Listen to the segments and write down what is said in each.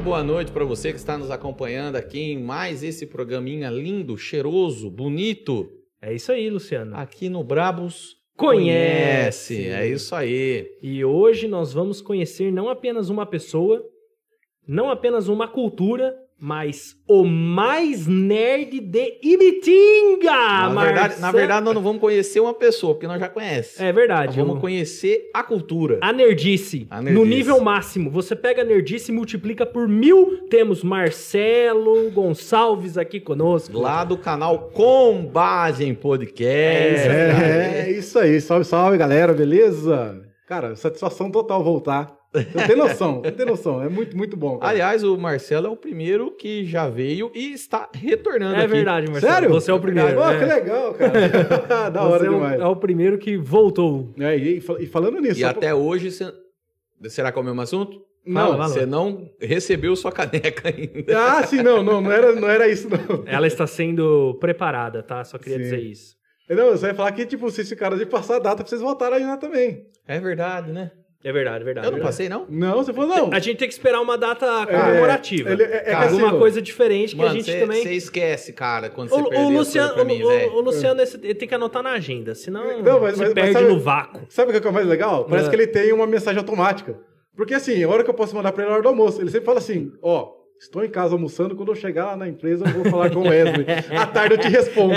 boa noite para você que está nos acompanhando aqui em mais esse programinha lindo, cheiroso, bonito. É isso aí, Luciano. Aqui no Brabos Conhece. É isso aí. E hoje nós vamos conhecer não apenas uma pessoa, não apenas uma cultura, mas o mais nerd de Ibitinga, Na verdade, nós não vamos conhecer uma pessoa, porque nós já conhecemos. É verdade. Nós vamos conhecer a cultura. A nerdice, no nível máximo. Você pega a nerdice e multiplica por 1000. Temos Marcelo Gonçalves aqui conosco. Lá do canal Combagem Podcast. É isso aí. Salve, salve, galera. Beleza? Cara, satisfação total voltar. Você tem noção. É muito, muito bom, cara. Aliás, o Marcelo é o primeiro que já veio e está retornando aqui. É verdade, Marcelo. Sério? Você é o primeiro. Que legal, cara. Da hora demais. É o primeiro que voltou. E falando nisso... E até hoje, será que é o mesmo assunto? Não, você não recebeu sua caneca ainda. Ah, sim, não era isso, não. Ela está sendo preparada, tá? Só queria dizer isso. Não, você vai falar que, tipo, vocês ficaram de passar a data pra vocês voltarem aí lá também. É verdade, né? É verdade. Eu não passei, não? Não, você falou não. A gente tem que esperar uma data comemorativa. Alguma coisa diferente que a gente também... Você esquece, cara, quando você perdeu as coisas pra mim, velho. O Luciano ele tem que anotar na agenda, senão se perde sabe, no vácuo. Sabe o que é o mais legal? Parece que ele tem uma mensagem automática. Porque assim, a hora que eu posso mandar pra ele na hora do almoço, ele sempre fala assim, estou em casa almoçando, quando eu chegar lá na empresa eu vou falar com o Wesley. À tarde eu te respondo.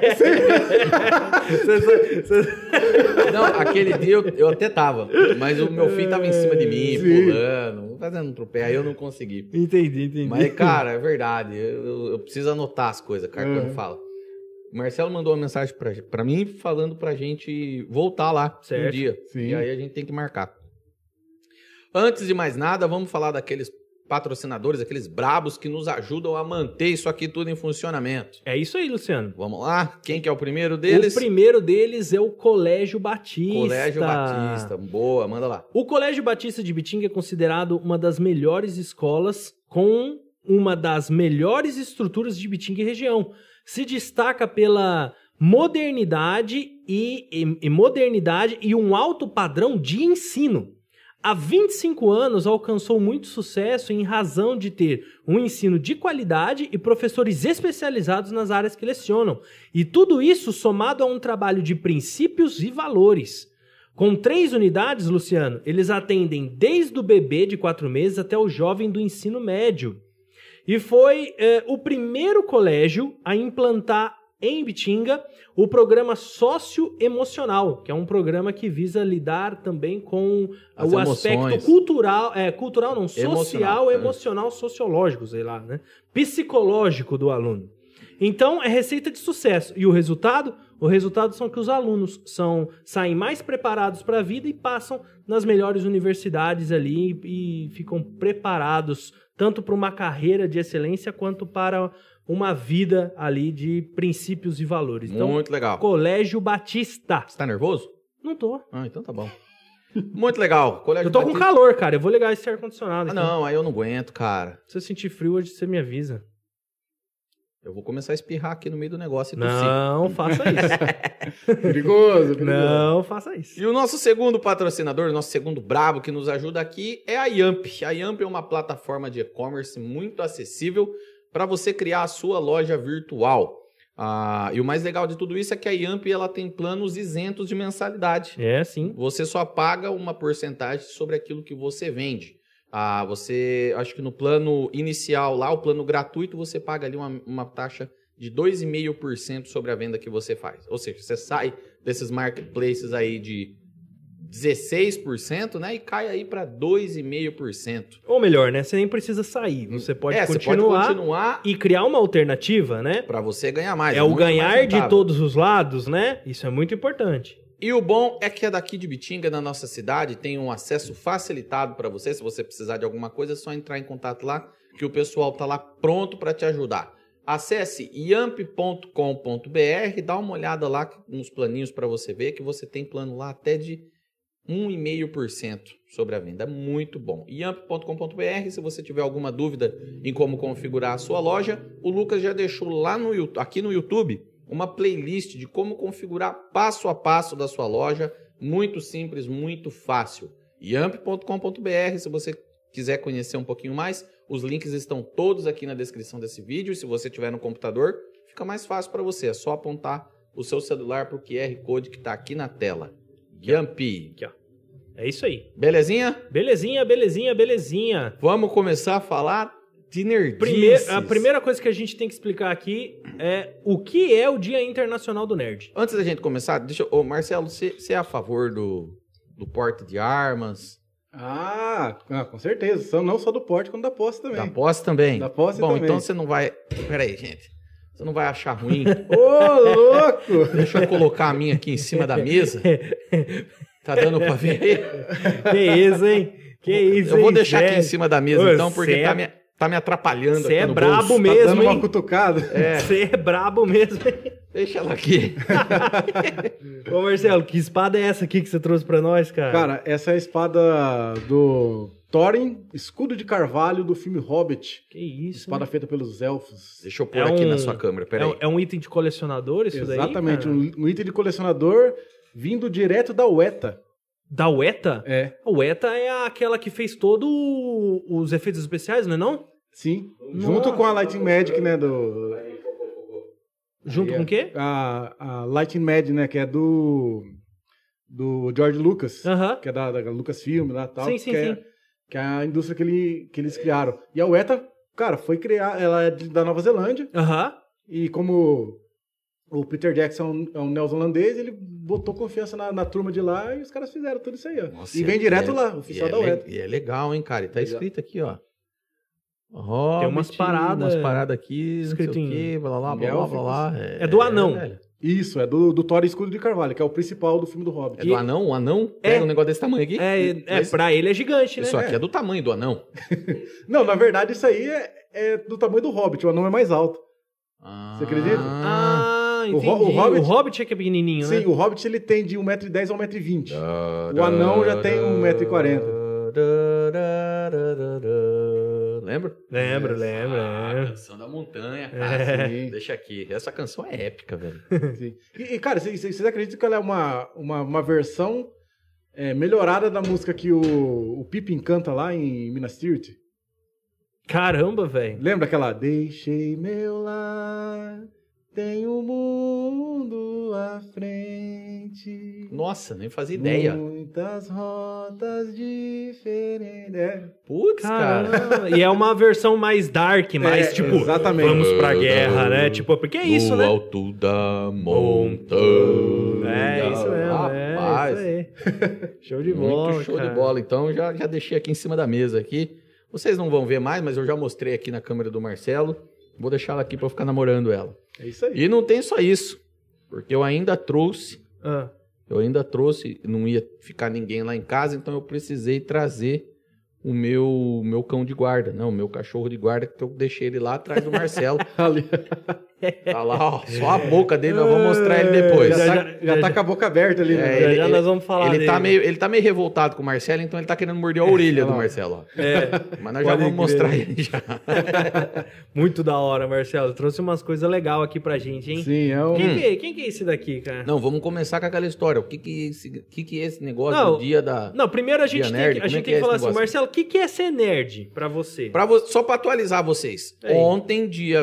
Não, aquele dia eu até tava, mas o meu filho tava em cima de mim, pulando, fazendo um tropé, aí eu não consegui. Entendi. Mas, cara, é verdade, eu preciso anotar as coisas, cara, quando fala. O Marcelo mandou uma mensagem pra mim falando pra gente voltar lá um dia. Sim. E aí a gente tem que marcar. Antes de mais nada, vamos falar daqueles patrocinadores, aqueles brabos que nos ajudam a manter isso aqui tudo em funcionamento. É isso aí, Luciano. Vamos lá? Quem que é o primeiro deles? O primeiro deles é o Colégio Batista. Colégio Batista. Boa, manda lá. O Colégio Batista de Ibitinga é considerado uma das melhores escolas com uma das melhores estruturas de Ibitinga e região. Se destaca pela modernidade e um alto padrão de ensino. Há 25 anos alcançou muito sucesso em razão de ter um ensino de qualidade e professores especializados nas áreas que lecionam. E tudo isso somado a um trabalho de princípios e valores. Com 3 unidades, Luciano, eles atendem desde o bebê de 4 meses até o jovem do ensino médio. E foi o primeiro colégio a implantar em Ibitinga o programa socioemocional, que é um programa que visa lidar também com o aspecto social, emocional, sociológico, sei lá, né? Psicológico do aluno. Então, é receita de sucesso. E o resultado? O resultado são que os alunos saem mais preparados para a vida e passam nas melhores universidades ali e ficam preparados tanto para uma carreira de excelência quanto para uma vida ali de princípios e valores. Então, muito legal. Colégio Batista. Você tá nervoso? Não tô. Ah, então tá bom. Muito legal. Colégio eu tô Batista. com calor, cara. Eu vou ligar esse ar-condicionado aqui. Não, aí eu não aguento, cara. Se eu sentir frio hoje, você me avisa. Eu vou começar a espirrar aqui no meio do negócio e tossir. Não faça isso. Perigoso. Não faça isso. E o nosso segundo patrocinador, nosso segundo brabo que nos ajuda aqui é a Yamp. A Yamp é uma plataforma de e-commerce muito acessível para você criar a sua loja virtual. E o mais legal de tudo isso é que a Yamp ela tem planos isentos de mensalidade. É, sim. Você só paga uma porcentagem sobre aquilo que você vende. Acho que no plano inicial lá, o plano gratuito, você paga ali uma taxa de 2,5% sobre a venda que você faz. Ou seja, você sai desses marketplaces aí de 16%, né? E cai aí para 2,5%. Ou melhor, né? Você nem precisa sair. Você pode continuar e criar uma alternativa, né? Para você ganhar mais. É o ganhar de todos os lados, né? Isso é muito importante. E o bom é que é daqui de Ibitinga, na nossa cidade, tem um acesso facilitado para você. Se você precisar de alguma coisa, é só entrar em contato lá, que o pessoal tá lá pronto para te ajudar. Acesse yamp.com.br, dá uma olhada lá nos planinhos para você ver que você tem plano lá até de 1,5% sobre a venda. Muito bom. Yamp.com.br, se você tiver alguma dúvida em como configurar a sua loja, o Lucas já deixou lá aqui no YouTube uma playlist de como configurar passo a passo da sua loja. Muito simples, muito fácil. Yamp.com.br, se você quiser conhecer um pouquinho mais, Os links estão todos aqui na descrição desse vídeo. E se você tiver no computador, fica mais fácil para você. É só apontar o seu celular para o QR Code que está aqui na tela. Yampi. Aqui, ó. É isso aí. Belezinha? Belezinha. Vamos começar a falar de nerdices. A primeira coisa que a gente tem que explicar aqui é o que é o Dia Internacional do Nerd. Antes da gente começar, Ô, Marcelo, você é a favor do porte de armas? Com certeza. Não só do porte, como da posse também. Da posse também? Da posse Bom, também. então você não vai... Peraí, gente. Você não vai achar ruim. Ô, louco! Deixa eu colocar a minha aqui em cima da mesa. Tá dando pra ver aí? Que isso, hein? Eu vou deixar aqui em cima da mesa, então, porque tá me atrapalhando aqui Você no é brabo bolso. mesmo, Tá dando hein? uma cutucada. Você é brabo mesmo, hein? Deixa ela aqui. Ô, Marcelo, que espada é essa aqui que você trouxe pra nós, cara? Cara, essa é a espada do Thorin, escudo de carvalho do filme Hobbit. Que isso, Espada feita pelos elfos. Deixa eu pôr aqui na sua câmera, peraí. É um item de colecionador isso daí? Exatamente, cara? um item de colecionador vindo direto da Weta. Da Weta? É, A Weta é aquela que fez todos os efeitos especiais, não é não? sim. Nossa. Junto com a Lightning Magic, né, Junto com o quê? A Lightning Magic, né, que é do George Lucas, Aham. que é da Lucasfilm lá e tal. Sim, sim, que sim. que é a indústria que eles criaram. E a Weta, cara, foi criar, ela é da Nova Zelândia, Aham. e como o Peter Jackson é um neozelandês, ele botou confiança na turma de lá e os caras fizeram tudo isso aí, ó. Nossa, E vem direto lá, oficial da Weta. E é legal, hein, cara? E tá Legal. escrito aqui, ó. Tem umas paradas- Umas paradas aqui, escrito não sei o quê, blá, blá, blá, blá, élficos. blá, blá. É do anão. velho. Isso, é do Thorin Escudo de Carvalho, que é o principal do filme do Hobbit. É do anão? O anão É. pega um negócio desse tamanho aqui? Mas Pra ele é gigante, né? isso aqui é do tamanho do anão. Não, na verdade, isso aí é do tamanho do Hobbit, o anão é mais alto. Ah. Você acredita? Entendi. O Hobbit- O Hobbit é que é pequenininho, né? Sim, o Hobbit ele tem de 1,10 m a 1,20 m. O anão já tem 1,40 m. Lembra? Lembro. Canção da montanha, cara. Sim. Deixa aqui. Essa canção é épica, velho. Sim. Cara, vocês acreditam que ela é uma versão melhorada da música que o Pippin canta lá em Minas Tirith? Caramba, velho. Lembra aquela? Deixei meu lar, tenho o mundo à frente. Nossa, nem fazia ideia. Muitas rotas diferentes. Putz, cara. Caramba. E é uma versão mais dark, mais tipo, exatamente. vamos pra guerra, né? Tipo, porque é isso, No né? alto da montanha. É isso mesmo, Rapaz, é isso aí. Show de bola, muito show cara. de bola. Então, já deixei aqui em cima da mesa aqui. Vocês não vão ver mais, mas eu já mostrei aqui na câmera do Marcelo. Vou deixar ela aqui pra eu ficar namorando ela. É isso aí. E não tem só isso, porque eu ainda trouxe, Ah, não ia ficar ninguém lá em casa, então eu precisei trazer o meu cão de guarda, não, o meu cachorro de guarda, que eu deixei ele lá atrás do Marcelo. Ali. Tá lá, ó, só a boca dele, mas eu vou mostrar ele depois. Já tá com a boca aberta ali, né? É, já nós vamos falar Ele tá, dele. ele tá meio revoltado com o Marcelo, então ele tá querendo morder a orelha do Marcelo, ó. Mas nós já Pode vamos crer. mostrar ele já. Muito da hora, Marcelo. Trouxe umas coisas legais aqui pra gente, hein? Sim, é um... Quem que é esse daqui, cara? Não, vamos começar com aquela história. O que é esse negócio Não, do dia da... Não, primeiro a gente Dia tem, nerd, que, a como é gente que tem é que falar esse assim, negócio? Marcelo, o que é ser nerd pra você? Só pra atualizar vocês. Aí. Ontem, dia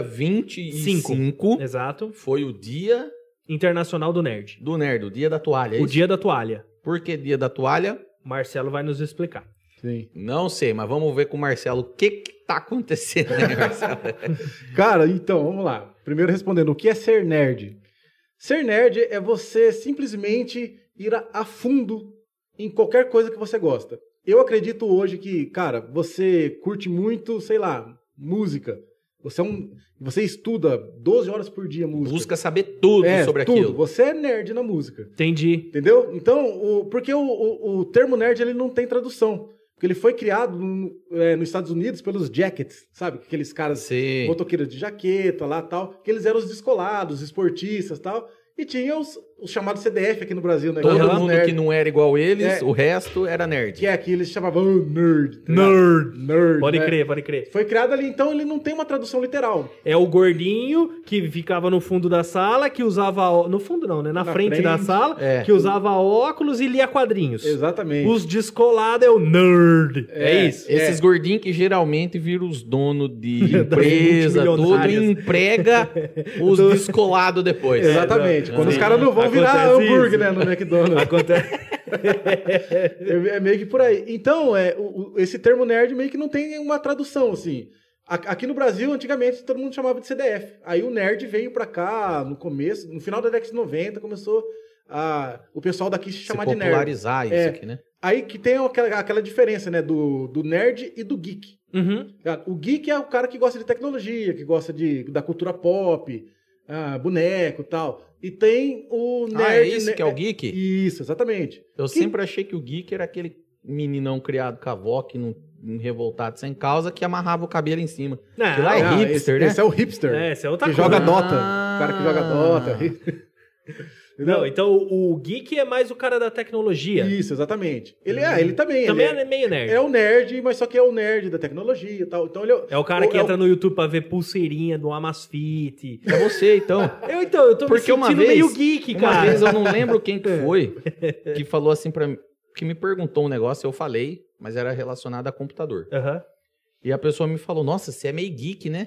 25, Exato. foi o dia Internacional do Nerd. do nerd, o dia da toalha. é O isso? dia da toalha. Por que dia da toalha? Marcelo vai nos explicar. Sim. Não sei, mas vamos ver com o Marcelo o que tá acontecendo, né, Marcelo? Cara, então, vamos lá. Primeiro respondendo, o que é ser nerd? Ser nerd é você simplesmente ir a fundo em qualquer coisa que você gosta. Eu acredito hoje que, cara, você curte muito, sei lá, música. Você estuda 12 horas por dia música. Busca saber tudo sobre tudo. aquilo. Você é nerd na música. Entendi. Entendeu? Então, porque o termo nerd ele não tem tradução. Porque ele foi criado nos Estados Unidos pelos jackets, sabe? Aqueles caras Sim. motoqueiros de jaqueta lá tal, que eles eram os descolados, os esportistas tal. E tinha os chamados CDF aqui no Brasil, né? Todo Galera mundo nerd, que não era igual eles, É. o resto era nerd. que é aqui eles chamavam nerd. tá ligado? Nerd. Nerd. Pode né? crer, pode crer. Foi criado ali, então ele não tem uma tradução literal. É o gordinho que ficava no fundo da sala, que usava... No fundo não, né? Na frente da sala, É. que usava óculos e lia quadrinhos. Exatamente. Os descolados é o nerd. É, isso. Esses gordinhos que geralmente viram os donos de empresa, tudo, e multimilionárias. emprega os descolados depois. Exatamente. Quando os Sim. caras não vão virar Acontece hambúrguer, isso. né, no McDonald's. Acontece. É meio que por aí. Então, esse termo nerd meio que não tem uma tradução, assim. Aqui no Brasil, antigamente, todo mundo chamava de CDF. Aí o nerd veio pra cá no começo, no final da década de 90, começou o pessoal daqui se chamar de nerd. popularizar isso aqui, né? Aí que tem aquela diferença, né, do nerd e do geek. Uhum. O geek é o cara que gosta de tecnologia, que gosta da cultura pop, boneco e tal. E tem o nerd... Ah, é isso que é o geek? Isso, exatamente. Eu sempre achei que o geek era aquele meninão criado com a avó, que não revoltado sem causa, que amarrava o cabelo em cima. Não, Que lá é Não, hipster, né? Esse é o hipster. esse é outra que coisa. joga Dota. Ah. O cara que joga Dota. Não, então o geek é mais o cara da tecnologia. Isso, exatamente. Ele também. Também ele é meio nerd. é o nerd, mas só que é o nerd da tecnologia e tal. Então ele É o cara que entra no YouTube pra ver pulseirinha do Amazfit. É você, então. Eu tô Porque me uma sentindo vez, meio geek, uma cara. vez eu não lembro quem que foi que falou assim pra mim, que me perguntou um negócio, eu falei, mas era relacionado a computador. Aham. E a pessoa me falou, nossa, você é meio geek, né?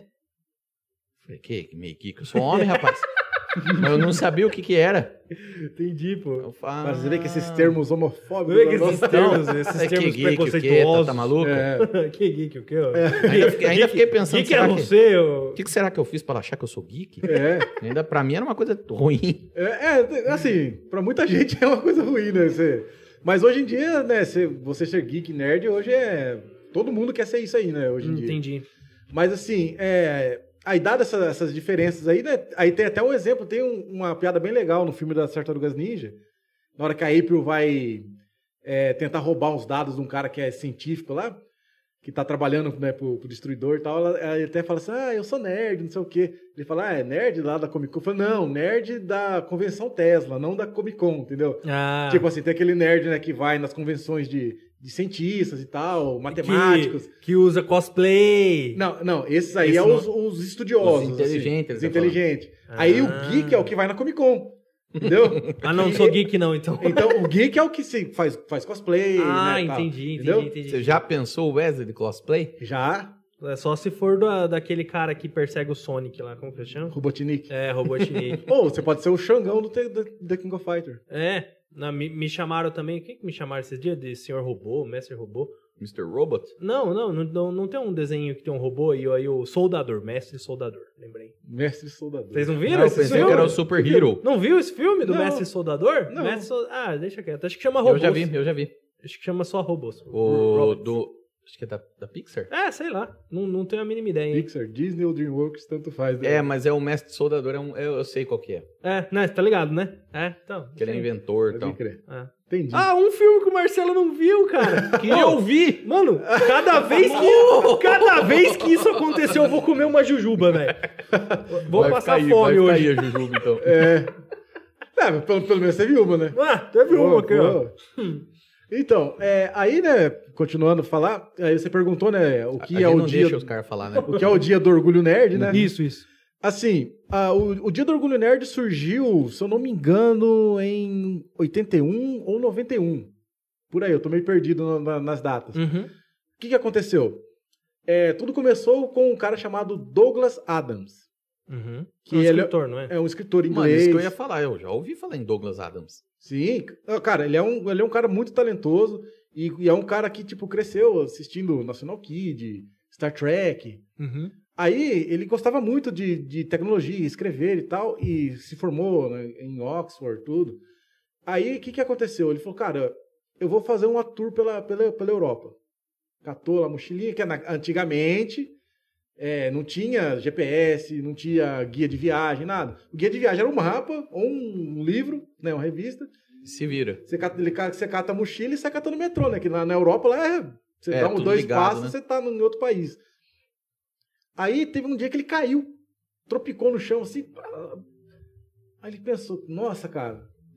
Eu falei, que meio geek? Eu sou homem, rapaz. Mas eu não sabia o que era. Entendi, pô. Eu falo, Mas você vê que esses termos homofóbicos... Não é que esses nossa, termos, é esses que termos geek, o quê? preconceituosos. Tá maluco? Que geek, o quê? Ainda fiquei pensando, Geek é será que- você, O que será que eu fiz pra achar que eu sou geek? Ainda pra mim era uma coisa ruim. Assim, pra muita gente é uma coisa ruim, né? Mas hoje em dia, né, você ser geek, nerd, hoje todo mundo quer ser isso aí, né, hoje em dia. Entendi. Mas assim, aí dadas essas diferenças aí, né, aí tem até um exemplo, tem uma piada bem legal no filme das Tartarugas Ninja, na hora que a April vai tentar roubar uns dados de um cara que é científico lá, que tá trabalhando, né, pro destruidor e tal, ele até fala assim, eu sou nerd, não sei o quê. Ele fala, é nerd lá da Comic Con? Eu falo, não, nerd da convenção Tesla, não da Comic Con, entendeu? Ah, Tipo assim, tem aquele nerd, né, que vai nas convenções de cientistas e tal, matemáticos. que usa cosplay. Não, esses aí Esse é não- os estudiosos. Os inteligentes, Os ele tá inteligentes. Aí o geek é o que vai na Comic Con, entendeu? Ah, não sou geek não, então. Então, o geek é o que faz cosplay, Ah, né, tal. entendi. Entendeu? Você já pensou o Wesley de cosplay? Já, É só se for daquele cara que persegue o Sonic lá, como que ele chama? Robotnik. É, Robotnik. Ou você pode ser o Xangão do The King of Fighter. Me chamaram também, quem que me chamaram esses dias? De Senhor Robô, Mestre Robô? Mr. Robot? Não tem um desenho que tem um robô e aí o Soldador, Mestre Soldador, lembrei. Mestre Soldador. Vocês não viram Ah, eu esse pensei filme? que era o Super Hero. Não viu esse filme do Não. Mestre Soldador? Não. Deixa quieto. Acho que chama Robôs. Eu já vi. Acho que chama só Robôs. O Robots. acho que é da Pixar? Sei lá. Não tenho a mínima ideia. Hein? Pixar, Disney ou DreamWorks, tanto faz. Né? Mas é o mestre soldador, eu sei qual que é. Né, tá ligado, né? Então. Que ele é inventor e Pode tal. crer. É. Entendi. Um filme que o Marcelo não viu, cara. Que eu vi! Mano, cada vez que isso aconteceu, eu vou comer uma jujuba, velho. Vou Vai passar ficar fome vai hoje. ficar aí a Jujuba, então. Pelo menos você viu uma, né? Teve uma aqui, ó. Então, aí, né, continuando a falar, aí você perguntou, né, o que A é gente o não dia... deixa os caras falar, né? O que é o dia do Orgulho Nerd, né? Isso. Assim, o dia do Orgulho Nerd surgiu, se eu não me engano, em 81 ou 91. Por aí, eu tô meio perdido nas datas. Uhum. O que aconteceu? Tudo começou com um cara chamado Douglas Adams. Uhum. Que Um ele escritor, não é? É um escritor Mano, inglês. isso que eu ia falar. Eu já ouvi falar em Douglas Adams. Sim, cara, ele é um cara muito talentoso e é um cara que, tipo, cresceu assistindo National Kid, Star Trek. Uhum. Aí ele gostava muito de tecnologia, escrever e tal, e se formou, né, em Oxford, tudo. Aí o que aconteceu? Ele falou, cara, eu vou fazer uma tour pela Europa. Catou a mochilinha, que antigamente não tinha GPS, não tinha guia de viagem, nada. O guia de viagem era um mapa ou um livro, né, uma revista. Se vira. Você cata a mochila e sai catando metrô, né? Que na Europa lá você dá tudo 2 ligado, passos, né? você tá em outro país. Aí teve um dia que ele caiu, tropicou no chão assim. Aí ele pensou, nossa, cara,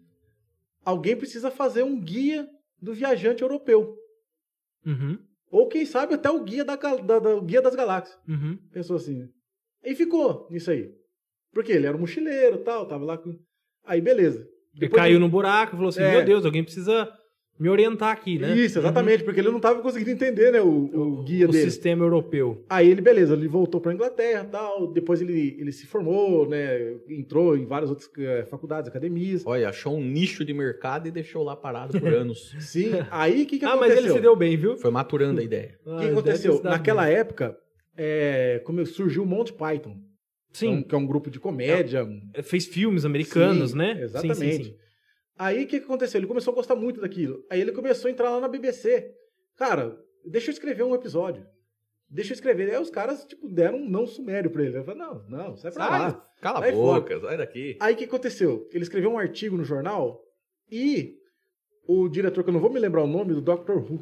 alguém precisa fazer um guia do viajante europeu. Uhum. Ou quem sabe até o guia, o guia das galáxias. Uhum. Pensou assim, né? E ficou nisso aí. Porque ele era um mochileiro e tal, tava lá com... Aí, beleza. Ele caiu no buraco e falou assim, meu Deus, alguém precisa me orientar aqui, né? Isso, exatamente, porque ele não tava conseguindo entender, né, o guia dele. O sistema europeu. Aí ele, beleza, ele voltou pra Inglaterra e tal, depois ele se formou, né, entrou em várias outras faculdades, academias. Olha, achou um nicho de mercado e deixou lá parado por anos. Sim, aí o que aconteceu? Mas ele se deu bem, viu? Foi maturando a ideia. O que aconteceu? Naquela época, como surgiu o Monty Python. Sim. Que é um grupo de comédia. Fez filmes americanos, Sim, né? Exatamente. Sim. Aí o que aconteceu? Ele começou a gostar muito daquilo. Aí ele começou a entrar lá na BBC. Cara, deixa eu escrever um episódio. Deixa eu escrever. Aí os caras, tipo, deram um não sumério pra ele. Ele falou, não, sai pra lá. Cala sai a boca, fora. sai daqui. Aí o que aconteceu? Ele escreveu um artigo no jornal e o diretor, que eu não vou me lembrar o nome, do Dr. Who,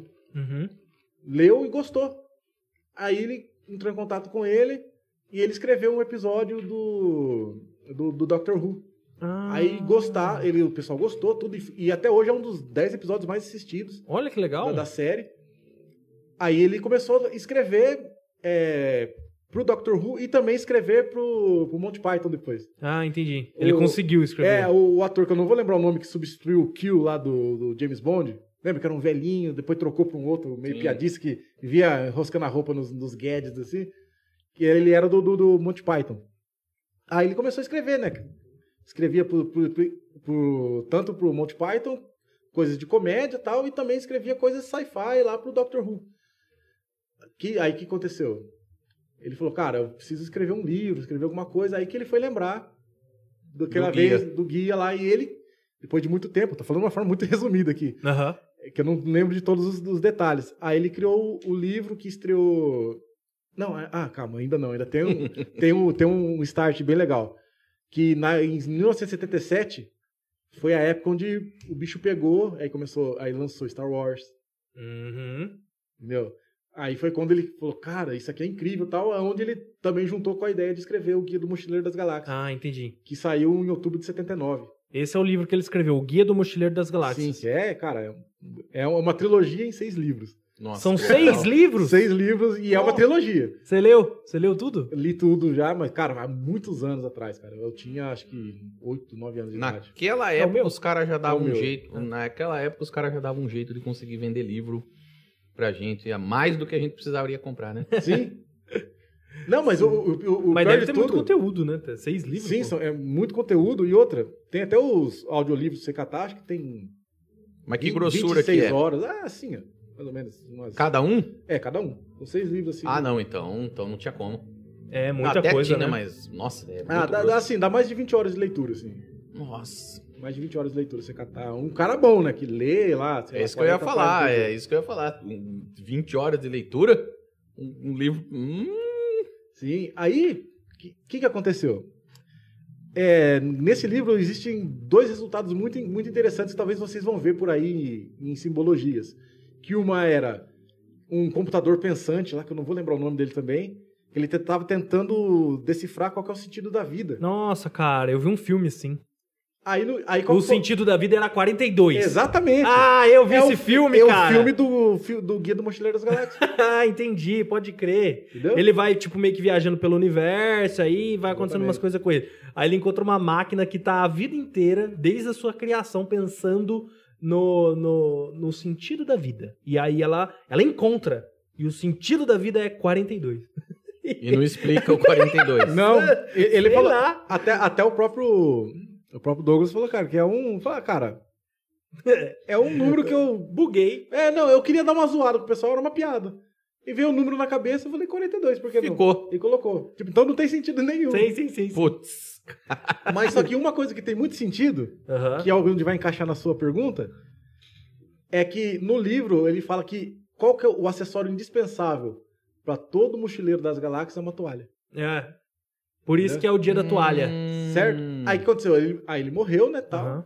leu e gostou. Aí ele entrou em contato com ele e ele escreveu um episódio do Dr. Who. Aí o pessoal gostou, tudo, e até hoje é um dos 10 episódios mais assistidos. Olha que legal. Da série. Aí ele começou a escrever pro Dr. Who e também escrever pro Monty Python depois. Ah, entendi. Ele conseguiu escrever. O ator, que eu não vou lembrar o nome, que substituiu o Q lá do James Bond. Lembra que era um velhinho, depois trocou pra um outro meio piadista que vivia enroscando a roupa nos gadgets, assim. Que ele era do Monty Python. Aí ele começou a escrever, né? Escrevia tanto pro Monty Python, coisas de comédia e tal, e também escrevia coisas sci-fi lá pro Dr. Who. Aí o que aconteceu? Ele falou, cara, eu preciso escrever um livro, escrever alguma coisa. Aí que ele foi lembrar daquela vez do guia lá, e ele, depois de muito tempo, tô falando de uma forma muito resumida aqui, que eu não lembro de todos os detalhes. Aí ele criou o livro que estreou... Não, calma, ainda não, ainda tem um start bem legal. Que em 1977 foi a época onde o bicho pegou, aí lançou Star Wars. Entendeu? Aí foi quando ele falou, cara, isso aqui é incrível e tal, onde ele também juntou com a ideia de escrever o Guia do Mochileiro das Galáxias. Ah, entendi. Que saiu em outubro de 79. Esse é o livro que ele escreveu, o Guia do Mochileiro das Galáxias. Sim, cara, é uma trilogia em 6 livros. Nossa, são 6 livros? 6 livros e é uma trilogia. Você leu? Você leu tudo? Li tudo já, mas, cara, há muitos anos atrás, cara. Eu tinha, acho que, 8, 9 anos de idade. Naquela época, os caras já davam um jeito. Naquela época, os caras já davam um jeito de conseguir vender livro pra gente. Mais do que a gente precisaria comprar, né? Sim. Não, mas o mas deve ter tudo, muito conteúdo, né? 6 livros. Sim, é muito conteúdo. E outra, tem até os audiolivros do Secatá, acho que tem... Mas que grossura 26 que é? horas. Assim, ó. Mais ou menos. Cada um? Cada um. São 6 livros assim. Não, então não tinha como. É muita até coisa, tinha, né? Mas, nossa, é muito assim, dá mais de 20 horas de leitura, assim. Nossa. Mais de 20 horas de leitura, você catar. Um cara bom, né? Que lê lá. É isso que eu ia falar, 20 horas de leitura? Um livro... Sim. Aí, o que aconteceu? Nesse livro existem 2 resultados muito, muito interessantes que talvez vocês vão ver por aí em simbologias. Que uma era um computador pensante lá, que eu não vou lembrar o nome dele também. Ele estava tentando decifrar qual que é o sentido da vida. Nossa, cara, eu vi um filme assim. Aí o sentido da vida era 42. Exatamente. Eu vi esse filme, cara. É o filme do Guia do Mochileiro das Galáxias. Entendi, pode crer. Entendeu? Ele vai, tipo, meio que viajando pelo universo, aí vai acontecendo Exatamente. umas coisas com ele. Aí ele encontra uma máquina que tá a vida inteira, desde a sua criação, pensando no sentido da vida. E aí ela encontra. E o sentido da vida é 42. E não explica o 42. Não, ele falou... lá. Até o próprio Douglas falou, cara, que é um... Fala, cara, é um número que eu... Buguei. Eu queria dar uma zoada pro pessoal, era uma piada. E veio o número na cabeça, eu falei 42, por que não? Ficou. E colocou. Tipo, então não tem sentido nenhum. Sim. Putz. Mas só que uma coisa que tem muito sentido, que é onde vai encaixar na sua pergunta, é que no livro ele fala que qual que é o acessório indispensável para todo mochileiro das galáxias é uma toalha. Por isso que é o dia da toalha. Certo? Aí o que aconteceu? Ele morreu, né, tal.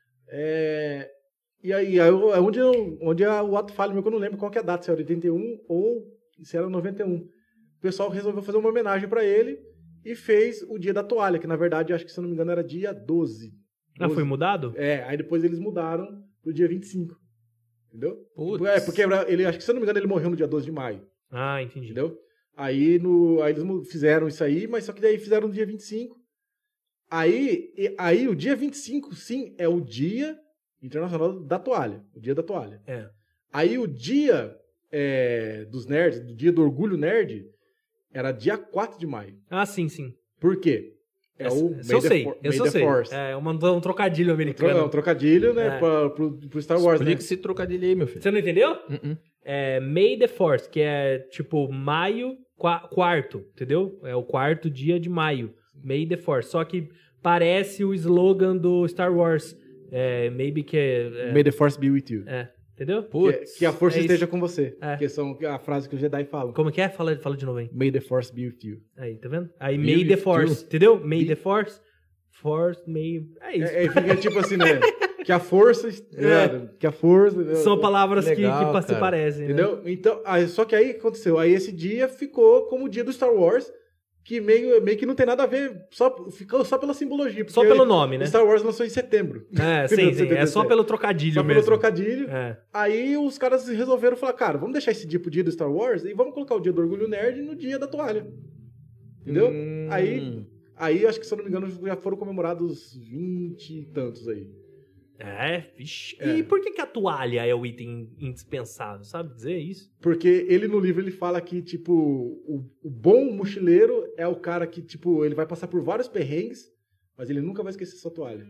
E aí é onde o ato falho meu, que eu não lembro qual que é a data, se era 81 ou se era 91. O pessoal resolveu fazer uma homenagem para ele e fez o dia da toalha, que na verdade, acho que se eu não me engano, era dia 12 Ah, foi mudado? Aí depois eles mudaram pro dia 25. Entendeu? Putz. Porque ele, acho que, se eu não me engano, ele morreu no dia 12 de maio. Ah, entendi. Entendeu? Aí eles fizeram isso aí, mas só que daí fizeram no dia 25. Aí o dia 25, sim, é o dia internacional da toalha. O dia da toalha. É. Aí o dia dos nerds, do dia do orgulho nerd, era dia 4 de maio. Ah, sim, sim. Por quê? Esse eu sei. Force. É um trocadilho americano. É um trocadilho, né, pro Star Wars. Explica Né? esse trocadilho aí, meu filho. Você não entendeu? Uh-uh. É May the Force, que é tipo maio, quarto, entendeu? É o quarto dia de maio. May the Force. Só que parece o slogan do Star Wars. Maybe que é... May the Force be with you. Entendeu? Que a força É esteja isso. com você. É. Que são a frase que os Jedi falam. Como que é? Fala de novo aí. May the Force be with you. Aí, tá vendo? Aí Be May the with Force, you. entendeu? May the Force. Force, May... É isso. Fica tipo assim, né? Que a força... Que a força... São palavras Legal, que se cara. parecem, né? Entendeu? Então, só que aí o que aconteceu? Aí esse dia ficou como o dia do Star Wars, que meio que não tem nada a ver, ficou só pela simbologia. Só pelo nome, né? Star Wars lançou em setembro. Sim. É só pelo trocadilho Só mesmo. pelo trocadilho. É. Aí os caras resolveram falar, cara, vamos deixar esse dia pro dia do Star Wars e vamos colocar o dia do Orgulho Nerd no dia da toalha. Entendeu? Aí, acho que, se eu não me engano, já foram comemorados 20 e tantos aí. Vixe. E por que a toalha é o item indispensável? Sabe dizer isso? Porque ele, no livro, ele fala que, tipo, o bom mochileiro é o cara que, tipo, ele vai passar por vários perrengues, mas ele nunca vai esquecer sua toalha.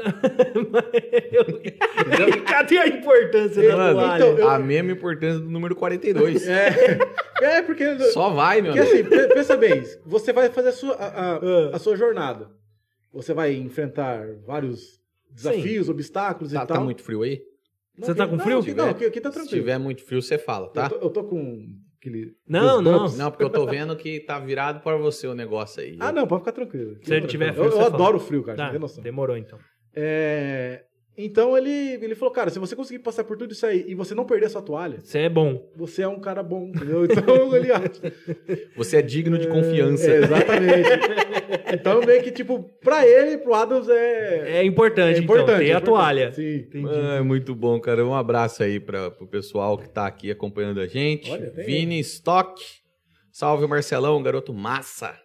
Cadê a importância da Mano, toalha? então, a mesma importância do número 42. Porque... Só vai, meu Porque amigo. assim, pensa bem, você vai fazer a sua jornada. Você vai enfrentar vários desafios, obstáculos e Tá tal. muito frio aí? Não, Você tá com frio? Aqui tá Se tranquilo. tiver muito frio, você fala, tá? Eu tô com aquele... Não. Goosebumps. Não, porque eu tô vendo que tá virado pra você o negócio aí. Não, pode ficar tranquilo. Se ele tiver frio, Eu você fala. adoro frio, cara, Tá, não tem noção. demorou então. Então ele falou, cara, se você conseguir passar por tudo isso aí e você não perder a sua toalha, Você é bom. você é um cara bom, entendeu? Então ele acha. Você é digno de confiança. Exatamente. Então meio que, tipo, pra ele, pro Adams É importante, então, ter a toalha. Sim. Entendi. Muito bom, cara. Um abraço aí pro pessoal que tá aqui acompanhando a gente. Olha, tem Vini Stock. Salve, Marcelão, garoto massa.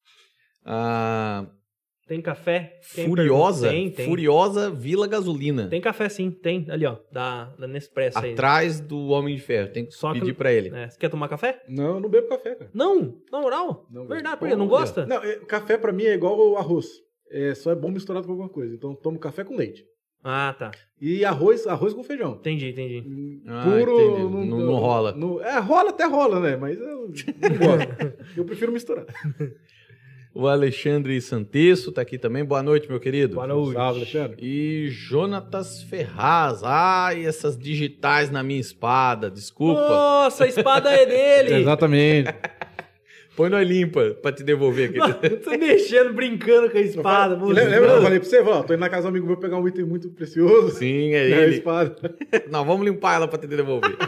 Tem café? Quem Furiosa. pergunta? Tem. Furiosa Vila Gasolina. Tem café sim, tem. Ali, ó, da Nespresso aí. Atrás do Homem de Ferro. Tem que Só que- pedir pra ele. Você quer tomar café? Não, eu não bebo café, cara. Não, na moral. Não, Verdade, pô, por quê? Não gosta? Não, café pra mim é igual ao arroz. Só é bom misturado com alguma coisa. Então eu tomo café com leite. Ah, tá. E arroz com feijão. Entendi. Puro. Não rola. Até rola, né? Mas eu não gosto. Eu prefiro misturar. O Alexandre Santesso tá aqui também. Boa noite, meu querido. Boa noite. Salve, Alexandre. E Jonatas Ferraz. Ai, essas digitais na minha espada. Desculpa. Nossa, a espada é dele. Exatamente. Põe nós limpa pra te devolver aqui. Tô mexendo, brincando com a espada. Lembra que eu falei pra você? Tô indo na casa do amigo meu pegar um item muito precioso. Sim, é A ele. espada. Não, vamos limpar ela pra te devolver.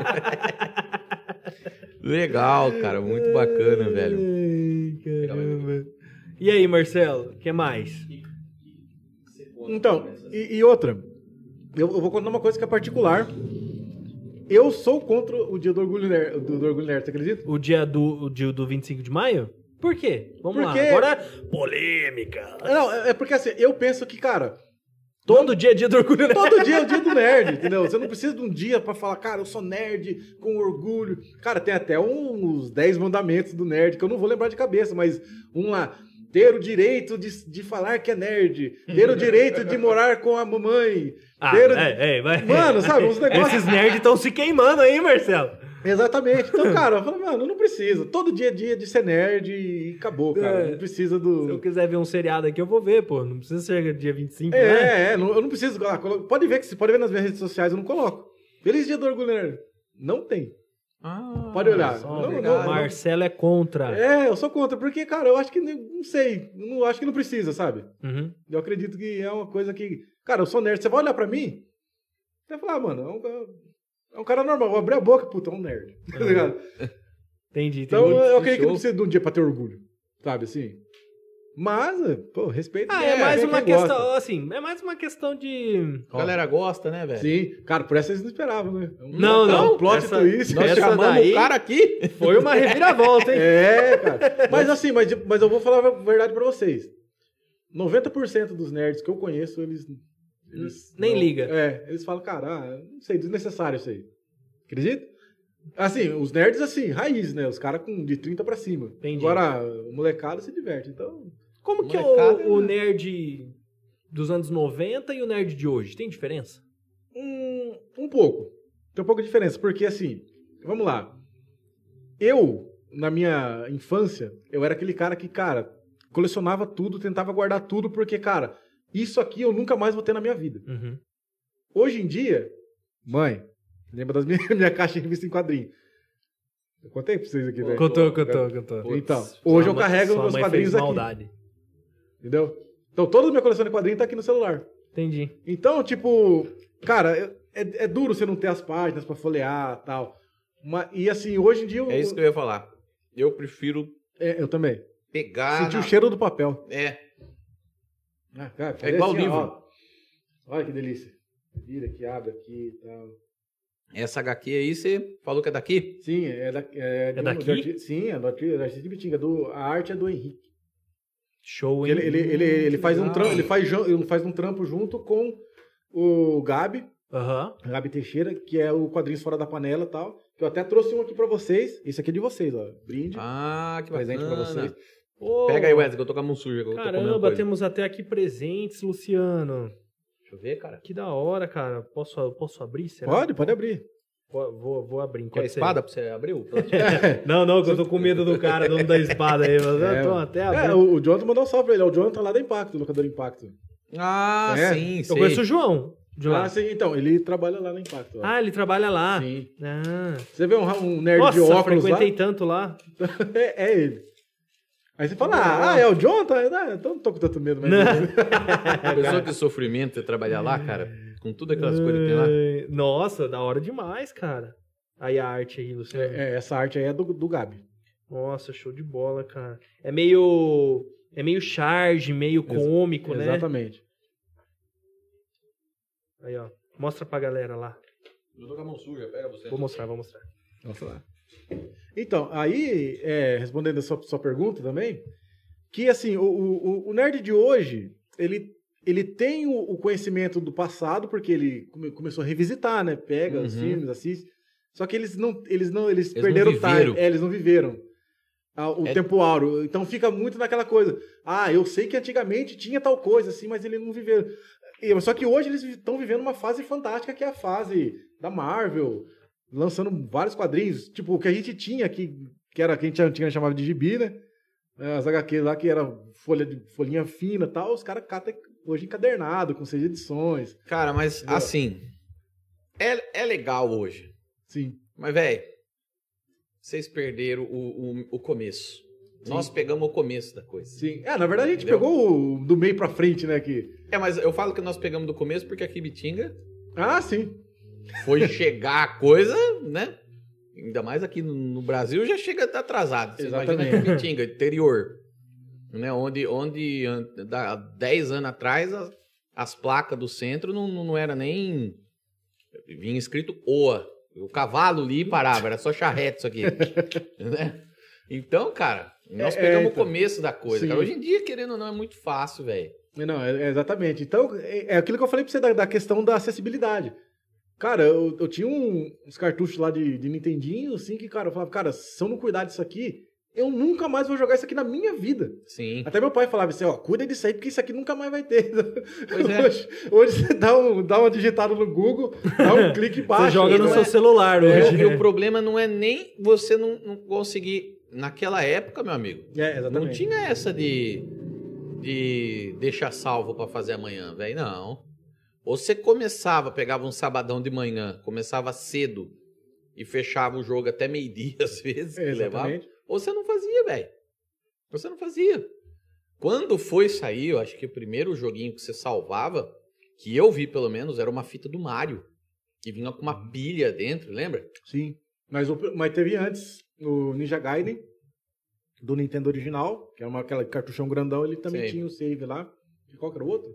Legal, cara. Muito bacana, velho. Ai, caramba. E aí, Marcelo? O que mais? Então, e outra. Eu vou contar uma coisa que é particular. Eu sou contra o dia do Orgulho Nerd, você acredita? O dia do 25 de maio? Por quê? Vamos Porque- lá. Agora, polêmica. Não, é porque assim, eu penso que, cara, Todo dia é dia do orgulho, né? todo dia é o dia do nerd, entendeu? Você não precisa de um dia pra falar, cara, eu sou nerd com orgulho. Cara, tem até uns 10 mandamentos do nerd, que eu não vou lembrar de cabeça, mas um lá, ter o direito de falar que é nerd, ter o direito de morar com a mamãe. Vai. Mano, sabe, uns negócios... Esses nerds estão se queimando aí, Marcelo. Exatamente. Então, cara, eu falo, mano, não precisa. Todo dia é dia de ser nerd e acabou, cara. Não precisa Se eu do... quiser ver um seriado aqui, eu vou ver, pô. Não precisa ser dia 25, né? Eu não preciso... Pode ver nas minhas redes sociais, eu não coloco. Feliz dia do orgulho nerd. Não tem. Pode olhar. Só Não, verdade. não. Marcelo é contra. Eu sou contra, porque, cara, eu acho que, não sei, eu não, acho que não precisa, sabe? Uhum. Eu acredito que é uma coisa que, cara, eu sou nerd, você vai olhar pra mim, você vai falar, mano, é um cara normal, vou abrir a boca, puta, é um nerd, tá ligado? Entendi. Então, eu acredito que show. não precisa de um dia pra ter orgulho, sabe, assim? Mas, pô, respeito. É mais uma quem questão, gosta. assim, é mais uma questão de... A galera gosta, né, velho? Sim, cara, por essa vocês não esperavam, né? Não. Um plot Essa- twist. Nós Essa chamamos daí- o cara aqui. Foi uma reviravolta, hein? Cara. Mas assim, mas eu vou falar a verdade pra vocês. 90% dos nerds que eu conheço, eles Nem liga. Eles falam, cara, não sei, desnecessário isso aí. Acredita? Assim, os nerds, assim, raiz, né? Os caras de 30 pra cima. Entendi. Agora, o molecada se diverte, então... Como que é Molecada, o né? nerd dos anos 90 e o nerd de hoje? Tem diferença? Um pouco. Tem um pouco de diferença, porque assim, vamos lá. Eu, na minha infância, eu era aquele cara que, cara, colecionava tudo, tentava guardar tudo, porque, cara, isso aqui eu nunca mais vou ter na minha vida. Uhum. Hoje em dia, mãe, lembra das minha caixa de revista em quadrinho? Eu contei pra vocês aqui, né? Contou. Então, hoje eu Sua carrego sua meus mãe quadrinhos fez aqui. maldade. Entendeu? Então, toda a minha coleção de quadrinhos tá aqui no celular. Entendi. Então, tipo, cara, é duro você não ter as páginas pra folhear e tal. E assim, hoje em dia... É isso que eu ia falar. Eu prefiro eu também. pegar... Sentir o cheiro do papel. Cara, É igual assim, livro. ó. Olha que delícia. Vira aqui, abre aqui e tal. Essa HQ aí, você falou que é daqui? Sim, daqui? Sim, é do artista de Bitinga. A arte é do Henrique. Show, hein? Ele faz um legal. trampo, ele faz um trampo junto com o Gabi Teixeira, que é o Quadrinhos Fora da Panela e tal. Que eu até trouxe um aqui pra vocês. Esse aqui é de vocês, ó. Brinde. Ah, que bacana. Presente pra vocês. Ô, Pega aí, Wesley, que eu tô com a mão suja. Que eu tô comendo Caramba, coisa. temos até aqui presentes, Luciano. Deixa eu ver, cara. Que da hora, cara. Posso abrir? Será? Pode abrir. Vou abrir. Quer a enquanto você- espada pra você abrir? Não, que eu tô com medo do cara, dono da espada aí. Mas eu tô até abrindo. O Jonathan mandou um salve pra ele. O Jonathan lá da Impacto, locador Impacto. Ah, É. sim, Eu sei. conheço o João de lá. Sim, então, ele trabalha lá na Impacto. Ó. Ah, ele trabalha lá. Sim. Ah. Você vê um nerd Nossa, de óculos lá? frequentei tanto lá. É ele. Aí você fala, é o Jonathan? Então não tô com tanto medo. Mas... Pensou que sofrimento é trabalhar lá, cara? Com tudo aquelas coisas que tem lá? Nossa, da hora demais, cara. Aí a arte aí, Luciano. Essa arte aí é do Gabi. Nossa, show de bola, cara. É meio charge, meio cômico, né? Exatamente. Aí, ó. Mostra pra galera lá. Eu tô com a mão suja, pega você. Vou mostrar. Nossa lá. Então, aí, respondendo a sua pergunta também, que assim, o nerd de hoje, ele tem o conhecimento do passado, porque ele começou a revisitar, né? Pega os filmes, assiste. Só que eles perderam o time. Eles não viveram o tempo áureo. Então fica muito naquela coisa. Eu sei que antigamente tinha tal coisa, assim, mas eles não viveram. Só que hoje eles estão vivendo uma fase fantástica, que é a fase da Marvel, lançando vários quadrinhos. Tipo, o que a gente tinha aqui, que a gente antigamente chamava de gibi, né? As HQs lá, que era folhinha fina e tal, os caras catam hoje encadernado, com 6 edições. Cara, mas assim, é legal hoje. Sim. Mas, velho, vocês perderam o começo. Sim. Nós pegamos o começo da coisa. Sim. Na verdade a gente pegou do meio pra frente, né? Mas eu falo que nós pegamos do começo porque aqui Bitinga sim. foi chegar a coisa, né? Ainda mais aqui no Brasil já chega atrasado. Você Exatamente. imagina aqui Bitinga, interior. Né? Onde 10 anos atrás as placas do centro não era nem... Vinha escrito OA. O cavalo ali parava, era só charrete isso aqui. Né? Então, cara, nós pegamos o começo da coisa. Cara. Hoje em dia, querendo ou não, é muito fácil, velho. Não, exatamente. Então, é aquilo que eu falei pra você da questão da acessibilidade. Cara, eu tinha uns cartuchos lá de Nintendinho, assim, que, cara, eu falava, cara, se eu não cuidar disso aqui, eu nunca mais vou jogar isso aqui na minha vida. Sim. Até meu pai falava assim, cuida disso aí, porque isso aqui nunca mais vai ter. Pois é. Hoje você dá uma digitada no Google, dá um clique e baixa. Você joga no seu celular hoje. E o problema não é nem você não conseguir... Naquela época, meu amigo, exatamente. Não tinha essa de deixar salvo pra fazer amanhã, velho, não. Ou você pegava um sabadão de manhã, começava cedo e fechava o jogo até meio-dia, às vezes, levava. Ou você não fazia, velho. Você não fazia. Quando foi sair, eu acho que o primeiro joguinho que você salvava, que eu vi pelo menos, era uma fita do Mario, que vinha com uma pilha dentro, lembra? Sim. Mas teve antes o Ninja Gaiden. do Nintendo original, que era aquela cartuchão grandão, ele também Sei. tinha o save lá. E qual que era o outro?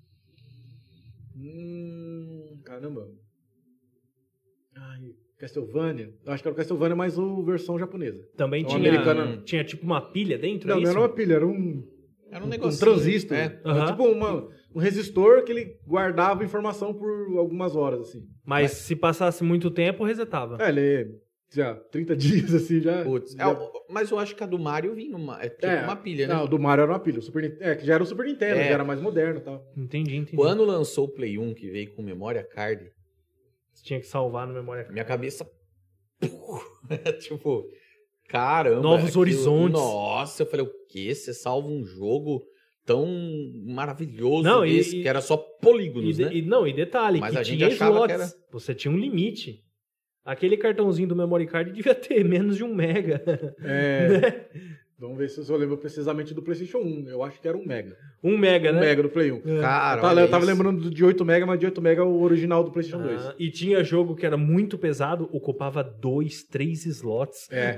Caramba. Ai, Castlevania. Eu acho que era o Castlevania, mas a versão japonesa. Também Então, tinha, americana- tinha tipo uma pilha dentro, Não, é não isso? era uma pilha, era um negocinho. transistor. É. Aham. Tipo um resistor que ele guardava informação por algumas horas, assim. Mas se passasse muito tempo, resetava. Ele já 30 dias, assim, já... Putz, já... mas eu acho que a do Mario vinha tipo uma pilha, né? Não, do Mario era uma pilha. Que já era o Super Nintendo, É. já era mais moderno e tal. Entendi. Quando lançou o Play 1, que veio com memória card, Você tinha que salvar no memória card. minha cabeça... tipo, caramba. Novos horizontes. Nossa, eu falei, o quê? Você salva um jogo tão maravilhoso Não, desse, que era só polígonos, né? E detalhe, Mas que a gente tinha achava que slots. Você tinha um limite. Aquele cartãozinho do memory card devia ter menos de 1 mega. É... Vamos ver se eu lembro precisamente do PlayStation 1. Eu acho que era 1 mega. 1 mega, 1 né? mega do Play 1. Cara, Eu tava isso. lembrando de 8 mega, mas de 8 mega é o original do PlayStation 2. E tinha jogo que era muito pesado, ocupava 2, 3 slots. É.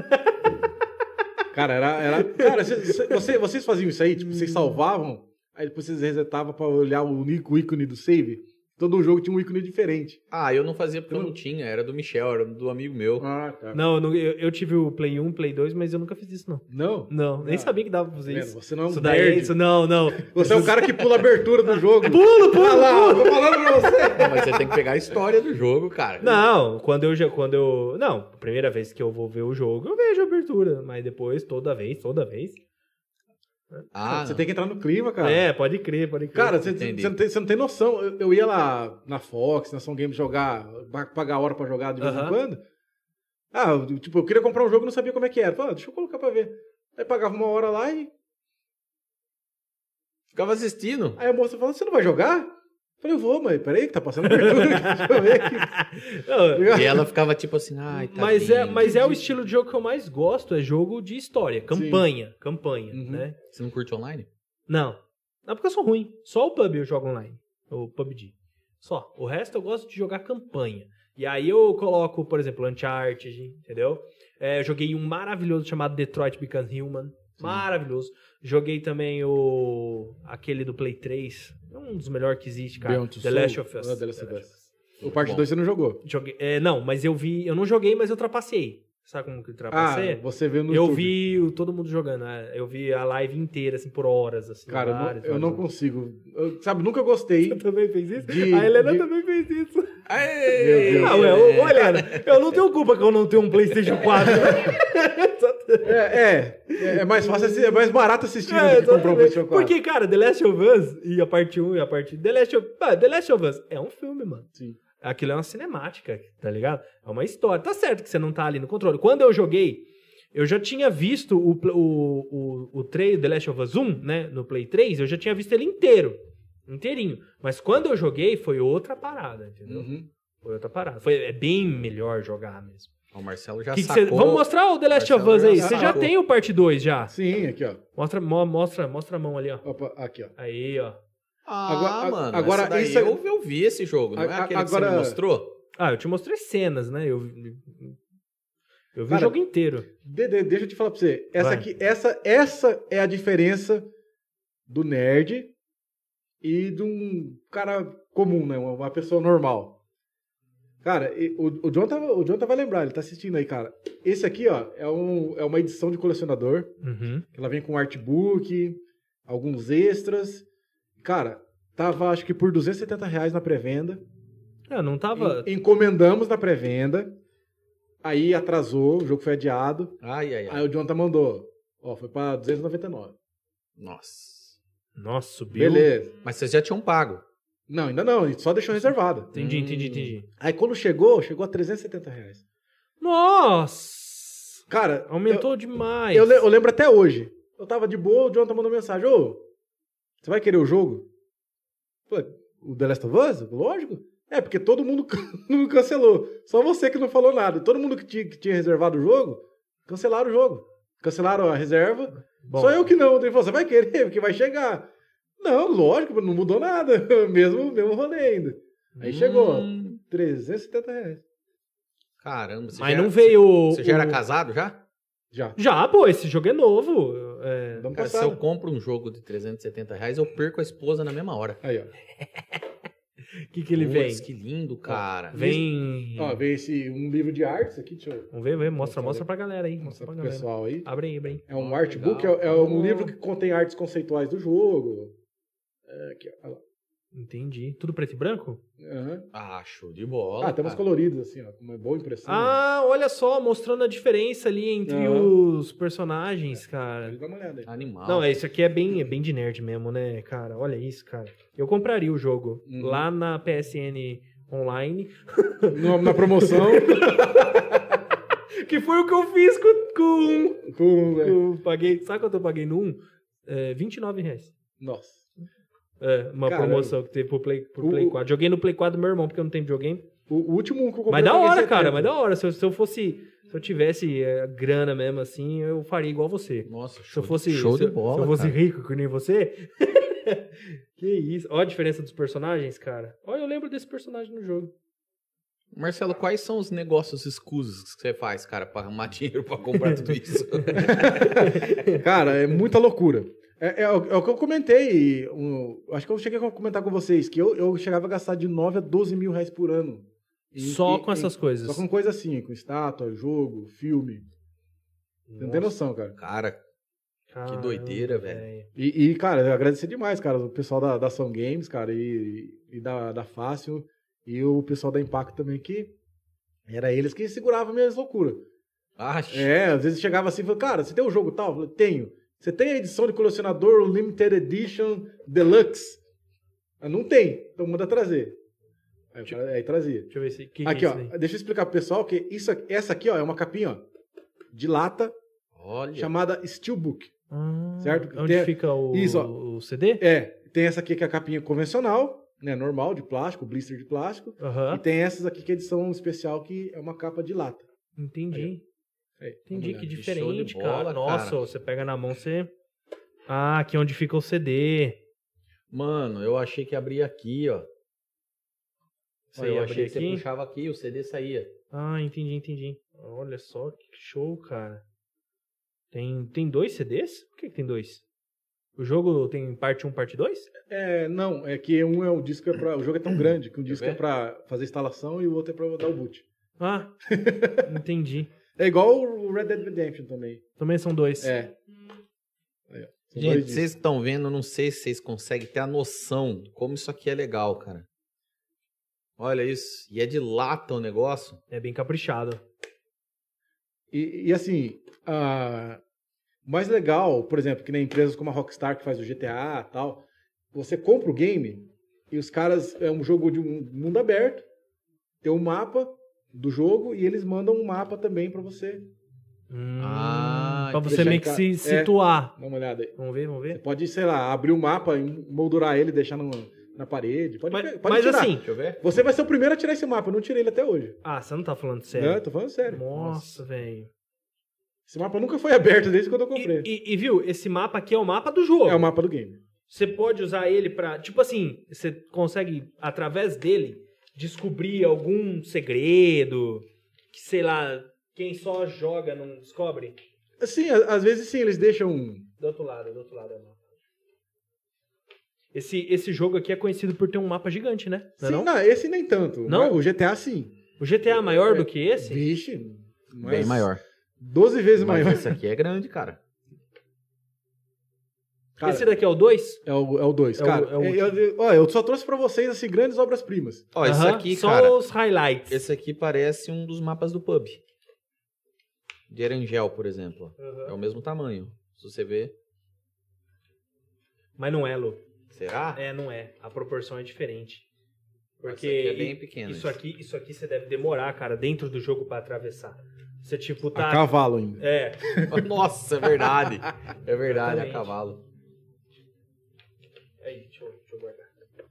Cara, Cara, vocês faziam isso aí? Tipo, vocês salvavam, aí depois vocês resetavam pra olhar o único ícone do save? Todo jogo tinha um ícone diferente. Ah, eu não fazia porque eu não tinha, era do Michel, era do amigo meu. Ah, tá. Não, eu tive o Play 1, Play 2, mas eu nunca fiz isso, não. Não? Não, nem sabia que dava pra fazer isso. Você não é um Isso daí é nerd. isso, não. Você é o cara que pula a abertura do jogo. Pulo! Ah lá, tô falando pra você. Não, mas você tem que pegar a história do jogo, cara. Não, Não, primeira vez que eu vou ver o jogo, eu vejo a abertura. Mas depois, toda vez. Ah, Você tem que entrar no clima, cara. É, pode crer. Cara, você Entendi. não tem noção. Eu ia lá na Fox, na São Games jogar, pagar a hora pra jogar de vez em Aham. quando. Eu queria comprar um jogo e não sabia como é que era. Falei, deixa eu colocar pra ver. Aí pagava 1 hora lá e... ficava assistindo. Aí a moça falou, você não vai jogar? Eu falei, eu vou, mas peraí que tá passando abertura aqui. Deixa eu ver aqui. Não, E ela ficava tipo assim, ai, tá mas é o estilo de jogo que eu mais gosto, é jogo de história, campanha, Uhum. né? Você não curte online? Não porque eu sou ruim, só o PUB eu jogo online, o PUBG, só. O resto eu gosto de jogar campanha. E aí eu coloco, por exemplo, Uncharted, entendeu? Eu joguei um maravilhoso chamado Detroit Become Human, maravilhoso. Joguei também aquele do Play 3, um dos melhores que existe, cara. Beyond Two The Last Souls. of Us. The Last of The Us. Last of Us. O parte Bom. 2 você não jogou. Não, mas eu não joguei, mas eu trapaceei. Sabe como que eu trapacei? Você viu no Eu YouTube. vi todo mundo jogando, eu vi a live inteira, assim, por horas, assim. Cara, várias, eu não várias. consigo. Nunca gostei. Você também fez isso? De- A Helena de- também fez isso. Ei! Meu Deus. Ah, ô Helena, eu não tenho culpa que eu não tenho um PlayStation 4. É mais fácil, é mais barato assistir do que comprar um exatamente. PlayStation 4. Porque, cara, The Last of Us e a parte 1 e a parte... The Last of Us é um filme, mano. Sim. Aquilo é uma cinemática, tá ligado? É uma história. Tá certo que você não tá ali no controle. Quando eu joguei, eu já tinha visto o trailer The Last of Us 1, né? No Play 3, eu já tinha visto ele inteirinho. Mas quando eu joguei, foi outra parada, entendeu? Uhum. Foi outra parada. É bem melhor jogar mesmo. O Marcelo já Vamos sacou. mostrar o The Last of Marcelo Us aí. já Você já sacou. tem o parte 2 já. Sim, aqui, ó. Mostra a mão ali, ó. Opa, aqui, ó. Aí, ó. Mano, agora, essa daí isso é- eu vi esse jogo, não é aquele que você agora- me mostrou? Ah, eu te mostrei cenas, né? Eu vi Cara, o jogo inteiro. Deixa eu te falar pra você. Essa Vai. aqui, essa é a diferença do nerd e de um cara comum, né? Uma pessoa normal. Cara, o Jonathan vai lembrar, ele tá assistindo aí, cara. Esse aqui, ó, é uma edição de colecionador. Uhum. Ela vem com artbook, alguns extras. Cara, tava acho que por R$270 na pré-venda. Não tava... Encomendamos na pré-venda. Aí atrasou, o jogo foi adiado. Ai. Aí o Jonathan mandou. Ó, foi pra 299. Nossa. Nossa, subiu. Beleza. Mas vocês já tinham pago. Não, ainda não. Ele só deixou reservado. Entendi. Aí quando chegou a R$370. Nossa! Cara, Aumentou demais. eu lembro até hoje. Eu tava de boa, o Jonathan mandou mensagem. Ô, você vai querer o jogo? Pô, o The Last of Us? Lógico. É, porque todo mundo não cancelou. Só você que não falou nada. Todo mundo que tinha reservado o jogo, cancelaram o jogo. Cancelaram a reserva. Bom. Só eu que não. Ele falou, você vai querer, porque vai chegar. Não, lógico, não mudou nada. mesmo rolê ainda. Aí chegou, R$370. Caramba. Você Mas já- não veio... Você já era casado já? Já. Já, pô, esse jogo é novo. Do ano Cara, se passado. eu compro um jogo de R$ 370, eu perco a esposa na mesma hora. Aí, ó. O que ele vem? Putz, que lindo, cara. Vem... Ó, vem um livro de artes aqui, deixa eu Vamos ver. Mostra pra galera aí. mostrar Mostra pra pro galera. pessoal aí. Abre aí. É um Ó, artbook, legal. é um livro que contém artes conceituais do jogo. Aqui, ó. Olha lá. Entendi. Tudo preto e branco? Aham. Ah, show de bola. Tem umas cara. coloridas, assim, ó, com uma boa impressão. Ah, olha só, mostrando a diferença ali entre Aham. os personagens, cara. Dá uma olhada aí. Animal. Não, isso aqui é bem de nerd mesmo, né, cara? Olha isso, cara. Eu compraria o jogo lá na PSN Online, Na promoção. que foi o que eu fiz com né? eu paguei, sabe quanto eu paguei no 1? R$29. Nossa. Uma Caramba. promoção que teve pro Play 4. Joguei no Play 4 do meu irmão, porque eu não tenho videogame. O último um que eu comprei. Mas da eu paguei hora, 70. cara, mas da hora. Se eu tivesse grana mesmo assim, eu faria igual você. Nossa, Se eu fosse, show se, de bola, se eu fosse cara. rico que nem você. Que isso. Olha a diferença dos personagens, cara. Olha, eu lembro desse personagem no jogo. Marcelo, quais são os negócios escusos que você faz, cara, pra arrumar dinheiro pra comprar tudo isso? Cara, é muita loucura. É o que eu comentei. Acho que eu cheguei a comentar com vocês que eu chegava a gastar de 9 a 12 mil reais por ano. Só com essas coisas. Só com coisa assim, com estátua, jogo, filme. Você não tem noção, cara. Cara, Caramba, doideira, velho. E, cara, eu agradecer demais, cara, o pessoal da Ação Games, cara, e da Fácil, e o pessoal da Impacto também, que era eles que seguravam minhas loucuras. Às vezes chegava assim e falava, cara, você tem o jogo tal? Eu falei, tenho. Você tem a edição de colecionador Limited Edition Deluxe? Eu não tem, então manda trazer. Aí trazia. Deixa eu ver se. Que Aqui, é ó, isso aí? deixa eu explicar pro pessoal que essa aqui, ó, é uma capinha, ó, de lata, Olha. chamada Steelbook. Certo? Onde Tem- fica Isso, ó. o CD? Tem essa aqui que é a capinha convencional, né, normal, de plástico, blister de plástico. Aham. E tem essas aqui que é edição especial, que é uma capa de lata. Entendi. Aí, Entendi, vamos que olhar. diferente, show de bola, cara. Nossa, cara. você pega na mão, você. Ah, aqui é onde fica o CD. Mano, eu achei que abria aqui, ó. Você eu ia achei abrir que você aqui? puxava aqui e o CD saía. Ah, entendi. Olha só, que show, cara. Tem 2 CDs? Por que tem 2? O jogo tem parte 1, parte 2? Não, é que um é o disco o jogo é tão grande que um disco ver? é pra fazer instalação e o outro é pra dar o boot. Ah, entendi. É igual o Red Dead Redemption também. Também são 2. Aí, ó. São dois Gente, discos. vocês estão vendo, não sei se vocês conseguem ter a noção de como isso aqui é legal, cara. Olha isso. E é de lata o negócio. É bem caprichado. E assim, o mais legal, por exemplo, que nem empresas como a Rockstar que faz o GTA e tal, você compra o game e os caras, é um jogo de um mundo aberto, tem um mapa do jogo e eles mandam um mapa também pra você. Pra você deixar meio em que ca- se situar. Dá uma olhada aí. Vamos ver. Você pode, sei lá, abrir o mapa, moldurar ele, deixar na parede. Pode Mas tirar. assim, Deixa eu ver. Você vai ser o primeiro a tirar esse mapa. Eu não tirei ele até hoje. você não tá falando Não, sério. eu tô falando sério. Nossa, velho. Esse mapa nunca foi aberto desde quando eu comprei. E viu, esse mapa aqui é o mapa do jogo. É o mapa do game. Você pode usar ele pra... Tipo assim, você consegue, através dele, descobrir algum segredo que, sei lá, quem só joga não descobre? Sim, às vezes sim, eles deixam... Do outro lado é o mapa. Esse jogo aqui é conhecido por ter um mapa gigante, né? Não é Sim, não? não, esse nem tanto. Não? O GTA sim. O GTA é maior do que esse? Vixe. Bem maior. 12 vezes Mas maior. esse aqui é grande, cara. Cara, Esse daqui é o 2? é o 2, é o- cara. é o eu só trouxe pra vocês assim, grandes obras-primas. Ó, esse aqui, só cara. os highlights. Esse aqui parece um dos mapas do pub. De Erangel, por exemplo. É o mesmo tamanho. Se você ver. Mas não é, Lu. Será? Não é. A proporção é diferente. Porque Esse aqui é bem pequeno. Isso aqui você deve demorar, cara, dentro do jogo pra atravessar. Você tipo tá... A cavalo ainda. Nossa, é verdade. É verdade, a Exatamente. cavalo. Aí, deixa eu guardar.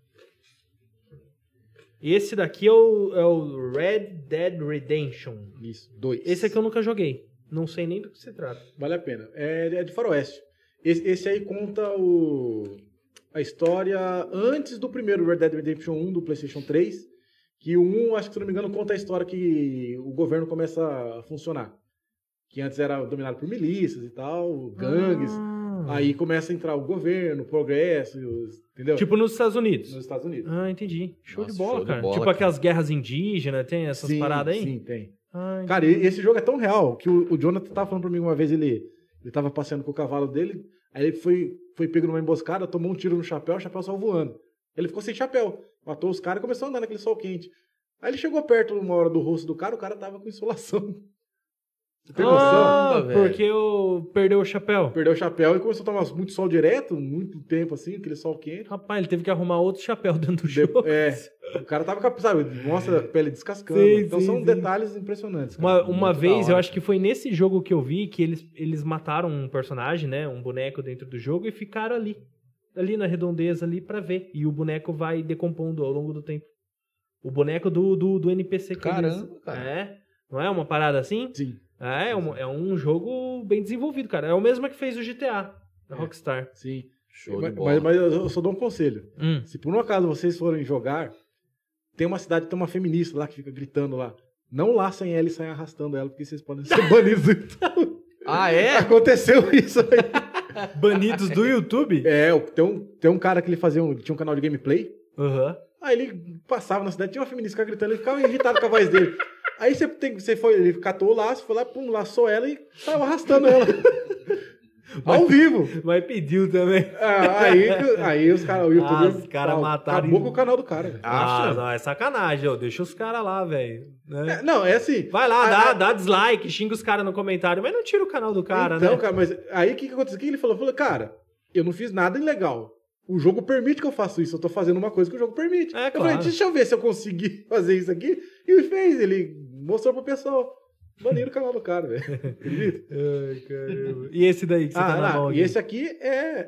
E esse daqui é o Red Dead Redemption. Isso, 2. Esse aqui eu nunca joguei. Não sei nem do que se trata. Vale a pena. É de faroeste. Esse aí conta a história antes do primeiro Red Dead Redemption 1 do PlayStation 3. Que o 1, acho que se não me engano, conta a história que o governo começa a funcionar. que antes era dominado por milícias e tal, gangues. Aí começa a entrar o governo, o progresso, entendeu? Tipo nos Estados Unidos. Nos Estados Unidos. Ah, entendi. Show Nossa, de bola, show de cara. bola, Tipo cara. aquelas guerras indígenas, tem essas paradas aí? Sim, tem. Ah, Cara, esse jogo é tão real que o Jonathan tava falando pra mim uma vez, ele tava passeando com o cavalo dele, aí ele foi pego numa emboscada, tomou um tiro no chapéu, o chapéu saiu voando. Ele ficou sem chapéu, matou os caras e começou a andar naquele sol quente. Aí ele chegou perto uma hora do rosto do cara, o cara tava com insolação. Você tem noção? Ah, velho. porque perdeu o chapéu. Perdeu o chapéu e começou a tomar muito sol direto, muito tempo assim, aquele sol quente. Rapaz, ele teve que arrumar outro chapéu dentro do jogo. O cara tava, sabe, mostra a pele descascando. Sim, então sim, são sim. detalhes impressionantes. cara. Uma Muito vez, da eu hora. acho que foi nesse jogo que eu vi que eles mataram um personagem, né? Um boneco dentro do jogo e ficaram ali na redondeza ali pra ver. E o boneco vai decompondo ao longo do tempo. O boneco do NPC. Caramba, cara. É? Não é uma parada assim? Sim, É um jogo bem desenvolvido, cara. É o mesmo que fez o GTA, da Rockstar. sim. Show de bola. Mas eu só dou um conselho. Hum. Se por um acaso vocês forem jogar, tem uma cidade que tem uma feminista lá que fica gritando lá. Não laçem ela e saiam arrastando ela, porque vocês podem ser banidos. Ah, é? Aconteceu isso aí. Banidos do YouTube? Tem um cara que ele tinha um canal de gameplay. Aham. Aí ele passava na cidade, tinha uma feminista que ficava gritando, ele ficava irritado com a voz dele. Aí ele catou o laço, foi lá, pum, laçou ela e saiu arrastando ela. Ao vivo. Mas pediu também. Aí os caras, o YouTube os caras mataram. acabou com o canal do cara. velho. Não, é sacanagem, ó. Deixa os caras lá, velho. Né? Não, é assim. Vai lá, dá dislike, xinga os caras no comentário, mas não tira o canal do cara, Então, né? cara, mas aí o que aconteceu? O que ele falou? Falou, cara, eu não fiz nada ilegal. O jogo permite que eu faça isso. Eu tô fazendo uma coisa que o jogo permite. É, Eu falei, claro. deixa eu ver se eu consegui fazer isso aqui. E ele fez, ele mostrou pro pessoal. Baniram o canal do cara, velho. Acredita? Ai, caramba. E esse daí que você tá na mão aqui? E esse aqui é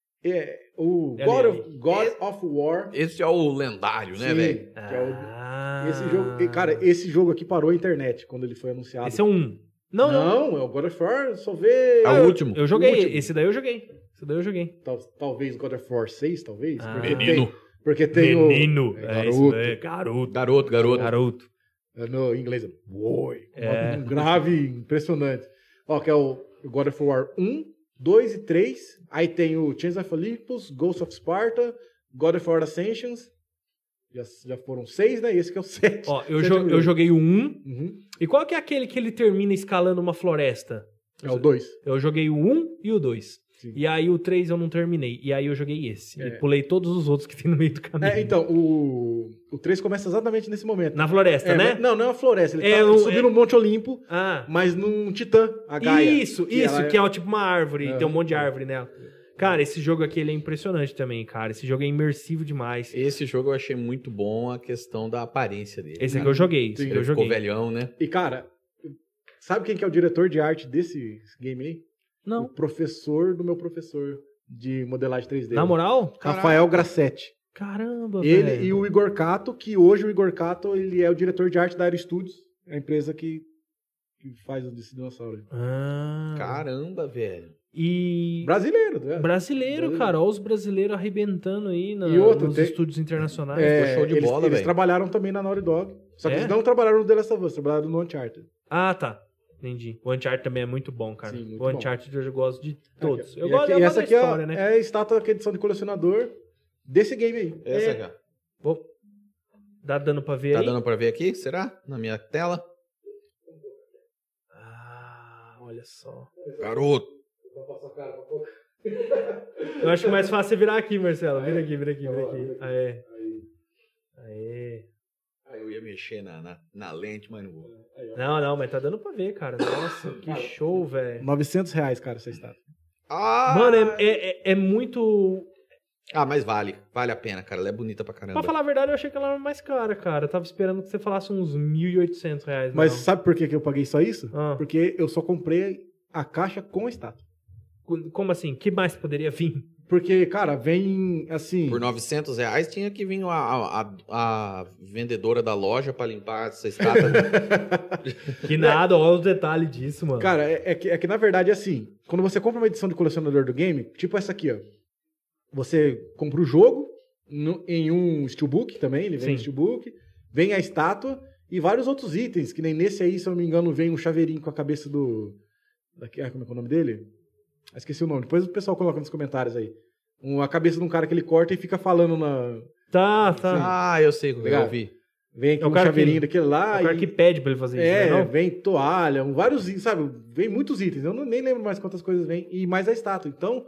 o É God of War. Esse é o lendário, né, Sim, velho? que é Ah. esse jogo. E, cara, esse jogo aqui parou a internet quando ele foi anunciado. Esse é um. Não. Não, é o God of War, só vê. É o último. Eu joguei, O último. esse daí eu joguei. Talvez God of War 6, talvez. Ah. Menino. Porque tem Menino. o. É isso garoto. daí, garoto. Garoto. No inglês é boy. É. Um grave impressionante. Ó, que é o God of War 1, 2 e 3. Aí tem o Chains of Olympus, Ghost of Sparta, God of War Ascensions. Já foram 6, né? E esse que é o 7. Ó, eu joguei o 1. Uhum. E qual que é aquele que ele termina escalando uma floresta? É o 2. Eu joguei o 1 e o 2. Sim. E aí o 3 eu não terminei. E aí eu joguei esse. É. E pulei todos os outros que tem no meio do caminho. Então, o 3 começa exatamente nesse momento. Na floresta, né? Mas não é uma floresta. Ele É tá um- subindo um Monte Olimpo, Ah, mas num titã, a Gaia. isso, ela que é tipo uma árvore, É. tem um monte de árvore nela. Cara, esse jogo aqui ele é impressionante também, cara. Esse jogo é imersivo demais. Esse jogo eu achei muito bom a questão da aparência dele. Esse aqui eu joguei, esse Sim, aqui eu Ele ficou joguei. velhão, né? E, cara, sabe quem que é o diretor de arte desse game aí? O Não. professor do meu professor de modelagem 3D. Na moral? Rafael Grassetti. Caramba, Ele velho. e o Igor Cato, que hoje o Igor Cato ele é o diretor de arte da Aero Studios, a empresa que faz esse dinossauro. aí. Ah. Caramba, velho. E... Brasileiro, né? Brasileiro, cara. Olha os brasileiros arrebentando aí E outro, nos tem- estúdios internacionais. Ficou show de bola, eles velho. trabalharam também na Naughty Dog. Só que É? eles não trabalharam no The Last of Us, trabalharam no Uncharted. Ah, tá. Entendi. O Uncharted também é muito bom, cara. Sim, muito o Uncharted eu gosto de todos. E Eu gosto aqui- e essa da aqui história, é, né? é a estátua que é edição de colecionador desse game aí. Essa aqui, ó. Vou... Tá dando pra ver Tá aí? dando pra ver aqui? Será? Na minha tela? Ah, olha só. Garoto. Eu acho mais fácil você virar aqui, Marcelo. Vira aqui. Aê. Aí eu ia mexer na lente, mas não vou. Não, mas tá dando pra ver, cara. Nossa, que show, velho. R$900, cara, essa estátua. Ah! Mano, é muito... Ah, mas vale. Vale a pena, cara. Ela é bonita pra caramba. Pra falar a verdade, eu achei que ela era mais cara, cara. Eu tava esperando que você falasse uns R$1.800. Mas não. sabe por que eu paguei só isso? Ah. Porque eu só comprei a caixa com a estátua. Como assim? Que mais poderia vir? Porque, cara, vem assim... Por R$900 tinha que vir a vendedora da loja pra limpar essa estátua. Que nada, olha os detalhes disso, mano. Cara, é que na verdade, assim, quando você compra uma edição de colecionador do game, tipo essa aqui, ó. Você compra o jogo em um steelbook também, ele vem Sim. no steelbook, vem a estátua E vários outros itens, que nem nesse aí, se eu não me engano, vem um chaveirinho com a cabeça do... como é que é o nome dele? Esqueci o nome. Depois o pessoal coloca nos comentários aí. A cabeça de um cara que ele corta e fica falando na... Tá. Ah, eu sei o que eu ouvi. Vem aqui É o um cara chaveirinho que- daquele lá. O cara que pede pra ele fazer isso, né? Não? Vem toalha, vários itens, sabe? Vem muitos itens. Eu nem lembro mais quantas coisas vem. E mais a estátua. Então,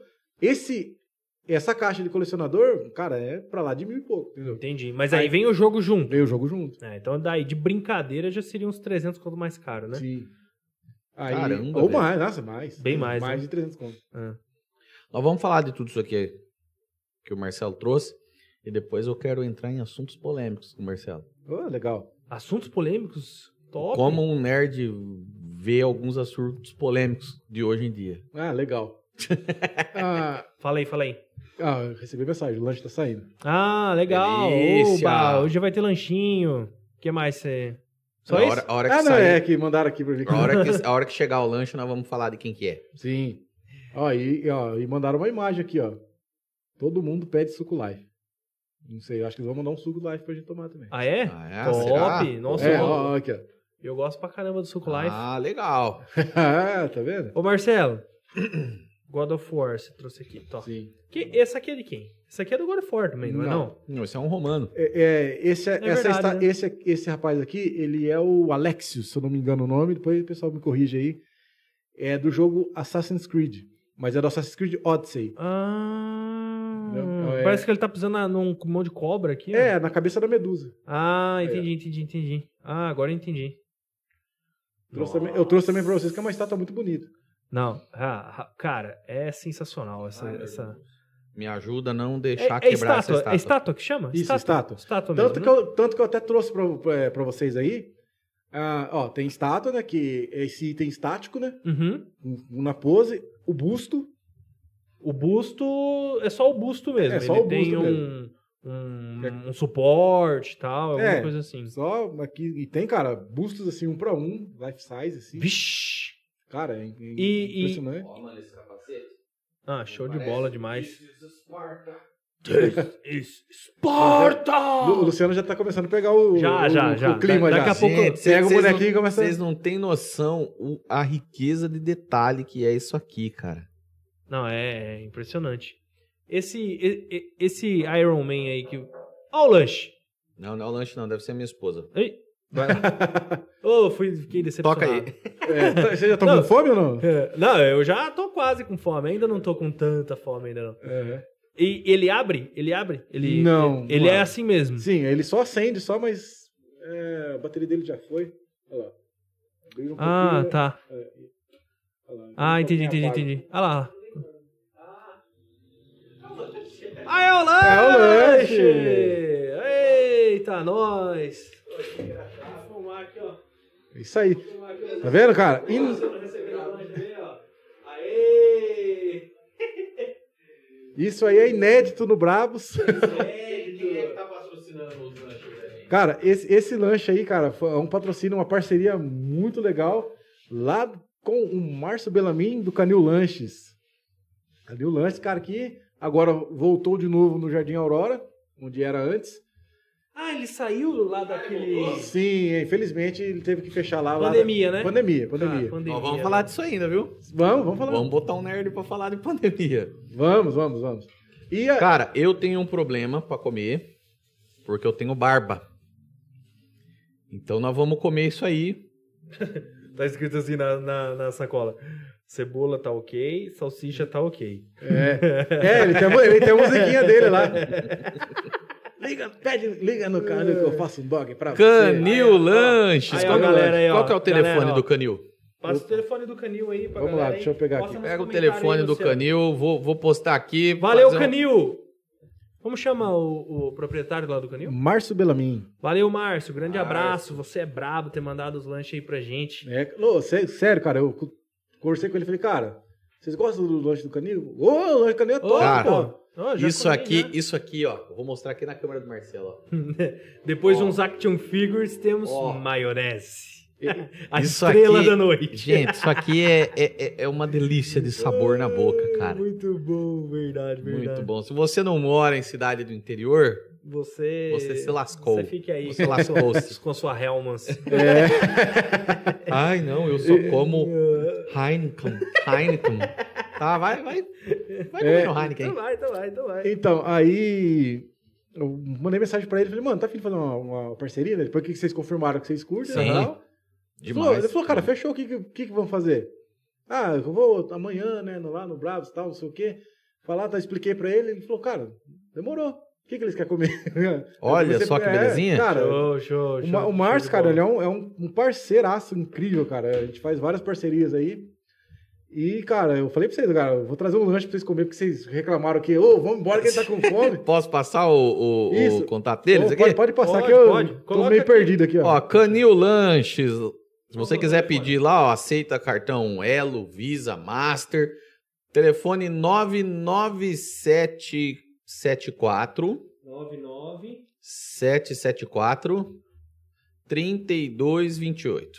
essa caixa de colecionador, cara, é pra lá de 1.000 e pouco, entendeu? Entendi. Mas aí vem o jogo junto. Veio o jogo junto. Então daí, de brincadeira, já seria uns 300 conto mais caro, né? Sim. Aí, Caramba, ou velho. mais, nossa, mais. Bem mais, Mais né? de 300 conto. Nós vamos falar de tudo isso aqui que o Marcelo trouxe. E depois eu quero entrar em assuntos polêmicos com o Marcelo. Oh, legal. Assuntos polêmicos? Top. Como um nerd vê alguns assuntos polêmicos de hoje em dia. Ah, legal. Fala aí. Eu recebi mensagem, o lanche tá saindo. Ah, legal. Delícia. Oba, hoje vai ter lanchinho. O que mais você... Só a isso? hora que Não, sair, que mandaram aqui pra mim. a hora que chegar o lanche, nós vamos falar de quem que é. Sim. E mandaram uma imagem aqui, ó. Todo mundo pede suco life. Não sei, eu acho que eles vão mandar um suco life pra gente tomar também. Ah, é? Será? Top. Nossa, Aqui, ó. eu gosto pra caramba do Suco Life. Ah, legal. Tá vendo? Ô, Marcelo. God of War, você trouxe aqui. Top. Sim. Essa aqui é de quem? Essa aqui é do God of War também, não é não? Não, esse é um romano. verdade, né? Esse rapaz aqui, ele é o Alexios, se eu não me engano o nome, depois o pessoal me corrige aí. É do jogo Assassin's Creed, mas é do Assassin's Creed Odyssey. Parece que ele tá pisando num monte de cobra aqui. ó. Na cabeça da Medusa. Ah, entendi. Ah, agora eu entendi. Eu trouxe também pra vocês, que é uma estátua muito bonita. Não, cara, é sensacional essa... Me ajuda a não deixar quebrar essa estátua. É estátua que chama? Isso, estátua. Estátua Tanto mesmo, que eu até trouxe pra vocês aí. Tem estátua, né? Que é esse item estático, né? Uhum. Na pose. O busto. O busto é só o busto mesmo. É só ele o tem busto um suporte e tal, alguma coisa assim. Só aqui. E tem, cara, bustos assim, 1 para 1, life size, assim. Vixe! Cara, é impressionante. Ó, mano, esse capacete. Ah, show de bola demais. Esparta! O Luciano já tá começando a pegar o clima Daqui já. a pouco- Gente, Pega o vocês bonequinho não- e começa... Vocês não têm noção a riqueza de detalhe que é isso aqui, cara. Não, é impressionante. Esse Iron Man aí que... Ó o lanche! Não é o lanche não, deve ser a minha esposa. Ei, vai lá. Fiquei decepcionado. Toca aí. Você já tá com fome ou não? Não, eu já tô quase com fome. Ainda não tô com tanta fome ainda não. E ele abre? Não. Ele é assim mesmo. Sim, ele só acende, mas a bateria dele já foi. Olha lá. Abriu um pouquinho, Tá. olha lá. Entendi. Olha lá. É o lanche! Eita, nós! Vou fumar aqui, ó. Isso aí. Tá vendo, cara? Aê! Isso aí é inédito no Brabus. Quem é que tá patrocinando os lanches aí? Cara, esse lanche aí, cara, foi um patrocínio, uma parceria muito legal lá com o Márcio Belamin do Canil Lanches. Canil Lanches, cara, que agora voltou de novo no Jardim Aurora, onde era antes. Ele saiu lá daquele... Sim, infelizmente ele teve que fechar lá. Pandemia, né? Pandemia. Nós vamos falar disso ainda, viu? Vamos falar. Vamos botar um nerd pra falar de pandemia. Vamos. Cara, eu tenho um problema pra comer, porque eu tenho barba. Então nós vamos comer isso aí. Tá escrito assim na sacola. Cebola tá ok, salsicha tá ok. Ele tem a musiquinha dele lá. Liga no canil que eu faço um dog pra Canil Lanches. Aí, ó, galera aí, ó. Qual que é o telefone Galera, ó. do Canil? Passa o telefone do Canil aí pra Vamos galera. lá, deixa eu pegar aqui. Pega o telefone do Canil, vou postar aqui. Valeu, fazer um- Canil! Como chama o proprietário lá do Canil? Márcio Belamin. Valeu, Márcio. Grande abraço. Você é brabo ter mandado os lanches aí pra gente. Sério, cara, eu conversei com ele e falei, cara, vocês gostam do lanche do Canil? O lanche do Canil é top, Cara, pô. Já Isso comi, aqui, né? isso aqui, ó. Eu vou mostrar aqui na câmera do Marcelo, ó. Depois de uns action figures, temos Ó. maionese. A Isso estrela aqui- da noite. Gente, isso aqui é uma delícia de sabor na boca, cara. Muito bom, verdade. Muito bom. Se você não mora em cidade do interior, Você se lascou. Você fique aí Você lascou-se. com a sua Hellmann's. Ai, não, eu sou como Heineken. Tá, vai comer no Heineken. Então vai. Então, aí eu mandei mensagem pra ele, falei, mano, tá afim de fazer uma parceria? Né? Depois que vocês confirmaram que vocês curtem, Sim. e tal. Demais. Ele falou, cara, fechou, o que vamos fazer? Ah, eu vou amanhã, né, lá no Bravos e tal, não sei o quê. Falar, tá, expliquei pra ele falou, cara, demorou. O que eles querem comer? Olha só que belezinha. Cara, show. o Márcio, cara, ele é um parceiraço incrível, cara. A gente faz várias parcerias aí. E, cara, eu falei pra vocês, cara, eu vou trazer um lanche pra vocês comer, porque vocês reclamaram que, vamos embora que ele tá com fome. Posso passar o contato deles aqui? Pode passar, Pode, que eu pode. tô Coloca meio aqui. perdido aqui, ó. Ó, Canil Lanches. Se você quiser pedir lá, ó, aceita cartão Elo, Visa, Master. Telefone 99774 774 3228.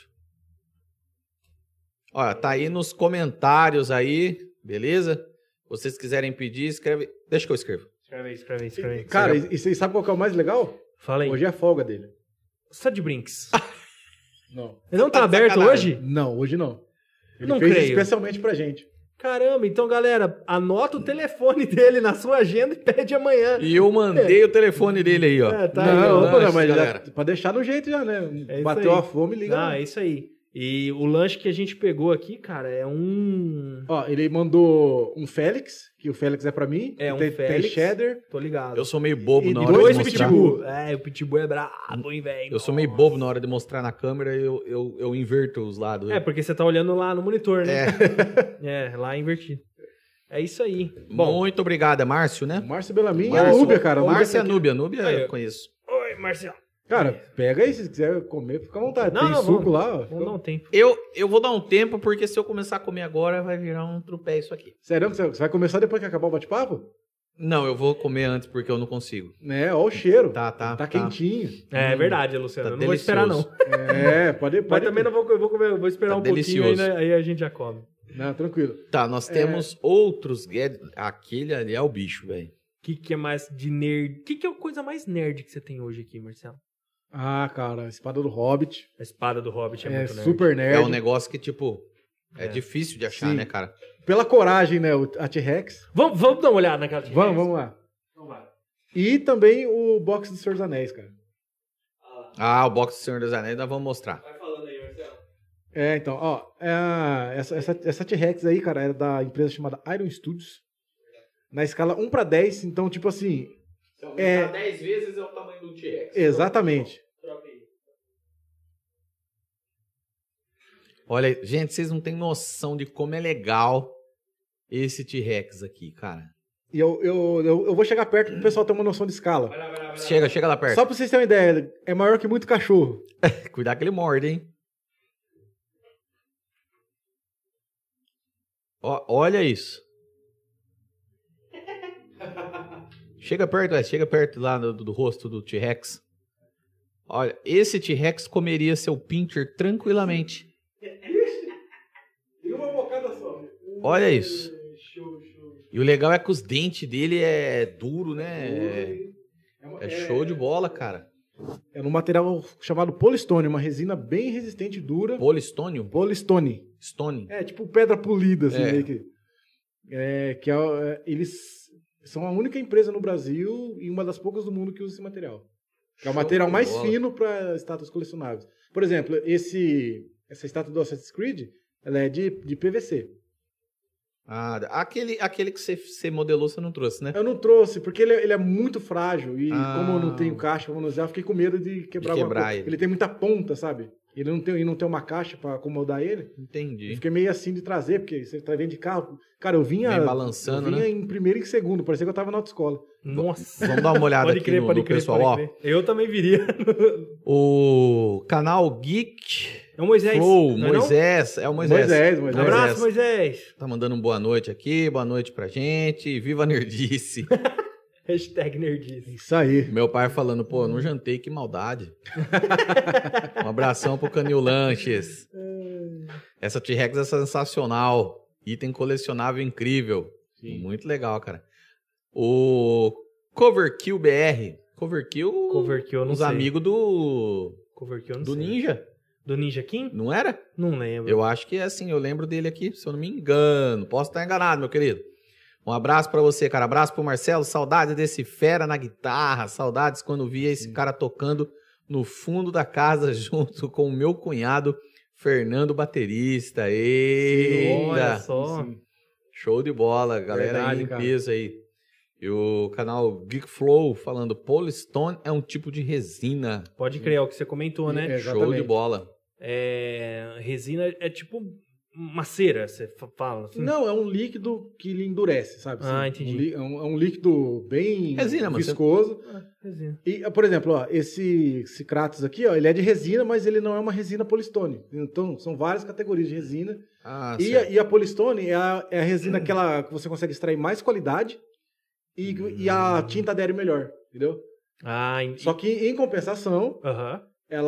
Olha, tá aí nos comentários aí, beleza? Se vocês quiserem pedir, escreve. Deixa que eu escrevo. Escreve aí. Cara, e vocês sabem qual que é o mais legal? Fala aí. Hoje é a folga dele. Só de brinks. Não. Ele não tá Tá de aberto sacanagem. hoje? Não, hoje não. Ele Não fez creio. especialmente pra gente. Caramba, então, galera, anota o telefone dele na sua agenda e pede amanhã. E eu mandei o telefone dele aí, ó. Tá aí, não, ó. lanches, mas galera. pra deixar no jeito já, né? É isso Bateu aí. a fome, liga. Ah, lá. é isso aí. E o lanche que a gente pegou aqui, cara, é um... Ó, ele mandou um Félix, que o Félix é pra mim. É, que um tem Félix. cheddar. Tô ligado. Eu sou meio bobo E na hora dois de mostrar. pitbull. É, o pitbull é brabo, hein, velho? Eu sou meio bobo na hora de mostrar na câmera e eu inverto os lados. É, porque você tá olhando lá no monitor, né? É, lá invertido. É isso aí. Bom, Muito obrigado, é Márcio, né? Márcio Belamin e a Márcio. Núbia, cara. A Márcio é Núbia- Núbia. Aí, Eu ó. conheço. oi, Marcelo. Cara, pega aí, se quiser comer, fica à vontade. Não, Tem não, suco vamos. lá, ó. Vamos dar um tempo. Eu vou dar um tempo, porque se eu começar a comer agora, vai virar um trupé isso aqui. Sério que você vai começar depois que acabar o bate-papo? Não, eu vou comer antes, porque eu não consigo. Né, ó o cheiro. Tá. Quentinho. É verdade, Luciano. Tá eu não vou esperar, não. delicioso. É, pode. Mas também não vou comer, eu vou esperar Tá um pouquinho delicioso. aí, né? Aí a gente já come. Não, tranquilo. Tá, nós temos outros gadgets. Aquele ali é o bicho, velho. O que é mais de nerd? O que é a coisa mais nerd que você tem hoje aqui, Marcelo? Ah, cara, a espada do Hobbit. A espada do Hobbit é, É muito nerd. super É nerd. um negócio que, tipo, é difícil de achar, Sim. né, cara? Pela coragem, né, a T-Rex. Vamos dar uma olhada naquela T-Rex? Vamos lá. Então vai. E também o box do Senhor dos Anéis, cara. Ah, o box do Senhor dos Anéis nós vamos mostrar. Vai falando aí, Marcelo. É, então, ó, essa T-Rex aí, cara, é da empresa chamada Iron Studios. Na escala 1/10, então, tipo assim, Se aumentar 10 vezes é o tamanho do T-Rex. exatamente. Troca aí. Olha, gente, vocês não têm noção de como é legal esse T-Rex aqui, cara. E eu vou chegar perto pro pessoal ter uma noção de escala. Vai lá. Chega lá perto. Só pra vocês terem uma ideia, é maior que muito cachorro. Cuidar que ele morde, hein? Ó, olha isso. Chega perto lá do rosto do T-Rex. Olha, esse T-Rex comeria seu pincher tranquilamente. E uma bocada só. Olha isso. Show. E o legal é que os dentes dele é duro, né? É show de bola, cara. É num material chamado Polystone, uma resina bem resistente e dura. Polistônio? Polystone. Stone. É, tipo pedra polida, assim, É. meio que. Eles são a única empresa no Brasil e uma das poucas do mundo que usa esse material. Que é o Show material de mais bola. fino para estátuas colecionáveis. Por exemplo, essa estátua do Assassin's Creed, ela é de PVC. Ah, aquele que você modelou, você não trouxe, né? Eu não trouxe, porque ele é muito frágil e Ah. como eu não tenho caixa para manusear, eu fiquei com medo de quebrar alguma quebrar coisa. ele. Ele tem muita ponta, sabe? Ele não tem uma caixa para acomodar ele. Eu Entendi. fiquei meio assim de trazer, porque você tá vendo de carro. Cara, eu vinha balançando, eu vinha né? em primeiro e em segundo, parecia que eu tava na autoescola. Nossa. Vamos dar uma olhada Pode aqui crer, no pode crer, pessoal, pode ó. crer. Eu também viria. O canal Geek É o Moisés. Flow, não é não? Moisés, é o Moisés. Moisés. Abraço, Moisés. Tá mandando um boa noite aqui, boa noite pra gente. Viva a Nerdice. Hashtag nerdice. Isso aí. Meu pai falando, pô, não jantei, que maldade. Um abração pro Canil Lanches. Essa T-Rex é sensacional. Item colecionável incrível. Sim. Muito legal, cara. O Cover Kill BR. Coverkill, eu não os sei. amigos do Coverkill eu não do sei. Ninja, Do Ninja Kim? não era? Não lembro. Eu acho que é assim, eu lembro dele aqui, se eu não me engano. Posso estar enganado, meu querido. Um abraço pra você, cara. Abraço pro Marcelo. Saudades desse fera na guitarra. Saudades quando via esse cara tocando no fundo da casa junto com o meu cunhado, Fernando baterista. Eita! Olha só. Sim. Show de bola, galera. Verdade, Aí em cara. peso aí. E o canal Geek Flow falando: Polystone é um tipo de resina. Pode crer, é o que você comentou, né? É. Show de Exatamente. bola. Resina é tipo uma cera, você fala assim. Não, é um líquido que ele endurece, sabe? Ah, entendi. É um líquido bem Resina, mano. viscoso. Resina. E, por exemplo, ó, esse Kratos aqui, ó, ele é de resina, mas ele não é uma resina Polystone. Então, são várias categorias de resina. Ah, E certo. a Polystone é a resina aquela que você consegue extrair mais qualidade e a tinta adere melhor, entendeu? Só que, em compensação, Aham.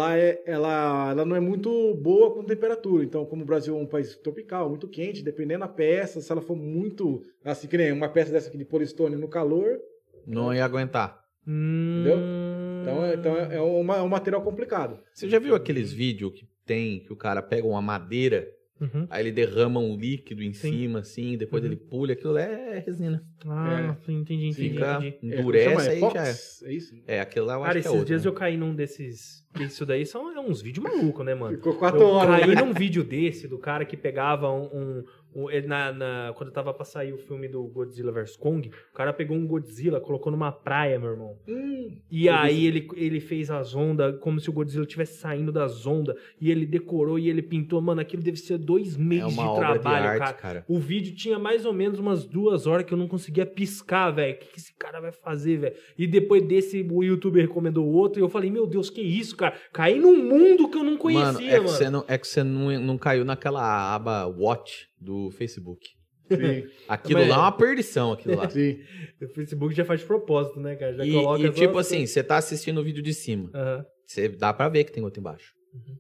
ela não é muito boa com temperatura. Então, como o Brasil é um país tropical, muito quente, dependendo da peça, se ela for muito... Assim, que nem uma peça dessa aqui de Polystone no calor, Não ia aguentar. entendeu? Então é um material complicado. Você já viu aqueles vídeos que tem que o cara pega uma madeira, Uhum. aí ele derrama um líquido em Sim. cima, assim, depois Uhum. ele pulha, aquilo é resina. Entendi. Fica, entendi. endurece, aí Como já é. Epox? É isso? É, aquilo lá eu Cara, acho que é esses outro. dias né? eu caí num desses. Isso daí é uns vídeos malucos, né, mano? Ficou 4 Eu horas. caí né? num vídeo desse, do cara que pegava ele quando tava pra sair o filme do Godzilla vs Kong, o cara pegou um Godzilla, colocou numa praia, meu irmão. E aí ele fez as ondas, como se o Godzilla estivesse saindo das ondas, e ele decorou e ele pintou. Mano, aquilo deve ser 2 meses uma de obra de trabalho, arte, cara. O vídeo tinha mais ou menos umas 2 horas que eu não conseguia piscar, velho. O que esse cara vai fazer, velho? E depois desse, o youtuber recomendou outro, e eu falei, meu Deus, que isso, cara? Caí num mundo que eu não conhecia, mano. É que você não caiu naquela aba Watch do Facebook. Sim, Aquilo Mas- lá é uma perdição, aquilo lá. sim. O Facebook já faz de propósito, né, cara? Já E coloca só tipo as assim, você tá assistindo o vídeo de cima. Aham. Você dá pra ver que tem outro embaixo.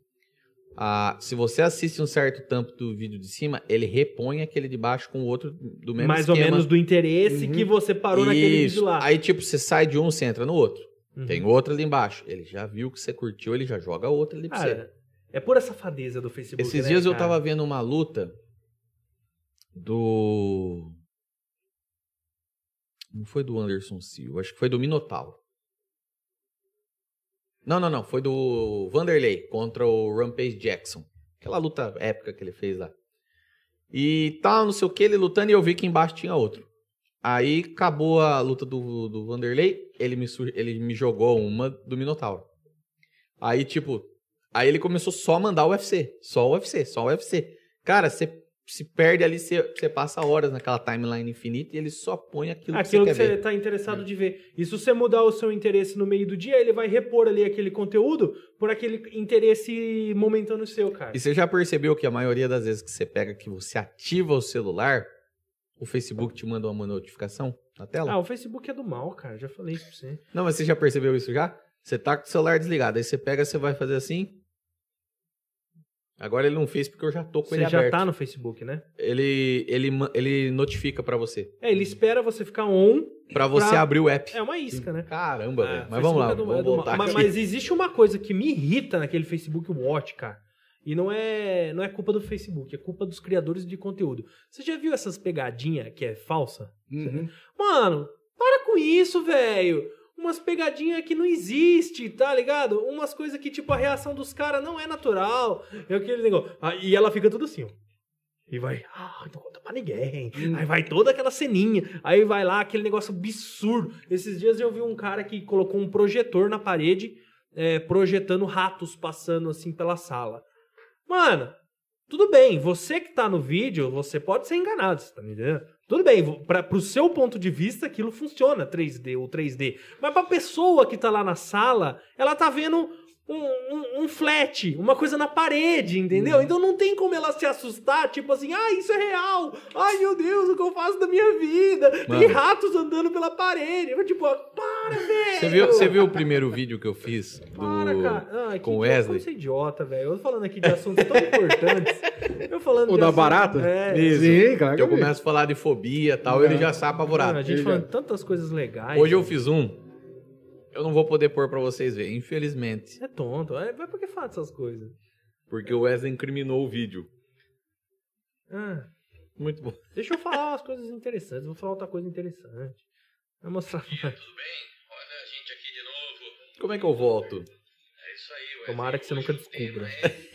Se você assiste um certo tampo do vídeo de cima, ele repõe aquele de baixo com o outro do mesmo Mais esquema. ou menos do interesse Uhum. que você parou naquele Isso. vídeo lá. Aí, tipo, você sai de um, você entra no outro. Uhum. Tem outro ali embaixo. Ele já viu que você curtiu, ele já joga outro ali pra você. Cara, é pura safadeza do Facebook. Esses né, dias eu cara? tava vendo uma luta do... Não foi do Anderson Silva, acho que foi do Minotauro. Não. Foi do Vanderlei contra o Rampage Jackson. Aquela luta épica que ele fez lá. E tal, não sei o que, ele lutando e eu vi que embaixo tinha outro. Aí acabou a luta do Vanderlei, ele me jogou uma do Minotauro. Aí, tipo, aí ele começou só a mandar o UFC. Só o UFC. Cara, você se perde ali, você passa horas naquela timeline infinita e ele só põe aquilo Aquilo que que você quer você ver. tá interessado de ver. E se você mudar o seu interesse no meio do dia, ele vai repor ali aquele conteúdo por aquele interesse momentâneo seu, cara. E você já percebeu que a maioria das vezes que você pega, que você ativa o celular, o Facebook te manda uma notificação na tela? O Facebook é do mal, cara. Já falei isso pra você. Não, mas você já percebeu isso já? Você tá com o celular desligado, aí você pega, você vai fazer assim. Agora ele não fez porque eu já tô com ele Você já aberto. tá no Facebook, né? Ele notifica pra você. Ele espera você ficar on. Pra você abrir o app. É uma isca, né? Caramba, velho. Mas Facebook vamos lá, é do- é vamos do mal. voltar Mas, aqui. mas existe uma coisa que me irrita naquele Facebook Watch, cara. E não é culpa do Facebook, é culpa dos criadores de conteúdo. Você já viu essas pegadinhas que é falsa? Uhum. Mano, para com isso, velho. Umas pegadinhas que não existe, tá ligado? Umas coisas que, tipo, a reação dos caras não é natural. É aquele negócio. E ela fica tudo assim, ó. E vai, não conta pra ninguém. Aí vai toda aquela ceninha. Aí vai lá, aquele negócio absurdo. Esses dias eu vi um cara que colocou um projetor na parede, projetando ratos passando assim pela sala. Mano, tudo bem, você que tá no vídeo, você pode ser enganado, você tá me entendendo? Tudo bem, pro seu ponto de vista, aquilo funciona, 3D ou 3D. Mas pra pessoa que tá lá na sala, ela tá vendo um flat, uma coisa na parede, entendeu? Então não tem como ela se assustar, tipo assim, isso é real, ai meu Deus, o que eu faço da minha vida? Mano. Tem ratos andando pela parede. Eu, tipo, para, velho! Você viu o primeiro vídeo que eu fiz Para, cara. com o Wesley? Você é idiota, velho. Eu tô falando aqui de assuntos tão importantes. Eu falando O de da assuntos- barata? Isso. Sim, claro Que eu vi. começo a falar de fobia e tal, Não. ele já sai Mano, apavorado. a gente falando tantas coisas legais. Hoje eu fiz um. Eu não vou poder pôr pra vocês verem, infelizmente. É tonto. Vai por que fala essas coisas? Porque o Wesley incriminou o vídeo. Ah, Muito bom. deixa eu falar umas coisas interessantes. Vou falar outra coisa interessante. Vou mostrar. Tudo bem? Olha a gente aqui de novo. Como é que eu volto? É isso aí, Wesley. Tomara que você nunca descubra.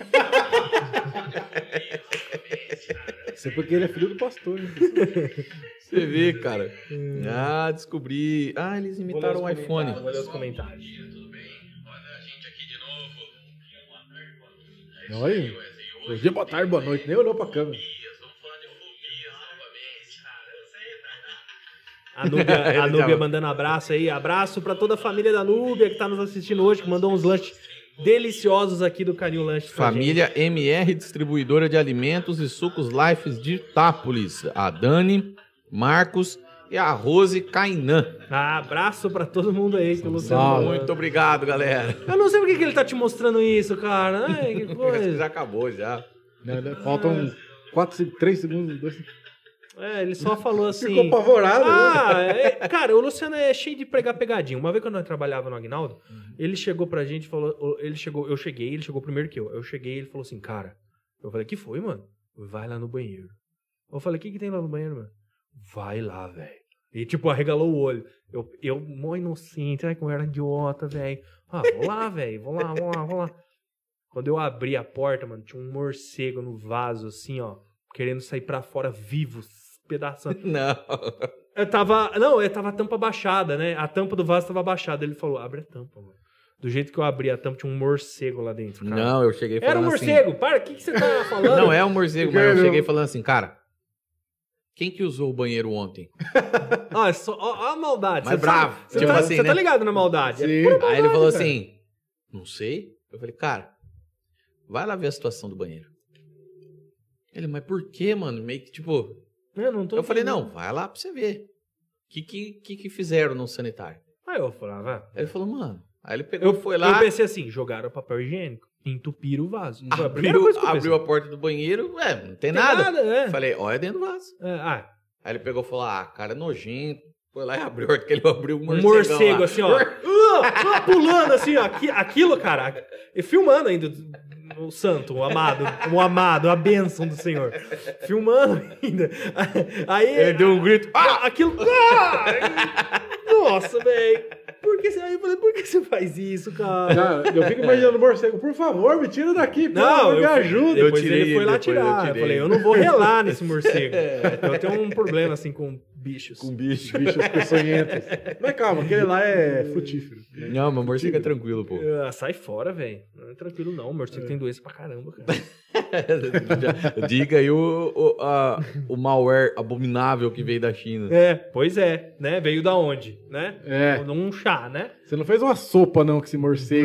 Isso é porque ele é filho do pastor, né? Você vê, cara. Ah, descobri. Ah, eles imitaram o iPhone. Vou ler os comentários. Tudo bem? Olha a gente aqui de novo. Olha. Bom dia, boa tarde, boa noite. Nem olhou pra câmera. Vamos falar de fobias novamente, cara. A Núbia mandando abraço aí. Abraço pra toda a família da Núbia que tá nos assistindo hoje, que mandou uns lanches deliciosos aqui do Carinho Lanches. pra Família MR, distribuidora de alimentos e sucos Life de Itápolis. A Dani, Marcos e a Rose Cainan. gente. Abraço pra todo mundo aí que o Luciano Salve. mandou. Muito obrigado, galera. Eu não sei por que ele tá te mostrando isso, cara. Ai, que Acho que coisa. já acabou, já. Faltam 3 segundos. 2. Ele só falou assim... Ficou apavorado. né? Cara, o Luciano é cheio de pregar pegadinha. Uma vez quando nós trabalhava no Aguinaldo, ele chegou pra gente e falou... ele chegou primeiro que eu. Eu cheguei e ele falou assim, cara... Eu falei, que foi, mano? Vai lá no banheiro. Eu falei, o que tem lá no banheiro, mano? Vai lá, velho. E, tipo, arregalou o olho. Eu mó inocente, como eu era idiota, velho. Vou lá, velho. Vou lá. Quando eu abri a porta, mano, tinha um morcego no vaso, assim, ó. Querendo sair pra fora vivo, pedaçando. Não. Tava a tampa baixada, né? A tampa do vaso tava baixada. Ele falou, abre a tampa, mano. Do jeito que eu abri a tampa, tinha um morcego lá dentro, cara. Não, eu cheguei falando Era um assim... morcego. Para, o que você tá falando? Não, é um morcego, mas eu cheguei falando assim, cara... Quem que usou o banheiro ontem? Ó a maldade. Mas Você bravo. sabe- Você Tipo tá, assim, você né? tá ligado na maldade. Sim. Aí ele falou assim, não sei. Eu falei, cara, vai lá ver a situação do banheiro. Ele, mas por quê, mano? Meio que tipo... Eu tô Eu falei, entendendo. não, vai lá pra você ver. O que fizeram no sanitário? Aí eu falava... Aí ele falou, mano... Aí ele pegou, foi lá, Eu pensei assim, jogaram papel higiênico, entupiram o vaso. Foi a primeira abriu, coisa que eu abriu pensei. a porta do banheiro, não tem Tem nada. é. Falei, olha dentro do vaso. Aí Aí ele pegou e falou, cara, é nojento. Foi lá e abriu, a hora que ele abriu um um morcegão morcego lá. assim, ó. Pulando assim, ó. Aquilo, cara. E filmando ainda o santo, o amado, a bênção do Senhor. Filmando ainda. Aí Ele deu um grito. Aquilo. Nossa, velho. Aí eu falei, por que você faz isso, cara? Eu fico imaginando o morcego. Por favor, me tira daqui. Pelo amor, me ajuda. eu Depois tirei ele foi lá depois eu tirar. Eu tirei. falei, eu não vou relar nesse morcego. Eu tenho um problema assim com bichos. Com bicho. Bichos peçonhentos. Mas calma, aquele lá é frutífero. Não, mas morcego é tranquilo, pô. Sai fora, velho. Não é tranquilo, não. O morcego tem doença pra caramba, cara. Diga aí o malware abominável que veio da China. Pois é, né? Veio da onde, né? É. Num chá, né? Você não fez uma sopa, não, com esse morcego.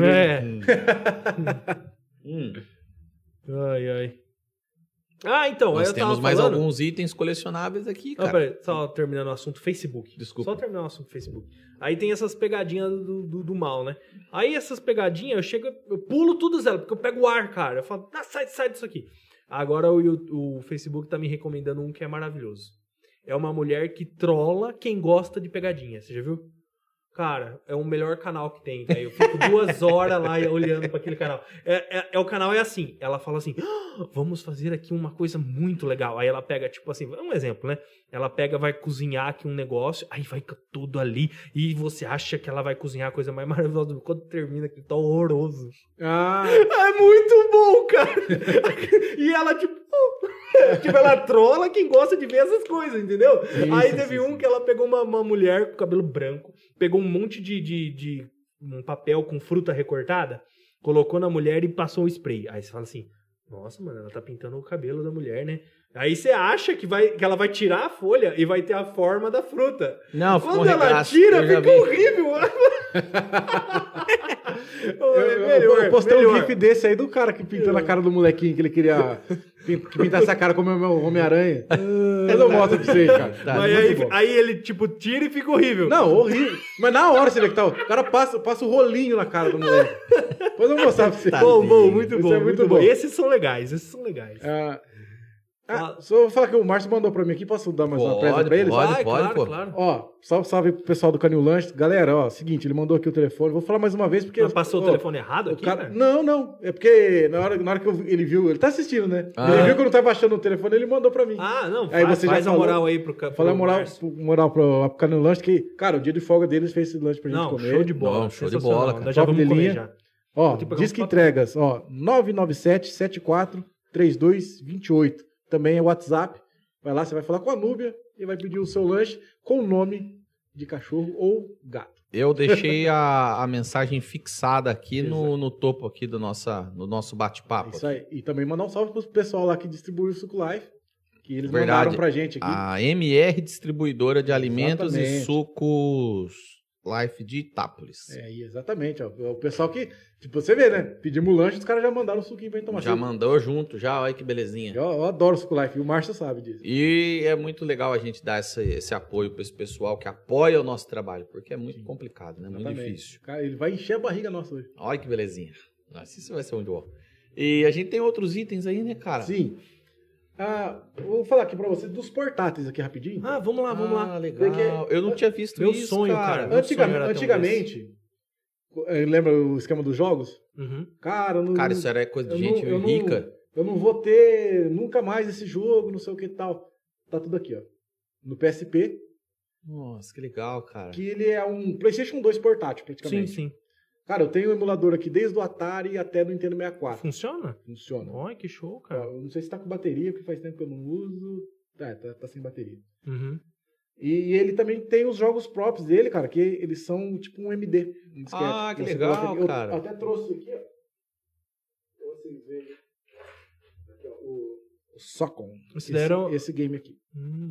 Ai. Então, Nós eu temos tava mais falando... alguns itens colecionáveis aqui, Não, cara. peraí, só terminando o assunto Facebook. Desculpa. Só terminar o assunto Facebook. Aí tem essas pegadinhas do mal, né? Aí essas pegadinhas, eu pulo tudo zero, porque eu pego o ar, cara. Eu falo, sai disso aqui. Agora o Facebook tá me recomendando um que é maravilhoso. É uma mulher que trola quem gosta de pegadinha. Você já viu? Cara, é o melhor canal que tem, velho. Eu fico 2 horas lá olhando pra aquele canal. O canal é assim. Ela fala assim, vamos fazer aqui uma coisa muito legal. Aí ela pega, tipo assim, um exemplo, né? Ela pega, vai cozinhar aqui um negócio, aí vai tudo ali, e você acha que ela vai cozinhar a coisa mais maravilhosa. Quando termina, aquilo tá horroroso. É muito bom, cara. E ela, tipo, ela trola quem gosta de ver essas coisas, entendeu? Aí teve um que ela pegou uma mulher com cabelo branco, pegou um monte de um papel com fruta recortada, colocou na mulher e passou um spray. Aí você fala assim, nossa, mano, ela tá pintando o cabelo da mulher, né? Aí você acha que ela vai tirar a folha e vai ter a forma da fruta. Não, quando ela tira, fica horrível. Eu postei um gif desse aí do cara que pintando a cara do molequinho, que ele queria que pintasse a cara como o Homem-Aranha. Mas eu mostro pra você, cara. Tá, Mas aí ele, tipo, tira e fica horrível. Não, horrível. Mas na hora você vê que tá. O cara passa o rolinho na cara do moleque. Depois eu vou mostrar pra você. Bom, muito Isso bom, é muito bom. Esses são legais. Só vou falar que o Márcio mandou pra mim aqui. Posso dar mais uma prenda pra eles? Pode, claro, pô. claro. Ó, salve pro pessoal do Canil Lanche. Galera, ó, seguinte, ele mandou aqui o telefone. Vou falar mais uma vez porque... Mas passou o telefone errado aqui, cara? Não. É porque na hora que ele viu... Ele tá assistindo, né? Ele viu que eu não tava achando o telefone, ele mandou pra mim. Ah, não. Aí você faz já a falou. moral aí pro Fala a Márcio. moral pro Canil Lanche que, cara, o dia de folga deles fez esse lanche pra gente Não, comer. show de bola. Não, show de sensacional. bola, cara. Nós já Top vamos de comer linha. já. Ó, Vou ter que pegar Disque um Entregas, ó, 997-74-3228. Também é WhatsApp. Vai lá, você vai falar com a Núbia e vai pedir o seu lanche com o nome de cachorro ou gato. Eu deixei a mensagem fixada aqui no topo aqui no nosso bate-papo. Isso aí. E também mandar um salve pro pessoal lá que distribuiu o Suco Life, que eles Verdade. mandaram pra gente aqui. A MR Distribuidora de Alimentos e Exatamente. Sucos Life de Itápolis. É, exatamente. Ó. O pessoal que, tipo, você vê, né? Pedimos lanche, os caras já mandaram o suquinho pra gente tomar. Já mandou junto, já, olha que belezinha. Eu adoro o Suco Life, e o Márcio sabe disso. E é muito legal a gente dar esse apoio para esse pessoal que apoia o nosso trabalho, porque é muito complicado, né? Muito Exatamente. difícil. Cara, ele vai encher a barriga nossa hoje. Olha que belezinha. Nossa, isso vai ser muito bom. E a gente tem outros itens aí, né, cara? Sim. Vou falar aqui pra você dos portáteis aqui rapidinho. Ah, vamos lá. Legal. Porque- Eu não tinha visto Meu isso, sonho, cara. Meu sonho era ter um Antigamente, lembra o esquema dos jogos? Uhum. Cara, eu não, Cara, isso era coisa de eu gente não- eu não- rica. eu não vou ter nunca mais esse jogo, não sei o que e tal. Tá tudo aqui, ó. No PSP, Nossa, que legal, cara. que ele é um PlayStation 2 portátil, Sim, praticamente. sim. Cara, eu tenho um emulador aqui desde o Atari até do Nintendo 64. Funciona? Funciona. Olha, que show, Ó, cara. eu não sei se tá com bateria, porque faz tempo que eu não uso. Tá sem bateria. Uhum. E ele também tem os jogos próprios dele, cara, que eles são tipo um MD. Um disquete. Ah, que Você legal, coloca aqui. cara. Eu até trouxe aqui, ó. Pra vocês verem. Aqui, ó, o Socon. Esse daí era o- Esse game aqui.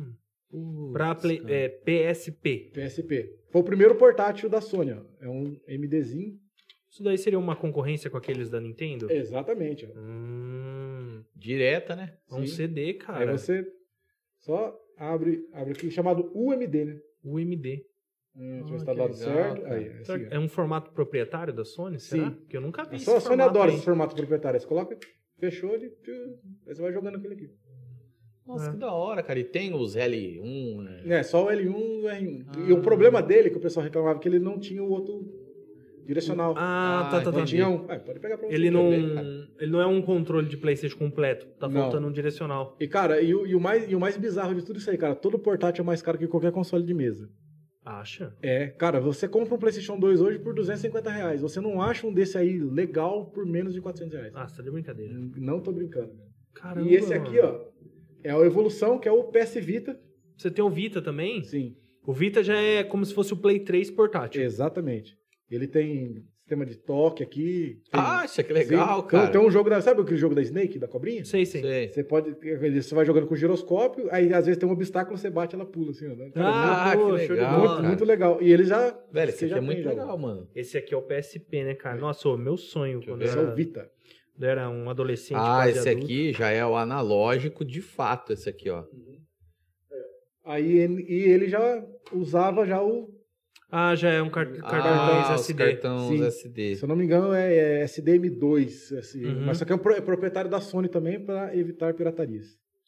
Pra PSP. PSP. Foi o primeiro portátil da Sony, ó. É um MDzinho. Isso daí seria uma concorrência com aqueles da Nintendo? Exatamente, ó. Direta, né? É um Sim. CD, Aí cara. você só abre aqui, chamado UMD, né? UMD. Deixa eu ver se que tá do lado legal, certo. cara. Aí, é assim, ó. É um formato proprietário da Sony, será? Sim. Porque eu nunca vi esse Só a Sony formato adora aí. esse formato proprietário. Você coloca, fechou ele, aí você vai jogando aquele aqui. Nossa, que da hora, cara. E tem os L1, né? É, só o L1 e o R1. E o problema dele, que o pessoal reclamava, que ele não tinha o outro direcional. Ah, tá. Não tinha um. Pode pegar pra você. Ele ver, cara. não é um controle de PlayStation completo. Tá Não. faltando um direcional. E, cara, e o mais bizarro de tudo isso aí, cara, todo portátil é mais caro que qualquer console de mesa. Acha? É, cara, você compra um PlayStation 2 hoje por R$250. Você não acha um desse aí legal por menos de R$400. Ah, você tá de brincadeira. Não tô brincando. Caramba, E esse aqui, mano. ó, é a Evolução, que é o PS Vita. Você tem o Vita também? Sim, O Vita já é como se fosse o Play 3 portátil. exatamente. Ele tem sistema de toque aqui. Tem, Acha que legal, sim, cara. Tem um jogo sabe aquele jogo da Snake, da cobrinha? Sei, sei. Sei. Você vai jogando com o giroscópio, aí às vezes tem um obstáculo, você bate, ela pula assim, ó. Cara, Ah, pô, que show de legal, bola. muito, cara. muito legal. E ele já. Velho, esse você aqui já é muito tem, já. legal, mano. Esse aqui é o PSP, né, cara? Nossa, o meu sonho quando Esse eu é o era, Vita. quando eu era um adolescente. Ah, quase esse adulto. aqui já é o analógico de fato, esse aqui, ó. Aí ele já usava já o. Ah, já é um cartões os SD. cartões Sim. SD. Se eu não me engano, é SDM2. Assim, Uhum. Mas só que é proprietário da Sony também para evitar piratarias.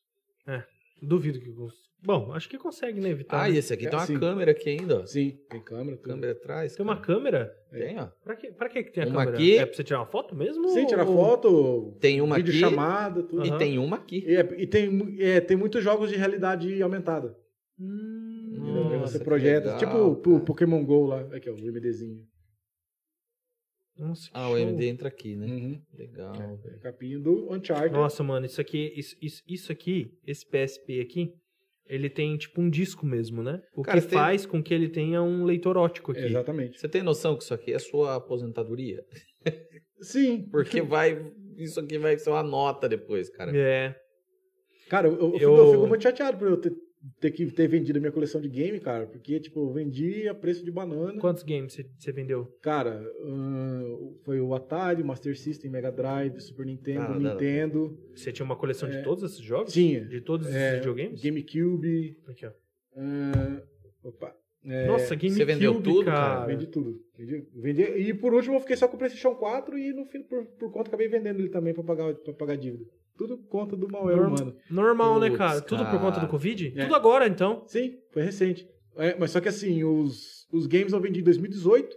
Duvido que... Bom, acho que consegue, né, evitar. Ah, né? e esse aqui tem uma sim. câmera aqui ainda, ó. Sim, tem câmera. Tudo. Câmera atrás. Tem uma cara. câmera? Tem, ó. Pra que tem a Uma câmera? aqui. É pra você tirar uma foto mesmo? Sim, tirar ou- foto, Tem uma vídeo aqui. chamada, tudo. E Aham. tem uma aqui. E tem muitos jogos de realidade aumentada. Entendeu? Aí Nossa, você que projeta. legal, tipo cara. o Pokémon GO lá. Aqui, ó, o MDzinho. Nossa, que Ah, show. o MD entra aqui, né? Uhum. Legal. É, capinha do Uncharted. Nossa, mano, isso aqui, isso aqui, esse PSP aqui, ele tem tipo um disco mesmo, né? O Cara, que tem- faz com que ele tenha um leitor óptico aqui. Exatamente. Você tem noção que isso aqui é sua aposentadoria? Sim. Porque isso aqui vai ser uma nota depois, cara. É. Cara, eu fico muito chateado por eu ter vendido a minha coleção de game, cara. Porque, tipo, eu vendi a preço de banana. Quantos games você vendeu? Cara, foi o Atari, Master System, Mega Drive, Super Nintendo, Ah, não. Nintendo. Você tinha uma coleção de todos esses jogos? Tinha. De todos esses É, videogames? GameCube. Aqui, ó. Opa. Nossa, GameCube, você vendeu tudo, cara. Vendi tudo. Vendi. E por último eu fiquei só com o PlayStation 4 e no fim, por conta, acabei vendendo ele também pra pagar dívida. Tudo conta do malware humano. Normal, né, Putz, cara? Tudo por conta do cara. Covid? É. Tudo agora, então. Sim, foi recente. Mas só que assim, os games eu vendi em 2018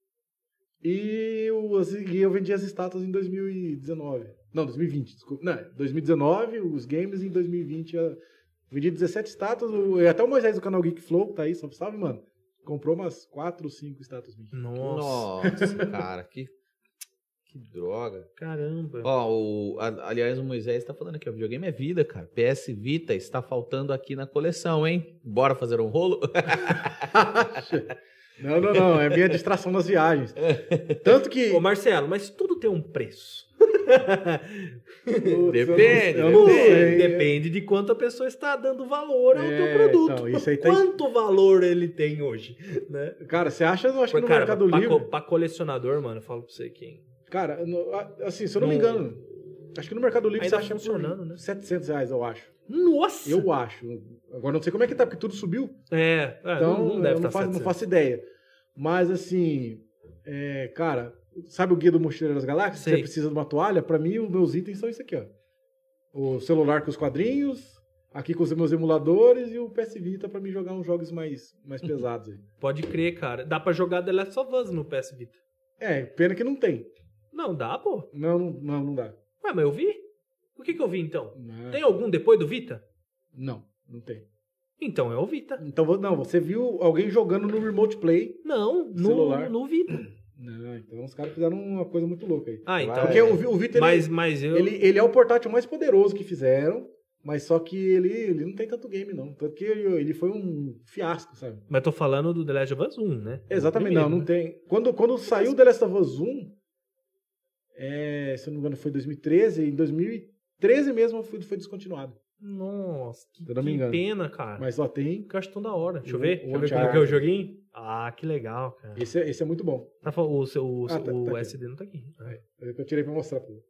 e eu vendi as estátuas em 2019. Não, 2020, desculpa. Não, 2019, os games em 2020. Vendi 17 estátuas. Até o Moisés do canal Geek Flow, tá aí, sabe, mano? Comprou umas 4 ou 5 estátuas minhas. Nossa, Nossa, cara, que droga. caramba. Ó, aliás, o Moisés tá falando aqui, o videogame é vida, cara. PS Vita está faltando aqui na coleção, hein? Bora fazer um rolo? Não. É minha distração nas viagens. Tanto que. Ô, Marcelo, mas tudo tem um preço. Putz, Depende, eu não sei. Depende de quanto a pessoa está dando valor ao teu produto. Então, isso aí tá- Quanto valor ele tem hoje, né? Cara, você acha, eu acho que no Cara, Mercado Livre. pra colecionador, mano, eu falo pra você que... Cara, assim, se eu não me engano, acho que no Mercado Livre Ainda você acha funcionando, por né? R$700, eu acho. Nossa! Eu acho. Agora não sei como é que tá, porque tudo subiu. não Então, deve eu não estar faço, não faço ideia. Mas, assim, cara, sabe o Guia do Mochileiro das Galáxias? Sei. Você precisa de uma toalha? Pra mim, os meus itens são isso aqui, ó. O celular com os quadrinhos, aqui com os meus emuladores e o PS Vita pra mim jogar uns jogos mais pesados aí. Pode crer, cara. Dá pra jogar The Last of Us no PS Vita. Pena que não tem. Não, dá, pô. Não dá. Ué, mas eu vi? O que eu vi, então? Não, Tem algum depois do Vita? não tem. Então é o Vita. Então, você viu alguém jogando no Remote Play. Não, Celular. no Vita. Não, então os caras fizeram uma coisa muito louca aí. Ah, então... Porque o Vita, Mas eu... ele é o portátil mais poderoso que fizeram, mas só que ele não tem tanto game, não. Tanto que ele foi um fiasco, sabe? Mas tô falando do The Last of Us 1, né? Exatamente, Primeiro, não né? tem. Quando saiu The Last of Us 1, se eu não me engano foi 2013, em 2013 mesmo foi descontinuado. Nossa, Se eu não me engano. pena, cara. Mas só tem. Que eu acho tão da hora. Deixa eu O- ver. o Deixa eu ver como Uncharted. que é o joguinho. Ah, que legal, cara. Esse é muito bom. O tá aqui. SD não tá aqui. Eu tirei pra mostrar pra você.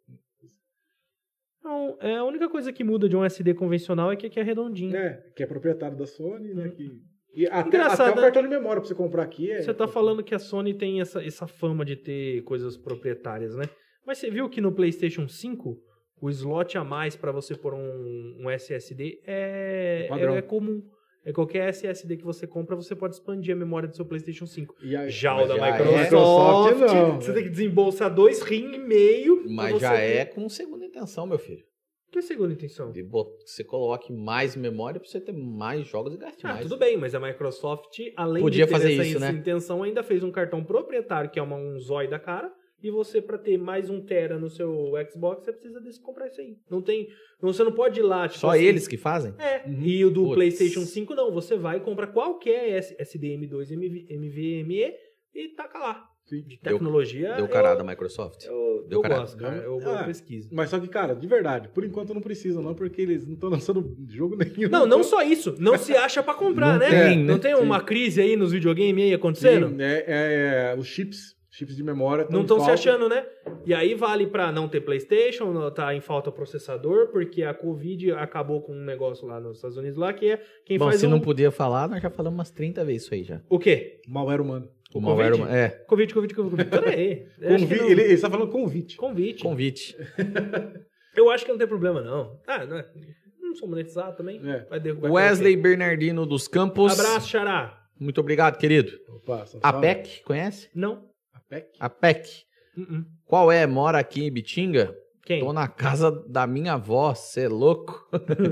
Não, a única coisa que muda de um SD convencional é que aqui é redondinho. Que é proprietário da Sony, né? E até Engraçado, o cartão de memória pra você comprar aqui Você tá falando que a Sony tem essa fama de ter coisas proprietárias, né? Mas você viu que no PlayStation 5, o slot a mais pra você pôr um SSD Padrão. é comum. É qualquer SSD que você compra, você pode expandir a memória do seu PlayStation 5. Já o Mas da já Microsoft, não. você tem que desembolsar 2 rim e meio. Mas pra você já ter- é com segunda intenção, meu filho. Que é a segunda intenção? Que você coloque mais memória pra você ter mais jogos e gaste mais. Tudo bem, mas a Microsoft, além Podia de ter fazer essa isso, né? intenção, ainda fez um cartão proprietário, que é um zóio da cara, e você, pra ter mais 1 tera no seu Xbox, você precisa comprar isso aí. Você não pode ir lá, tipo Só assim, eles que fazem? E o do Putz. PlayStation 5 não, você vai e compra qualquer SDM2 NVMe e taca lá. Sim. De tecnologia, Deu carada a Microsoft. eu Deu carada. gosto, cara. Eu pesquiso. Mas só que, cara, de verdade, por enquanto não precisam, não, porque eles não estão lançando jogo nenhum. Não só isso. Não se acha pra comprar, Não né? tem, né? Não tem uma crise aí nos videogames aí acontecendo? Sim, os chips de memória Não estão se falta. achando, né? E aí vale pra não ter PlayStation, não tá em falta processador, porque a Covid acabou com um negócio lá nos Estados Unidos lá, que é quem Bom, faz se não podia falar, nós já falamos umas 30 vezes isso aí já. O quê? Malware humano. O Covid? malware... Covid. Peraí. Eu acho que não- Ele está falando convite. Convite. Convite. Eu acho que não tem problema, não. Não sou monetizado também. É. Vai derrubar Wesley Bernardino dos Campos. Abraço, Xará. Muito obrigado, querido. Opa, só A fala. PEC, conhece? Não. A PEC? A PEC. Qual é? Mora aqui em Bitinga? Quem? Tô na casa da minha avó, cê é louco?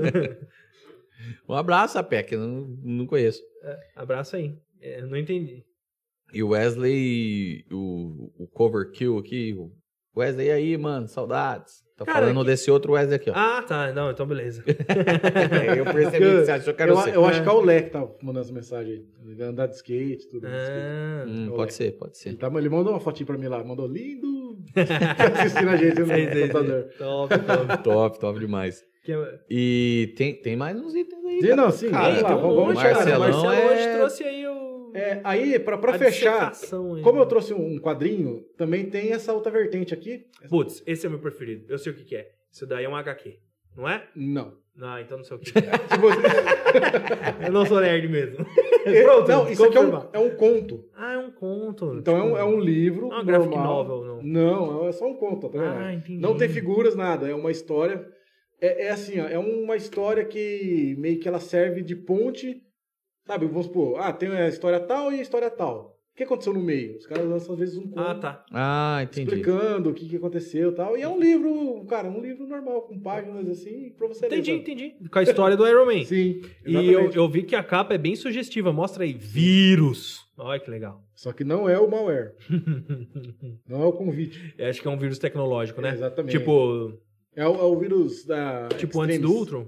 Um abraço, a PEC, eu não conheço. Abraço aí. Não entendi. E o Wesley, o cover kill aqui, o Wesley aí, mano, saudades. Tá Cara, falando desse outro Wesley aqui, ó. Ah, tá. Não, então beleza. Eu percebi que você achou que era você. Eu acho que é o Lé que tá mandando essa mensagem aí. Ele vai andar de skate, tudo. Pode ser, pode ser. Ele mandou uma fotinha pra mim lá. Mandou lindo. Tá assistindo a gente no computador. Top. Top demais. Que é- E tem mais uns itens aí. Sim, cara. não, sim. Cara, vamos lá, tem um vamos monte, chegar. cara. Marcelão Marcelo é- hoje trouxe aí o... Aí, pra a fechar, dissecação aí. como eu trouxe um quadrinho, também tem essa outra vertente aqui. Putz, esse é o meu preferido. Eu sei o que é. Isso daí é um HQ, não é? Não. Ah, então não sei o que. Se você- Eu não sou nerd mesmo. Pronto, Não, isso aqui confirmado. é um conto. Ah, é um conto. Então é um livro Não é uma graphic normal. novel, não. Não, é só um conto. Tá vendo? Ah, entendi. Não tem figuras, nada. É uma história. É assim, ó, é uma história que meio que ela serve de ponte. Sabe, vamos supor, tem a história tal e a história tal. O que aconteceu no meio? Os caras lançam às vezes um conto Ah, tá. Ah, entendi. explicando o que aconteceu e tal. E é um livro, cara, um livro normal, com páginas assim, pra você ler. Entendi, sabe? entendi. Com a história do Iron Man. Sim, E exatamente. eu vi que a capa é bem sugestiva. Mostra aí, vírus. Olha que legal. Só que não é o malware. Não é o convite. Eu acho que é um vírus tecnológico, né? Exatamente. Tipo É o vírus da antes Extremis. do Ultron?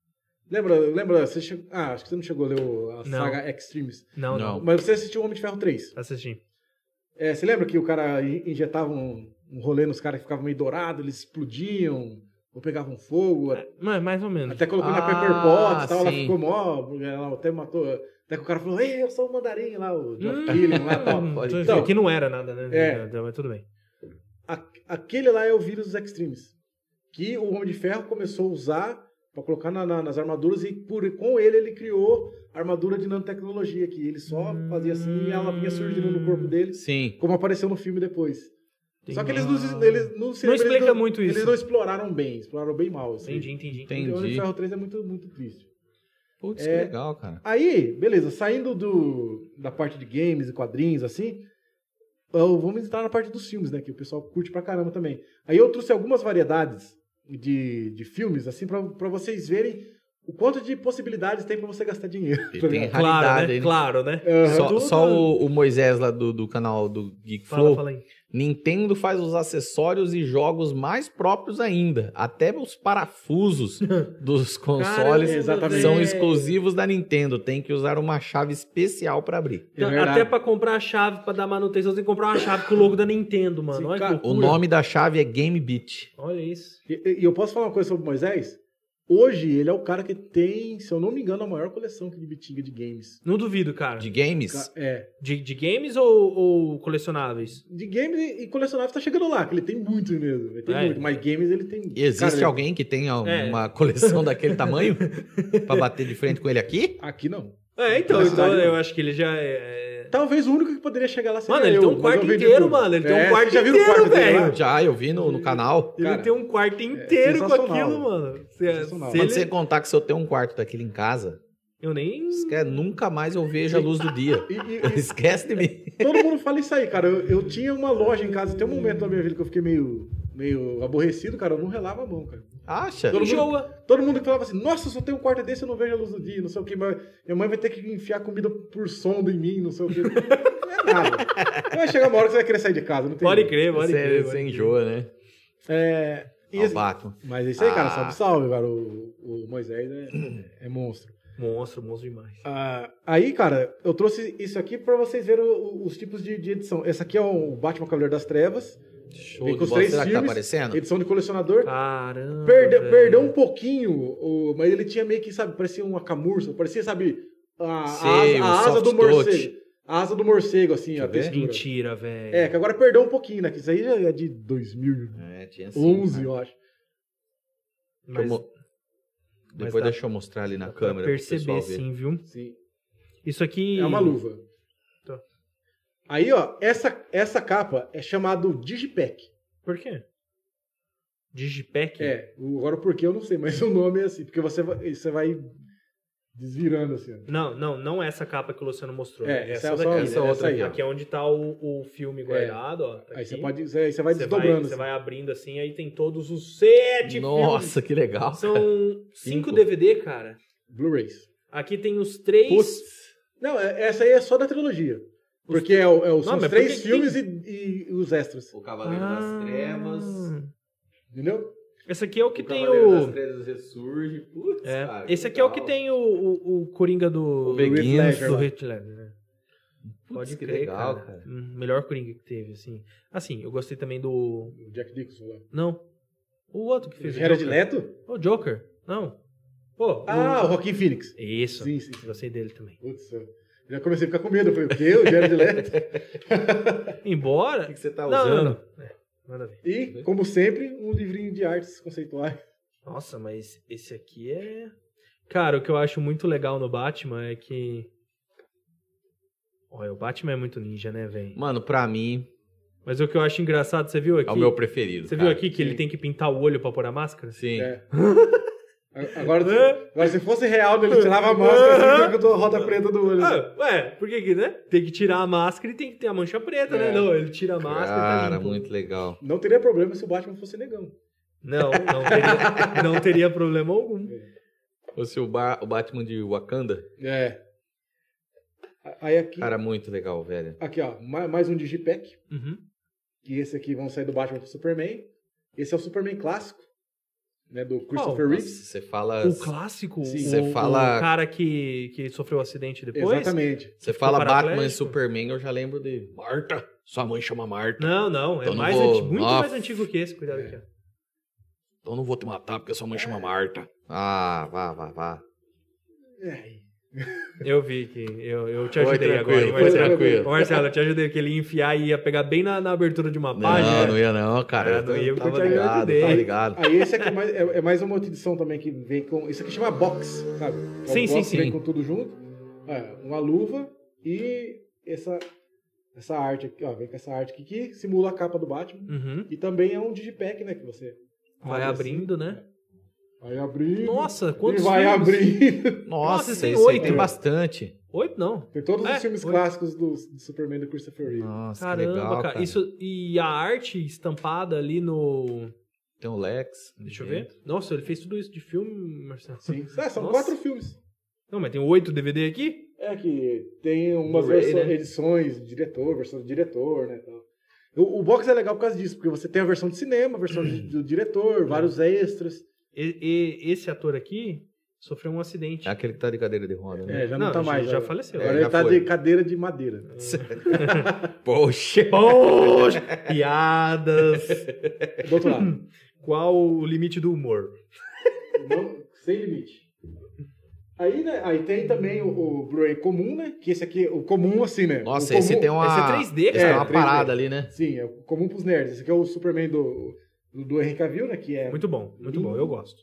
Lembra? Acho que você não chegou a ler a Não. saga Extremis. Não, Não. não. Mas você assistiu o Homem de Ferro 3. Assisti. Você lembra que o cara injetava um rolê nos caras que ficavam meio dourados, eles explodiam, ou pegavam fogo, Mais ou menos. até colocou na Ah, Pepper Potts e tal, ela sim. ficou mó, ela até matou, até que o cara falou, ei, eu sou o mandarim lá, o Geoff Killing lá e tal. Pode Então, Então, que não era nada, né? É. Mas tudo bem. Aquele lá é o vírus dos Extremes, que o Homem de Ferro começou a usar pra colocar nas armaduras e com ele criou a armadura de nanotecnologia, que ele só fazia assim e ela vinha surgindo no corpo dele, Sim. como apareceu no filme depois. Só que eles no Não cinema, explica muito isso. Eles não exploraram bem mal. Assim. Entendi. Entendi. O Homem de Ferro 3 é muito, muito triste. Putz, que legal, cara. Aí, beleza, saindo da parte de games e quadrinhos, assim, vamos entrar na parte dos filmes, né, que o pessoal curte pra caramba também. Aí eu trouxe algumas variedades de filmes, assim, pra vocês verem o quanto de possibilidades tem pra você gastar dinheiro. E tá tem ligado? raridade aí, né? Claro, né? Só o Moisés lá do canal do Geek Flow. Fala aí. Nintendo faz os acessórios e jogos mais próprios ainda. Até os parafusos dos consoles exatamente. são exclusivos da Nintendo. Tem que usar uma chave especial pra abrir. É verdade. Até pra comprar a chave pra dar manutenção, você tem que comprar uma chave com o logo da Nintendo, mano. Sim, Olha cara, que O loucura. nome da chave é Game Beat. Olha isso. E eu posso falar uma coisa sobre o Moisés? Hoje, ele é o cara que tem, se eu não me engano, a maior coleção de Bitinga de games. Não duvido, cara. De games? De games ou colecionáveis? De games e colecionáveis tá chegando lá, que ele tem muito mesmo. Ele tem É. muito, mas games ele tem... Existe Cara, alguém que tenha uma coleção daquele tamanho pra bater de frente com ele aqui? Aqui não. Então Cidade, eu acho que ele já é... Talvez o único que poderia chegar lá seria Mano, ele eu, tem um mas quarto eu vendi inteiro, tudo. mano. Ele tem um quarto você já viu o inteiro, quarto dele velho. lá? Já, eu vi no canal. Ele Cara, tem um quarto inteiro com sensacional. aquilo, mano. Sensacional. Se Quando ele- você contar que se eu tenho um quarto daquele em casa, Eu nem... nunca mais eu vejo a luz do dia. E Esquece de mim. todo mundo fala isso aí, cara. Eu tinha uma loja em casa, tem um momento da minha vida que eu fiquei meio aborrecido, cara. Eu não relava a mão, cara. Acha? Todo mundo- Enjoa. Todo mundo que falava assim, nossa, eu só tenho um quarto desse, eu não vejo a luz do dia, não sei o que. Minha mãe vai ter que enfiar comida por sonda em mim, não sei o que. Não é nada. Vai chegar uma hora que você vai querer sair de casa, não tem Pode jeito. crer, pode crer. Você enjoa, né? E Ó, o esse- Batman. Mas é isso aí, cara, Ah. salve, cara. O Moisés é monstro. Monstro demais. Aí, cara, eu trouxe isso aqui pra vocês verem os tipos de edição. Esse aqui é o Batman Cavaleiro das Trevas, Show Vem de com os bola. 3 Será que tá filmes, aparecendo? edição de colecionador. Caramba, Perdeu um pouquinho, mas ele tinha meio que, sabe, parecia uma camurça, parecia, sabe, Sei, o a asa do soft touch. morcego. A asa do morcego, assim, Deixa a eu ver. textura. Mentira, velho. É, que agora perdeu um pouquinho, né? Que isso aí já é de 2011, Tinha sim, eu acho. Deixa eu mo- Depois dá- deixa eu mostrar ali na Dá pra câmera. pro perceber, pessoal ver. sim, viu? Sim. Isso aqui... É uma luva. Tá. Aí, ó, essa capa é chamado Digipack. Por quê? Digipack? Agora o porquê eu não sei, mas o nome é assim, porque você vai desvirando assim. Ó. Não essa capa que o Luciano mostrou. Essa é essa só daqui. essa outra aí. ó. Aqui é onde tá o filme guardado, ó. Tá Aí aqui. você vai desdobrando. Você assim. vai abrindo assim, aí tem todos os 7 Nossa, que legal. filmes. São 5 Cinco. DVD, cara. Blu-rays. Aqui tem os 3... Putz. Não, essa aí é só da trilogia. Porque são os mas 3 por que filmes e os extras. O Cavaleiro das Trevas. Entendeu? Esse aqui é o que O tem Cavaleiro das o... Trevas ressurge. Putz, É. cara, Esse aqui é o legal. que tem o Coringa do... O Begins. do Heath Ledger, né? Putz, Pode que crer, legal, cara. Melhor Coringa que teve, assim. Assim, eu gostei também do... O Jack Nicholson lá. Não. O outro que fez Jared Joker. Leto? O Joker. Não. Pô, Ah, o Joaquin Phoenix. Isso. Sim. Gostei dele também. Putz, eu já comecei a ficar com medo. Eu falei, o quê? O Jared Leto? Embora... O que você tá Não, usando? não. Nada a ver. E, como sempre, um livrinho de artes conceituais. Nossa, mas esse aqui é... Cara, o que eu acho muito legal no Batman é que Olha, o Batman é muito ninja, né, velho? Mano, pra mim, Mas o que eu acho engraçado, você viu aqui? é o meu preferido. Você cara. viu aqui que ele tem que pintar o olho pra pôr a máscara? Sim. É. Agora, se fosse real, ele tirava a máscara assim, com a roda preta do olho. Por que, né? Tem que tirar a máscara e tem que ter a mancha preta, né? Não, ele tira a máscara e tá Cara, limpo. muito legal. Não teria problema se o Batman fosse negão. Não teria problema algum. Ou se o Batman de Wakanda. É. Aí aqui, Cara, muito legal, velho. aqui ó, mais um Digipack. Uhum. Que esse aqui vão sair do Batman pro Superman. Esse é o Superman clássico, né, do Christopher Nossa, Reeve. você fala. O clássico, Sim. Você fala- o cara que sofreu o acidente depois. Exatamente. Você fala Ficou Batman e paraplégico? Superman, eu já lembro de. Marta! Sua mãe chama Marta. Não, é Então não mais vou- muito Nossa. mais antigo que esse. Cuidado aqui, ó. Então não vou te matar porque sua mãe chama Marta. Ah, vá. É. Eu vi que eu te Foi ajudei tranquilo, agora, hein, foi Marcelo? tranquilo. Ô, Marcelo, eu te ajudei, que ele ia enfiar e ia pegar bem na abertura de uma Não, página. não ia não, cara. É, não ia, eu porque eu tava te ligado, ajudei. tava ligado. Aí esse aqui é mais uma outra edição também que vem com... Isso aqui chama box, sabe? É o Sim, box sim, que vem sim. com tudo junto. Uma luva e essa arte aqui, ó. Vem com essa arte aqui que simula a capa do Batman. Uhum. E também é um digipack, né? Que você Vai abre abrindo, assim, né? Vai abrindo. Nossa, E quantos vai filmes? abrindo. Nossa, esse tem esse aí 8. tem bastante. 8 não. Tem todos os filmes 8. clássicos do Superman do Christopher Reeve. Nossa, Caramba, que legal, cara. Isso, e a arte estampada ali no... Tem o Lex. Deixa eu ver. Nossa, ele fez tudo isso de filme, Marcelo? Sim. São Nossa. 4 filmes. Não, mas tem 8 DVD aqui? É que tem umas Blu-ray, né? edições de diretor, versão do diretor, né? Tal. O box é legal por causa disso, porque você tem a versão de cinema, a versão do diretor, vários extras. Esse ator aqui sofreu um acidente. É aquele que tá de cadeira de roda, né? Já não tá mais. Já faleceu. Agora já ele tá foi. de cadeira de madeira. Poxa! Poxa! Piadas. Do outro lado. Qual o limite do humor? Sem limite. Aí, né, aí tem também o Blu-ray comum, né? Que esse aqui, o comum assim, né? Nossa, o esse comum, tem uma. esse é 3D, esse cara. tem uma 3D. parada ali, né? Sim, é o comum pros nerds. Esse aqui é o Superman do Henry Cavill, né? Que é... Muito bom, eu gosto.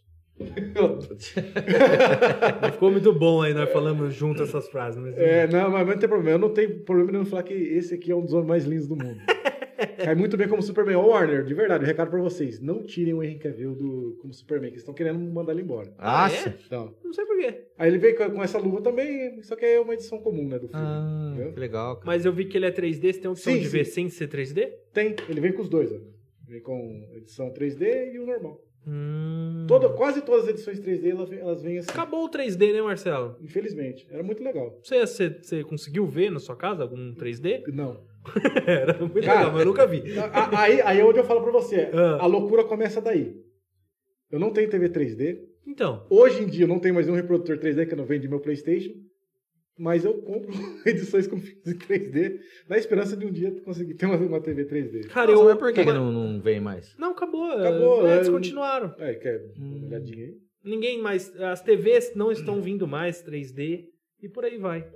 Ficou muito bom aí, nós falamos junto essas frases. Mas... mas não tem problema. Eu não tenho problema nenhum em falar que esse aqui é um dos homens mais lindos do mundo. Cai muito bem como Superman. Ô, Warner, de verdade, um recado pra vocês. Não tirem o Henry Cavill como Superman, que eles estão querendo mandar ele embora. Acha? Então, Não sei porquê. aí ele veio com essa luva também, só que é uma edição comum, né, do filme. Ah, entendeu? que legal, cara. Mas eu vi que ele é 3D, você tem opção Sim, de sim. ver sem ser 3D? Tem, ele vem com os dois, ó. Vem com edição 3D e o normal. Hum. Quase todas as edições 3D, elas vêm assim. Acabou o 3D, né, Marcelo? Infelizmente. Era muito legal. Você conseguiu ver na sua casa algum 3D? Não. Era muito Cara, legal, mas eu nunca vi. Aí é onde eu falo pra você. Ah. A loucura começa daí. Eu não tenho TV 3D. Então, Hoje em dia eu não tenho mais nenhum reprodutor 3D que eu não vende meu PlayStation. Mas eu compro edições com filmes em 3D na esperança de um dia conseguir ter uma TV 3D. cara, Nossa, eu... mas por que não vem mais? Não, acabou. Acabou, Descontinuaram. Quer uma olhadinha aí? Ninguém mais... As TVs não estão vindo mais 3D e por aí vai.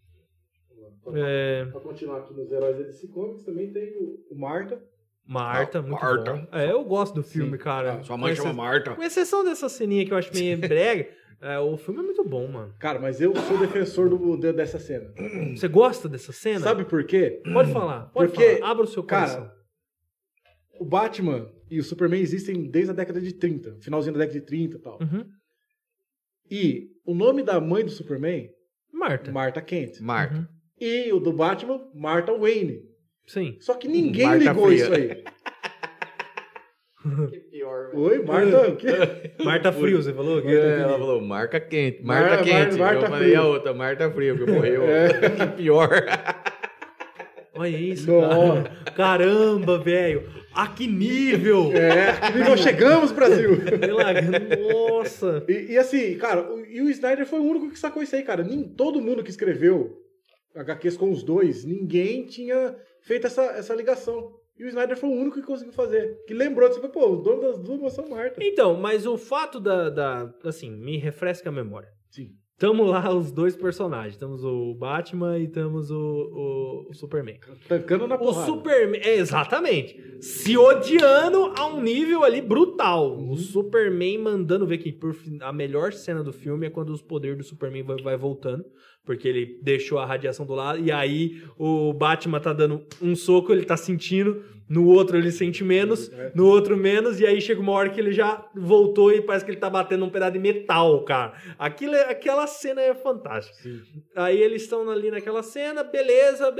Pra continuar aqui nos heróis da DC Comics, também tem o Marta. Marta, Ah, muito Marta. bom. Eu gosto do filme, cara. Sua mãe chama Marta. Com exceção dessa ceninha que eu acho meio brega, o filme é muito bom, mano. Cara, mas eu sou defensor dessa cena. Você gosta dessa cena? Sabe por quê? Pode falar, Porque, falar. Abra o seu coração. Cara, o Batman e o Superman existem desde a década de 30. Finalzinho da década de 30 e tal. Uhum. E o nome da mãe do Superman, Marta. Martha Kent. Marta. Uhum. E o do Batman, Martha Wayne. Sim. Só que ninguém Marta ligou Fria. isso aí. Que pior. Oi, Marta, o quê? Marta Frio, você falou? Ela falou Marca Quente. Marta Quente. Marta eu falei Fria. a outra, Marta Fria, porque morreu. Que pior. Olha isso, Nossa. cara. Caramba, velho. A que nível! E nós chegamos, Brasil! Nossa! E assim, cara, e o Snyder foi o único que sacou isso aí, cara. Todo mundo que escreveu HQs com os dois, ninguém tinha feito essa ligação. E o Snyder foi o único que conseguiu fazer. Que lembrou, você falou, pô, o dono das duas são Marta. Então, mas o fato assim, me refresca a memória. Sim. Tamo lá os dois personagens. Temos o Batman e temos o Superman. Tancando na O porrada. Superman, exatamente. Se odiando a um nível ali brutal. O Superman mandando ver que a melhor cena do filme é quando os poderes do Superman vai voltando. Porque ele deixou a radiação do lado, e aí o Batman tá dando um soco, ele tá sentindo, no outro ele sente menos, no outro menos, e aí chega uma hora que ele já voltou e parece que ele tá batendo um pedaço de metal, cara. Aquela cena é fantástica. Sim. Aí eles estão ali naquela cena, beleza.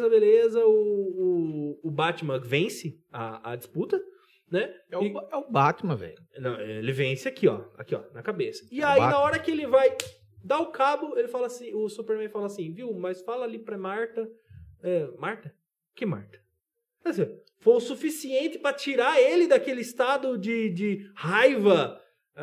O Batman vence a disputa, né? É o Batman, velho. Não, ele vence aqui, ó, na cabeça. E É o aí, Batman. na hora que ele vai dar o cabo, ele fala assim, o Superman fala assim, viu, mas fala ali pra Marta. Marta? Que Marta? Quer dizer, foi o suficiente pra tirar ele daquele estado de raiva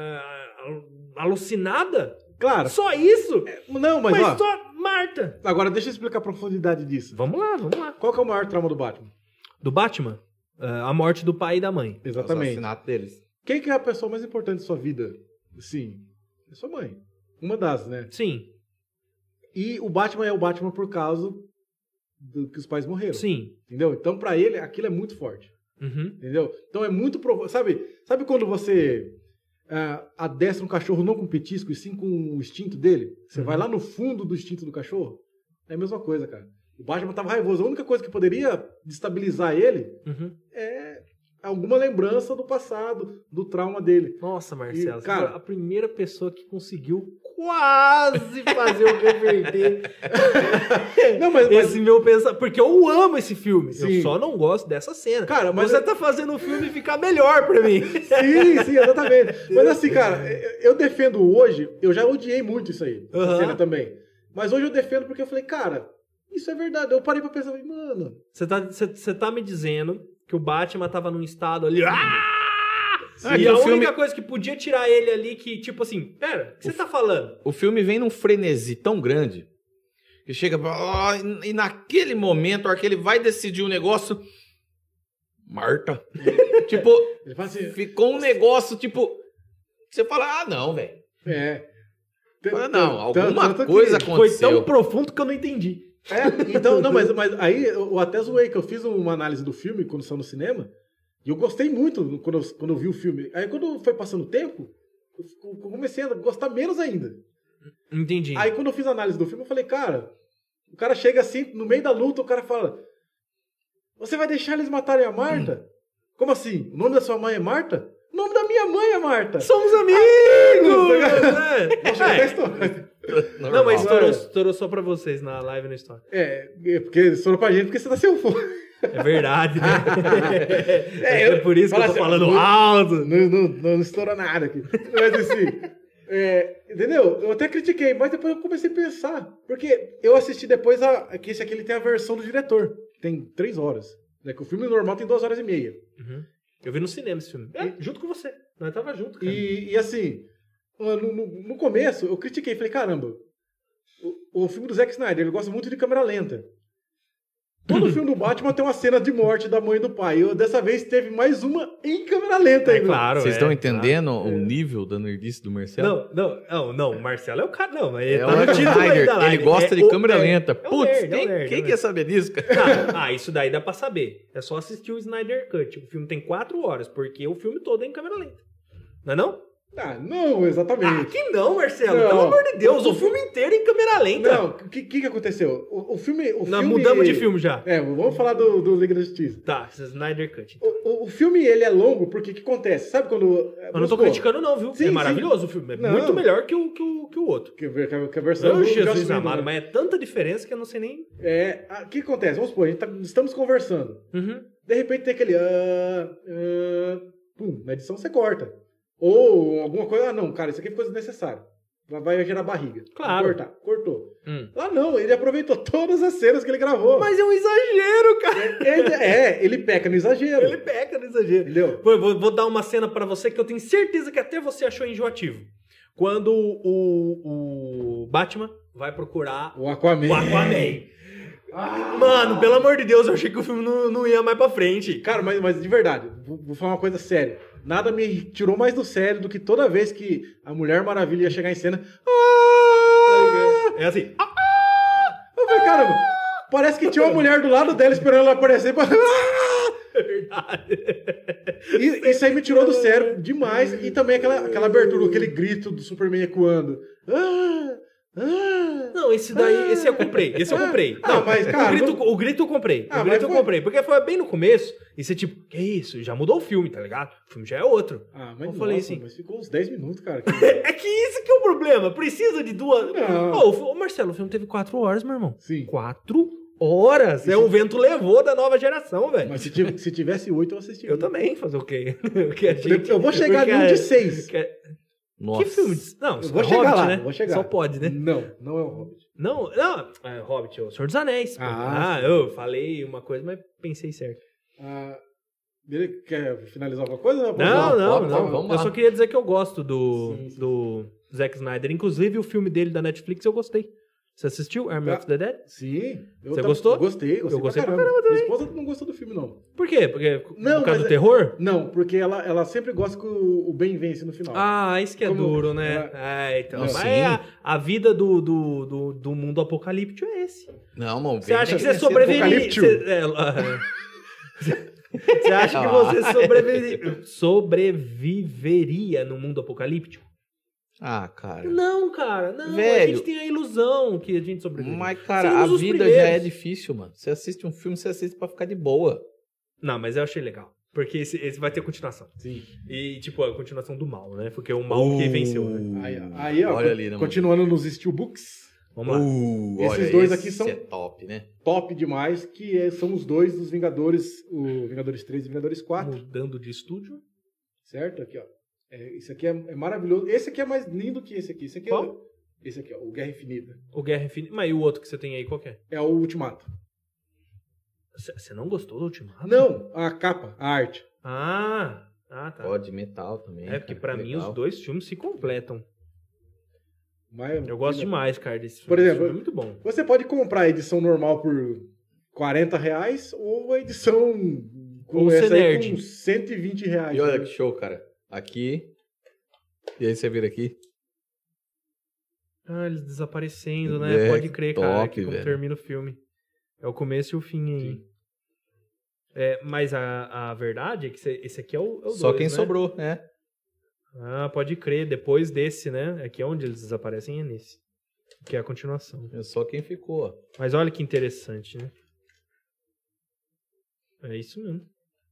alucinada? Claro. Só isso? Não, mas ó, só Marta. agora deixa eu explicar a profundidade disso. Vamos lá. Qual que é o maior trauma do Batman? Do Batman? A morte do pai e da mãe. O Exatamente. assassinato deles. Quem que é a pessoa mais importante da sua vida? Sim, é sua mãe. Uma das, né? Sim, E o Batman é o Batman por causa do que os pais morreram. sim. Entendeu? Então, pra ele, aquilo é muito forte. Uhum. Entendeu? Então é muito sabe quando você adestra um cachorro não com petisco e sim com o instinto dele? Você vai lá no fundo do instinto do cachorro? É a mesma coisa, cara. O Batman tava raivoso. A única coisa que poderia destabilizar ele Uhum. é alguma lembrança do passado, do trauma dele. Nossa, Marcelo, E, você cara- foi a primeira pessoa que conseguiu quase fazer eu reverter Não, mas esse meu pensamento. Porque eu amo esse filme. Eu Sim. só não gosto dessa cena. Cara, mas você tá fazendo o filme ficar melhor pra mim. Sim, exatamente. Mas assim, cara, eu defendo hoje, eu já odiei muito isso aí, essa Aham. cena também. Mas hoje eu defendo porque eu falei, cara, isso é verdade. Eu parei pra pensar, falei, mano... Você tá me dizendo que o Batman tava num estado ali. Ah, E que a o filme- única coisa que podia tirar ele ali, que tipo assim, pera, o que você tá falando? O filme vem num frenesi tão grande que chega e naquele momento, a hora que ele vai decidir o negócio, Marta. Tipo, Ele fala assim, ficou um negócio, tipo, você fala, ah, não, velho. Fala, Não, alguma coisa Foi aconteceu. tão profundo que eu não entendi. Então, não, mas aí eu até zoei que eu fiz uma análise do filme quando saiu no cinema e eu gostei muito quando eu vi o filme. Aí quando foi passando o tempo, eu comecei a gostar menos ainda. Entendi. Aí quando eu fiz a análise do filme, eu falei, cara, o cara chega assim, no meio da luta, o cara fala, você vai deixar eles matarem a Marta? Como assim? O nome da sua mãe é Marta? O nome da minha mãe é Marta. Somos amigos! Nossa, até história. Não, mas Normal. estourou só pra vocês na live no Story. Porque estourou pra gente porque você tá sem o fone. É verdade, né? É, É por isso que eu fala tô assim, falando não- alto. Não estoura nada aqui. Mas assim, entendeu? Eu até critiquei, mas depois eu comecei a pensar. Porque eu assisti depois que esse aqui ele tem a versão do diretor. Tem 3 horas. Né? Que o filme normal tem 2 horas e meia. Eu vi no cinema esse filme. Junto com você. Nós tava junto, cara. E assim, no começo eu critiquei. Falei, caramba, o filme do Zack Snyder, ele gosta muito de câmera lenta. Todo filme do Batman tem uma cena de morte da mãe e do pai. Dessa vez teve mais uma em câmera lenta. É ainda. claro. Vocês estão é, entendendo o nível da nerdice do Marcelo? Não, o Marcelo é o cara. Não, mas ele É tá o no título aí Snyder, da live. ele gosta É de o câmera nerd. lenta. É o Putz, nerd, é o nerd, quem é o quer saber disso, cara? Isso daí dá pra saber. É só assistir o Snyder Cut. O filme tem 4 horas, porque o filme todo é em câmera lenta. Não é não? Não, exatamente. Que não, Marcelo. Não. Pelo amor de Deus. O filme inteiro é em câmera lenta. Não, o que aconteceu? O filme... Mudamos de filme já. Vamos falar do Liga da Justiça. Tá, Snyder Cut. O filme, ele é longo porque o que acontece? Sabe quando... Mas não tô criticando não, viu? Sim, é maravilhoso o filme. É Não. muito melhor que o outro. Que a versão Meu do Joss Jesus Whedon, amado, né? mas é tanta diferença que eu não sei nem... O que acontece? Vamos supor, estamos conversando. Uhum. De repente tem aquele... pum, na edição você corta. Ou alguma coisa... não, cara, isso aqui é coisa desnecessária. Vai gerar barriga. Claro. Cortar. Cortou. Hum. Lá não, ele aproveitou todas as cenas que ele gravou. Mas é um exagero, cara. Ele peca no exagero. Ele peca no exagero. Entendeu? Vou dar uma cena pra você que eu tenho certeza que até você achou enjoativo. Quando o Batman vai procurar O Aquaman. o Aquaman. Mano, pelo amor de Deus, eu achei que o filme não ia mais pra frente. Cara, mas de verdade, vou falar uma coisa séria. Nada me tirou mais do sério do que toda vez que a Mulher Maravilha ia chegar em cena. É assim. Eu falei, caramba, parece que tinha uma mulher do lado dela esperando ela aparecer. É verdade. E isso aí me tirou do sério demais. E também aquela abertura, aquele grito do Superman ecoando. Não, esse eu comprei. Esse eu comprei. Não, mas, cara, o grito eu comprei. Ah, O grito mas eu foi- comprei. Porque foi bem no começo. E você, tipo, que isso? Já mudou o filme, tá ligado? O filme já é outro. Ah, mas Eu falei nossa, assim. mas ficou uns 10 minutos, cara. É que isso que é o problema. Precisa de 2. Não. Ô, Marcelo, o filme teve 4 horas, meu irmão. Sim. 4 horas. É um vento levou da nova geração, velho. Mas se tivesse 8, eu assistiria. Eu também, fazer o quê? O que a gente- Eu vou chegar porque num a- de 6. Nossa. Que filme? Não, Eu vou é chegar Hobbit, lá, né? vou chegar. Só pode, né? Não é o Hobbit. Não, é Hobbit, é o Senhor dos Anéis. Pô. Ah, Eu falei uma coisa, mas pensei certo. Ah, ele quer finalizar alguma coisa? Não, vamos lá. Eu só queria dizer que eu gosto do Sim, sim. Zack Snyder. Inclusive, o filme dele da Netflix eu gostei. Você assistiu? Army of the Dead? Sim. Você gostou? Gostei Eu gostei pra caramba. Minha esposa não gostou do filme, não. Por quê? Porque Não, por causa mas do terror? Não, porque ela sempre gosta que o bem vence no final. Ah, isso que é Como- duro, né? Então. Não, Mas sim. a vida do mundo apocalíptico é esse. Não, mano. Você acha que você vencer sobreviveria? apocalíptico. Você acha que você sobreviveria no mundo apocalíptico? Ah, cara. Não, cara. Não, a Velho. gente tem a ilusão que a gente sobrevive. Mas, cara, Somos a os vida primeiros. já é difícil, mano. Você assiste um filme, você assiste pra ficar de boa. Não, mas eu achei legal. Porque esse vai ter continuação. Sim. E, tipo, a continuação do mal, né? Porque é o mal que venceu, né? Aí, ó, Olha ali, né, continuando nos steelbooks, Vamos lá. Esses olha, dois esse aqui são- é top, né? top demais, são os dois dos Vingadores, o Vingadores 3 e Vingadores 4, Mudando de estúdio. certo? Aqui, ó. Esse aqui é maravilhoso. Esse aqui é mais lindo que esse aqui. Esse aqui Qual? Esse aqui, ó, o Guerra Infinita. O Guerra Infinita. Mas e o outro que você tem aí, qual que é? É o Ultimato. Você não gostou do Ultimato? Não, a capa, a arte. Ah, tá. Ó, de metal também. É porque cara, pra que mim legal. os dois filmes se completam. Mas, Eu gosto demais, cara, desse filme. Por exemplo, Esse filme é muito bom. Você pode comprar a edição normal por R$40 ou a edição com Ou essa ser aí nerd. com R$120. E olha né? que show, cara. Aqui. E aí você vira aqui. Ah, eles desaparecendo, né? É, Pode crer, cara. top, Que como velho. termina o filme. É o começo e o fim aí. Sim. Mas a verdade é que esse aqui é o Só dois, quem né? sobrou, né? Ah, pode crer. Depois desse, né? Aqui é onde eles desaparecem, é nesse. Que é a continuação. É só quem ficou, ó. Mas olha que interessante, né? É isso mesmo.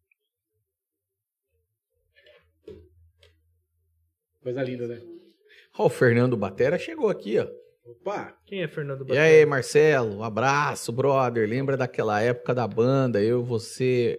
Coisa linda, né? Ó, o Fernando Batera chegou aqui, ó. Opa! Quem é Fernando E Batista? aí, Marcelo? Um abraço, brother. Lembra daquela época da banda? você,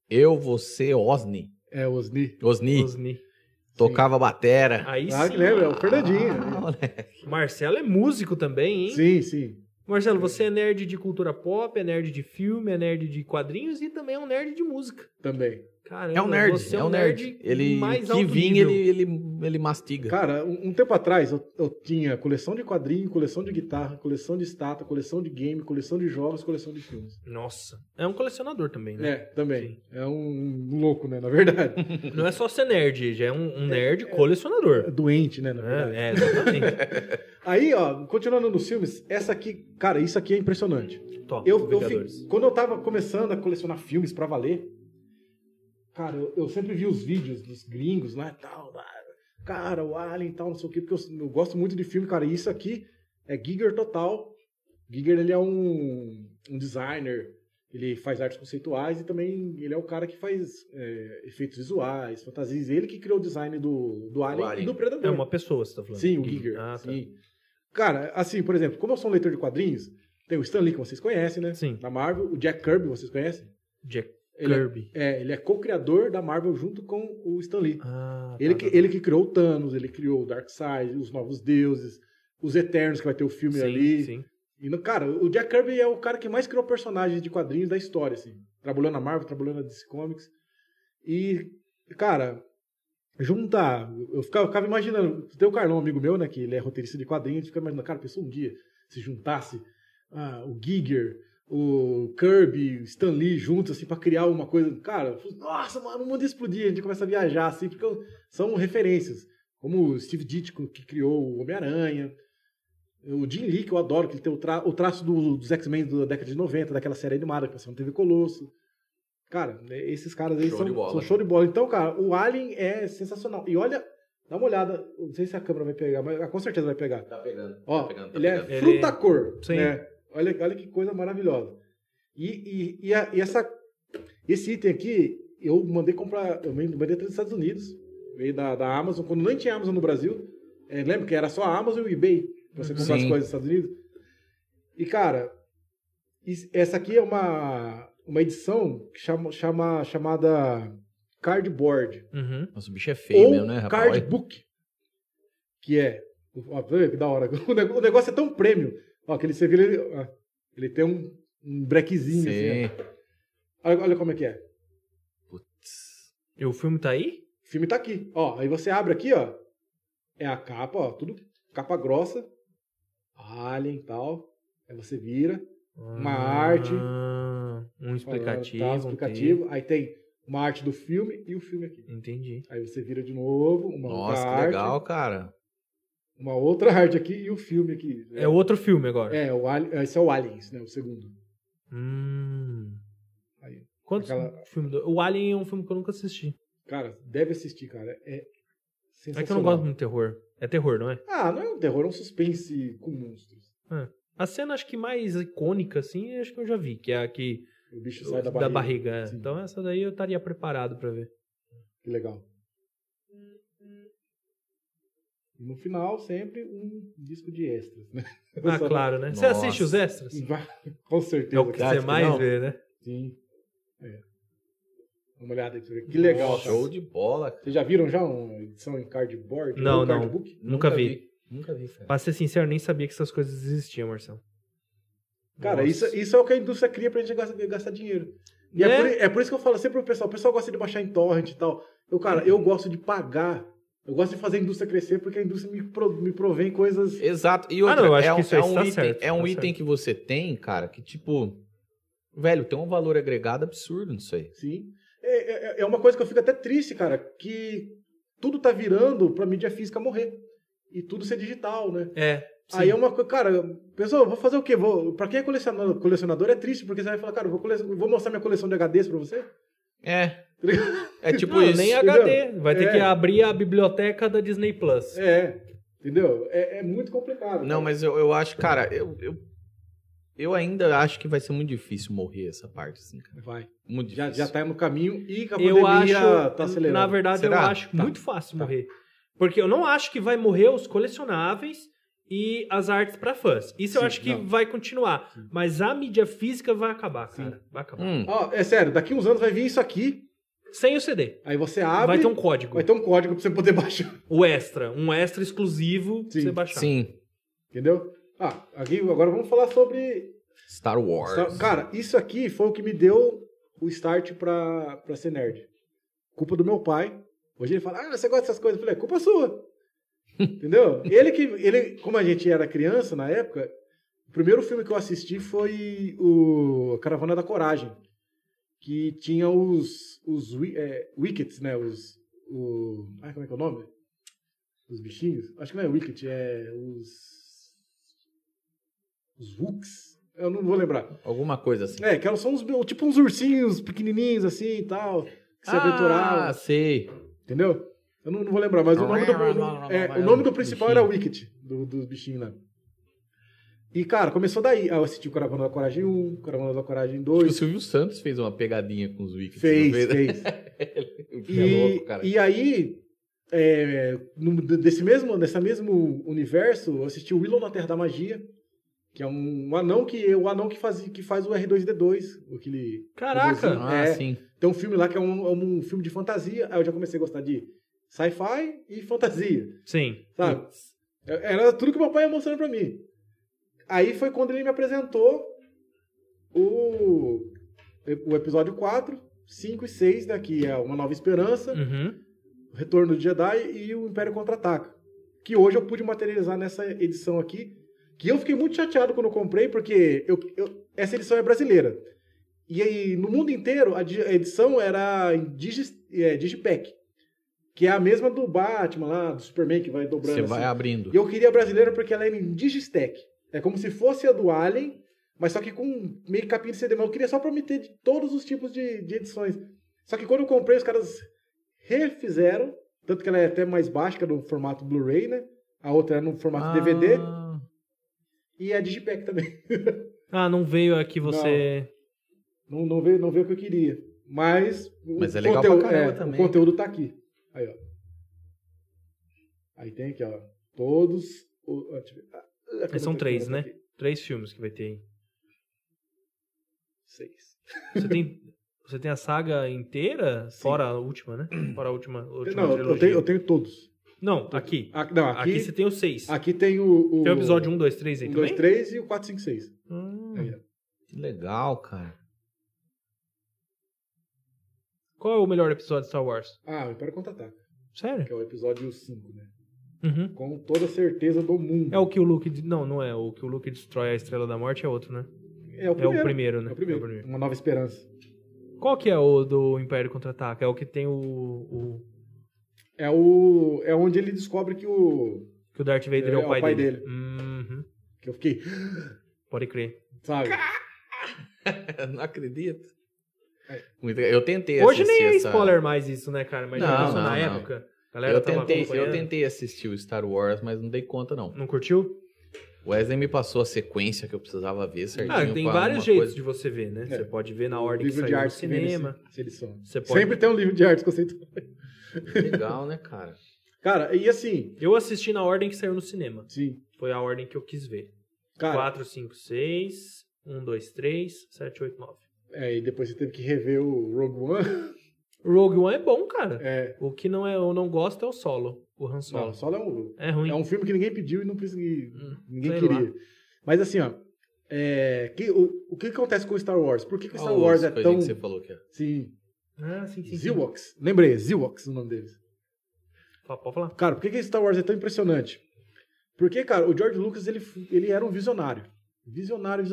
Osni. É, Osni. Osni. Osni. Tocava batera. Aí Ah, sim. que lembra? É o Fernandinho. Ah, moleque. Marcelo é músico também, hein? Sim, sim. Marcelo, você é nerd de cultura pop, é nerd de filme, é nerd de quadrinhos e também é um nerd de música. Também. Caramba, É um nerd, você é um nerd. Ele mais que alto vinha, nível. ele mastiga. Cara, um tempo atrás eu tinha coleção de quadrinho, coleção de guitarra, coleção de estátua, coleção de game, coleção de jogos, coleção de filmes. Nossa, é um colecionador também, né? É, também. É um louco, né? Na verdade. Não é só ser nerd, já é um nerd colecionador. É doente, né? Na verdade. Exatamente. Aí, ó, continuando nos filmes, essa aqui, cara, isso aqui é impressionante. Top, Vingadores. Quando eu tava começando a colecionar filmes pra valer, cara, eu sempre vi os vídeos dos gringos lá e tal, cara, o Alien e tal, não sei o quê, porque eu gosto muito de filme, cara, e isso aqui é Giger total. Giger, ele é um designer, ele faz artes conceituais e também ele é o cara que faz efeitos visuais, fantasias, ele que criou o design do Alien e do Predador. É uma pessoa, você tá falando. Sim, o Giger. Ah, tá. Sim. Cara, assim, por exemplo, como eu sou um leitor de quadrinhos, tem o Stan Lee, que vocês conhecem, né? Sim. Da Marvel. O Jack Kirby, vocês conhecem? Jack Ele Kirby. ele é co-criador da Marvel junto com o Stan Lee. Ah, Ele, tá. ele que criou o Thanos, ele criou o Darkseid, os Novos Deuses, os Eternos, que vai ter o filme ali. Sim. E, cara, o Jack Kirby é o cara que mais criou personagens de quadrinhos da história, assim. Trabalhou na Marvel, trabalhou na DC Comics. E, cara, eu ficava imaginando. Tem o Carlão, amigo meu, né, que ele é roteirista de quadrinhos, a gente fica imaginando, cara, pensou um dia se juntasse o Giger, o Kirby, o Stan Lee juntos, assim, pra criar uma coisa. Cara, nossa, mano, o mundo ia explodir, a gente começa a viajar, assim, porque são referências. Como o Steve Ditko, que criou o Homem-Aranha. O Jim Lee, que eu adoro, que ele tem o traço dos X-Men da década de 90, daquela série animada que passou no TV Colosso. Cara, esses caras aí Show de bola. são show de bola. Então, cara, o Alien é sensacional. E olha Dá uma olhada, não sei se a câmera vai pegar, mas com certeza vai pegar. Tá pegando. Ó, tá pegando, tá ele pegando. é fruta-cor, Sim. né? Olha que coisa maravilhosa. E esse item aqui, eu mandei comprar, eu mandei dos Estados Unidos, veio da Amazon, quando nem tinha Amazon no Brasil. Lembra que era só a Amazon e o eBay pra você comprar as Sim. coisas dos Estados Unidos? E, cara, essa aqui é uma edição chamada cardboard. Uhum. Nossa, o bicho é feio Ou mesmo, né, rapaz? cardbook. Que é... Ó, tá vendo que da hora. O negócio é tão prêmio. Ó, que você vira ele tem um brequezinho assim. Sim. Ó. Olha como é que é. Putz. E o filme tá aí? O filme tá aqui. Ó, aí você abre aqui, ó. É a capa, ó. Tudo capa grossa. Alien e tal. Aí você vira. Uma arte. Um explicativo. Tá, um explicativo. Aí tem uma arte do filme e o filme aqui. texto. Entendi. Aí você vira de novo. Uma Nossa, outra que arte. legal, cara. Uma outra arte aqui e o filme aqui. É outro filme agora. Esse é o Aliens, né? O segundo. Aí. Quantos filmes? O Alien é um filme que eu nunca assisti. Cara, deve assistir, cara. É sensacional. É que eu não gosto muito de terror. É terror, não é? Ah, não é um terror, é um suspense com monstros. A cena acho que mais icônica, assim, acho que eu já vi, que é a que O bicho sai da barriga. é. Sim. Então essa daí eu estaria preparado pra ver. Que legal. E no final, sempre um disco de extras, né? Ah, Só- claro, né? Você Nossa. assiste os extras? Com certeza. É o que cara. você mais vê, né? Sim. É. Dá uma olhada aí pra você ver. Que legal, Nossa, cara. show de bola, cara. Vocês já viram já uma edição em cardboard? Não, Ou não. cardbook? Nunca vi. Nunca vi, cara. Pra ser sincero, nem sabia que essas coisas existiam, Marcelo. Cara, Nossa. isso é o que a indústria cria pra gente gastar dinheiro. E é por isso que eu falo sempre pro pessoal. O pessoal gosta de baixar em torrent e tal. Eu gosto de pagar. Eu gosto de fazer a indústria crescer porque a indústria me provém coisas... Exato. E outra, não, eu acho que um, isso aí é um tá item, certo, é um tá item certo. que você tem, cara, que tipo... Velho, tem um valor agregado absurdo nisso aí. Sim. É uma coisa que eu fico até triste, cara, que tudo tá virando pra mídia física morrer. E tudo ser digital, né? Sim. Aí é uma coisa... Cara, pessoal, vou fazer o quê? Pra quem é colecionador é triste, porque você vai falar, cara, vou mostrar minha coleção de HDs pra você? É tipo Não, isso. nem entendeu? HD. Vai ter que abrir a biblioteca da Disney Plus. Entendeu? É muito complicado. Não, cara. mas eu acho, cara, eu ainda acho que vai ser muito difícil morrer essa parte, assim, cara. Vai. Muito Já difícil. tá no caminho e com a Eu pandemia acho, tá acelerando. na verdade, Será? eu acho Tá. muito fácil morrer. Porque eu não acho que vai morrer os colecionáveis e as artes pra fãs. Isso eu Sim, acho que não. vai continuar. Mas a mídia física vai acabar, cara. Vai acabar. Ó, é sério, daqui uns anos vai vir isso aqui, Sem o CD. aí você abre... Vai ter um código. Vai ter um código pra você poder baixar. O extra. Um extra exclusivo pra Sim. você baixar. Sim. Entendeu? Aqui agora vamos falar sobre... Star Wars. Cara, isso aqui foi o que me deu o start pra ser nerd. Culpa do meu pai. Hoje ele fala, você gosta dessas coisas? Eu falei, culpa sua. Entendeu? Ele, como a gente era criança na época, o primeiro filme que eu assisti foi o Caravana da Coragem. Que tinha os Wickets, né? Como é que é o nome? Os bichinhos? Acho que não é Wicket, é os Wooks. Eu não vou lembrar. Alguma coisa assim. Que são tipo uns ursinhos pequenininhos assim e tal, que se aventuravam. Sei. Entendeu? Eu não vou lembrar, mas o nome do principal era Wicket, dos bichinhos lá. E, cara, começou daí. Eu assisti o Caravana da Coragem 1, Caravana da Coragem O 2. Silvio Santos fez uma pegadinha com os Wicked. Fez. Que é louco, cara. E aí, nesse mesmo universo, eu assisti o Willow na Terra da Magia, que é o anão que faz o R2-D2. Aquele Caraca! robozinho. Sim. Tem um filme lá que é um filme de fantasia. Aí eu já comecei a gostar de sci-fi e fantasia, Sim. sabe? Era tudo que meu pai ia mostrando pra mim. Aí foi quando ele me apresentou o episódio 4, 5 e 6, né, que é Uma Nova Esperança, Uhum. O Retorno do Jedi e o Império Contra-Ataca. Que hoje eu pude materializar nessa edição aqui. Que eu fiquei muito chateado quando eu comprei, porque essa edição é brasileira. E aí, no mundo inteiro, a edição era em Digipack. Que é a mesma do Batman lá, do Superman, que vai dobrando Você assim. vai abrindo. E eu queria a brasileira porque ela era em Digistack. É como se fosse a do Alien, mas só que com meio capinha de CD. Mas eu queria só pra me ter de todos os tipos de edições. Só que quando eu comprei, os caras refizeram Tanto que ela é até mais baixa, que é no formato Blu-ray, né? A outra é no formato DVD. E a Digipack também. Ah, não veio aqui você... Não veio o que eu queria. Mas é legal pra caramba também. O conteúdo tá aqui. Aí, ó. Aí tem aqui, ó. Todos... São 3, né? 3 filmes que vai ter aí. 6. Você tem a saga inteira? Sim. Fora a última, né? Fora a última Não, trilogia. eu tenho todos. Não, aqui. Aqui você tem os 6. Aqui tem o... Tem o episódio 1, 2, 3 aí 1, também? 2, 3 e o 4, 5, 6. Aí, ó. Que legal, cara. Qual é o melhor episódio de Star Wars? O Império Contra-Ataca. Sério? Que é o episódio 5, né? Uhum. Com toda certeza do mundo. É o que o Luke... Não é. O que o Luke destrói a Estrela da Morte é outro, né? É o primeiro, né? É o primeiro. Uma Nova Esperança. Qual que é o do Império Contra-Ataca? É o que tem É onde ele descobre que o... Que o Darth Vader é o pai dele. Uhum. Que eu fiquei... Pode crer. Sabe? Não acredito. É. Eu tentei Hoje assistir nem é essa... spoiler mais isso, né, cara? Mas já passou na não. época. A galera tava Eu acompanhando. tentei assistir o Star Wars, mas não dei conta, não. Não curtiu? O Wesley me passou a sequência que eu precisava ver certinho. Tem com vários uma jeitos coisa- de você ver, né? É. Você pode ver na ordem que Livro de saiu no arte que vem cinema. nessa edição. Você pode... Sempre tem um livro de arte conceitual. Legal, né, cara? Cara, e assim... Eu assisti na ordem que saiu no cinema. Sim. Foi a ordem que eu quis ver. Cara, 4, 5, 6, 1, 2, 3, 7, 8, 9. e depois você teve que rever o Rogue One. Rogue One é bom, cara. É. O que eu não gosto é o Solo. O Han Solo. Não, Solo É ruim. é um filme que ninguém pediu e não precisa, ninguém sei queria. lá. Mas assim, ó... o que acontece com o Star Wars? Por que o Star Olha Wars os é coisinhas tão... que você falou aqui, ó. Sim. Ah, sim. Ziwoks. Lembrei, Ziwoks o nome deles. Pode falar. Cara, por que Star Wars é tão impressionante? Porque, cara, o George Lucas, ele era um visionário. Visionário.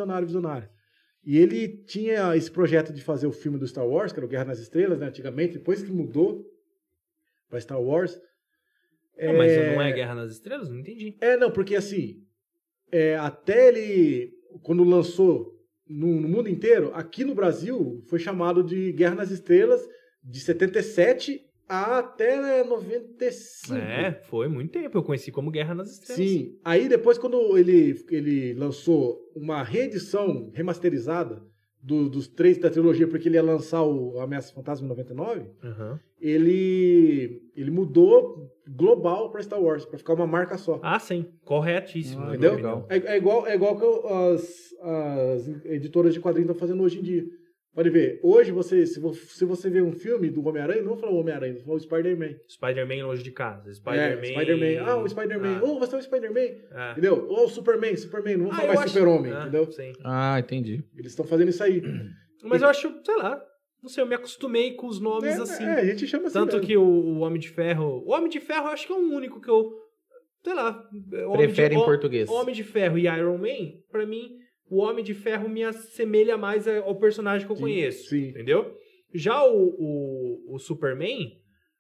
E ele tinha esse projeto de fazer o filme do Star Wars, que era o Guerra nas Estrelas, né, antigamente, depois que mudou pra Star Wars. Mas não é Guerra nas Estrelas? Não entendi. Não, porque assim, até ele, quando lançou no mundo inteiro, aqui no Brasil, foi chamado de Guerra nas Estrelas, de 77 até 95. Foi muito tempo. Eu conheci como Guerra nas Estrelas. Sim. Aí depois, quando ele lançou uma reedição remasterizada dos 3 da trilogia, porque ele ia lançar o Ameaça Fantasma em 99, Uhum. ele mudou global para Star Wars, para ficar uma marca só. Ah, sim. Corretíssimo. na minha Entendeu? opinião. É igual que as editoras de quadrinhos estão fazendo hoje em dia. Pode ver, hoje, se você vê um filme do Homem-Aranha, não vou falar o Homem-Aranha, vou falar o Spider-Man. Spider-Man longe de casa. Spider-Man. O Spider-Man. Você é o Spider-Man. Ah. Entendeu? Ou o Superman. Não vou falar eu mais acho- Super-Homem, Ah, entendeu? Sim. Ah, entendi. Eles estão fazendo isso aí. Mas eu acho, sei lá, não sei, eu me acostumei com os nomes assim. A gente chama assim Tanto mesmo. que o Homem de Ferro... O Homem de Ferro eu acho que é o único que eu... Sei lá. Prefere em português. Homem de Ferro e Iron Man, pra mim, o Homem de Ferro me assemelha mais ao personagem que eu conheço. sim. Entendeu? Já o Superman...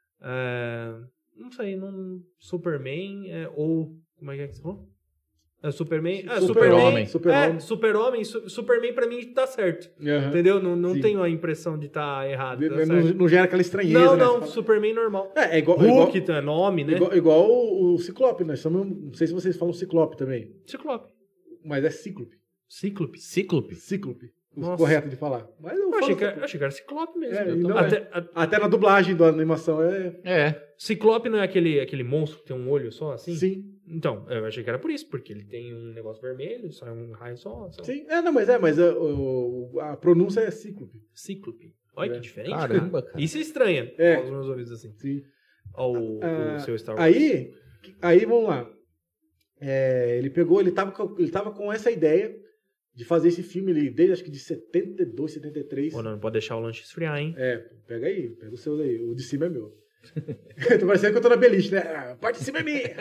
não sei, Superman ou... Como é que você falou? Superman... Super-Homem. Super-Homem. Super-Homem. Superman pra mim tá certo. Aham. Entendeu? Não Sim. tenho a impressão de estar errado. Tá Não, certo. não gera aquela estranheza, Não, né? não, Você fala- Superman normal. É igual, Hulk é nome, né? igual o Ciclope, nós chamamos, não sei se vocês falam Ciclope também, Ciclope. mas é Cíclope. Cíclope. Cíclope. O Nossa. correto de falar. Mas eu Eu achei, falo- que era Ciclope mesmo. É, Eu não também. é. Até na dublagem da animação Ciclope não é aquele monstro que tem um olho só, assim? Sim. Então, eu achei que era por isso, porque ele tem um negócio vermelho, sai um raio só. Sim. Mas a pronúncia é Cíclope. Cíclope. Olha que diferente. Caramba, cara. cara. Isso é estranho aos meus ouvidos assim. Sim. Ó, o seu Star Wars. Aí vamos lá. Ele tava com essa ideia de fazer esse filme desde acho que de 72, 73. Pô, não pode deixar o lanche esfriar, hein? Pega os seus aí. O de cima é meu. Tô parecendo que eu tô na beliche, né? A parte de cima é minha.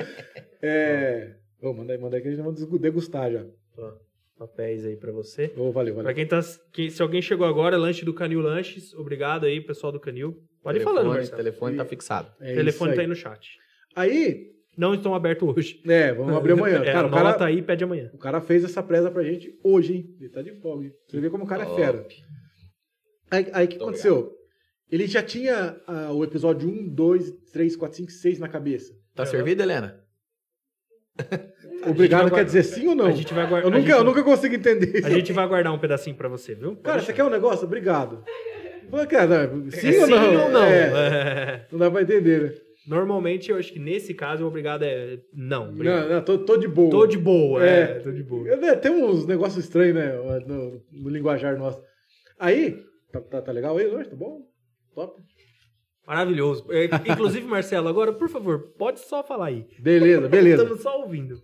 Manda aí que a gente vai degustar já. Papéis aí pra você. Valeu. Pra se alguém chegou agora, lanche do Canil Lanches, obrigado aí, pessoal do Canil. Pode ir falando, O Marcelo. telefone tá fixado. O telefone tá aí no chat. Aí, Não estão abertos hoje. vamos abrir amanhã. Cara, anota aí e pede amanhã. o cara fez essa presa pra gente hoje, hein? Ele tá de folga, hein? Você vê como o cara é fera. Aí o que aconteceu? ele já tinha o episódio 1, 2, 3, 4, 5, 6 na cabeça. Tá servido, Helena? Obrigado quer dizer sim ou não? A gente vai guardar. Eu nunca consigo entender isso. A gente vai guardar um pedacinho pra você, viu? Cara, você quer um negócio? Obrigado. Cara, sim É ou não? sim ou não? É, não dá pra entender, né? Normalmente, eu acho que nesse caso, o obrigado é não. Obrigado. Não, tô de boa. Tô de boa, É. tô de boa. Tem uns negócios estranhos, né? No linguajar nosso. Aí, tá legal aí hoje? Tá bom? Top. Maravilhoso. Inclusive, Marcelo, agora, por favor, pode só falar aí. Beleza. Estamos só ouvindo.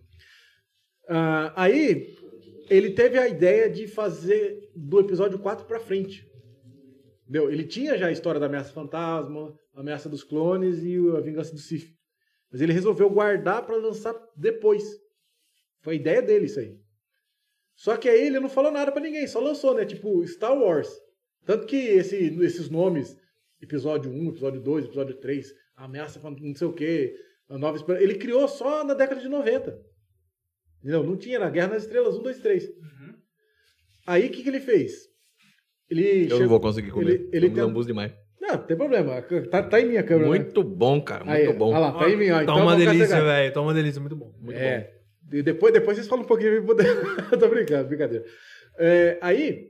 Aí, ele teve a ideia de fazer do episódio 4 pra frente. Entendeu? Ele tinha já a história da Ameaça Fantasma, a Ameaça dos Clones e a Vingança do Sith. Mas ele resolveu guardar pra lançar depois. Foi a ideia dele isso aí. Só que aí ele não falou nada pra ninguém, só lançou, né? Tipo, Star Wars. Tanto que esses nomes, episódio 1, episódio 2, episódio 3, a Ameaça Fantasma, não sei o quê, a Nova Esperança, ele criou só na década de 90. Entendeu? Não tinha na Guerra nas Estrelas 1, 2, 3. Aí o que ele fez? Não vou conseguir comer. Ele tem lambuz demais. Não tem problema. Tá em minha câmera. Muito bom, cara. Muito Aí, bom. Olha lá, tá em mim. Ó. Tá Então uma vamos delícia, carregar. velho. Tá uma delícia, muito bom. Muito bom. E depois vocês falam um pouquinho. Tô brincando, brincadeira. Aí,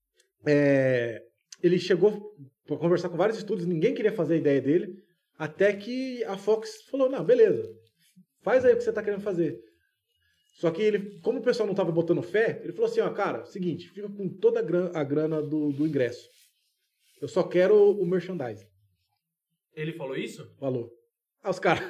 ele chegou pra conversar com vários estúdios, ninguém queria fazer a ideia dele, até que a Fox falou, não, beleza, faz aí o que você tá querendo fazer. Só que ele, como o pessoal não tava botando fé, ele falou assim, ó, cara, seguinte, fica com toda a grana do ingresso. Eu só quero o merchandising. Ele falou isso? Falou. Aí os caras...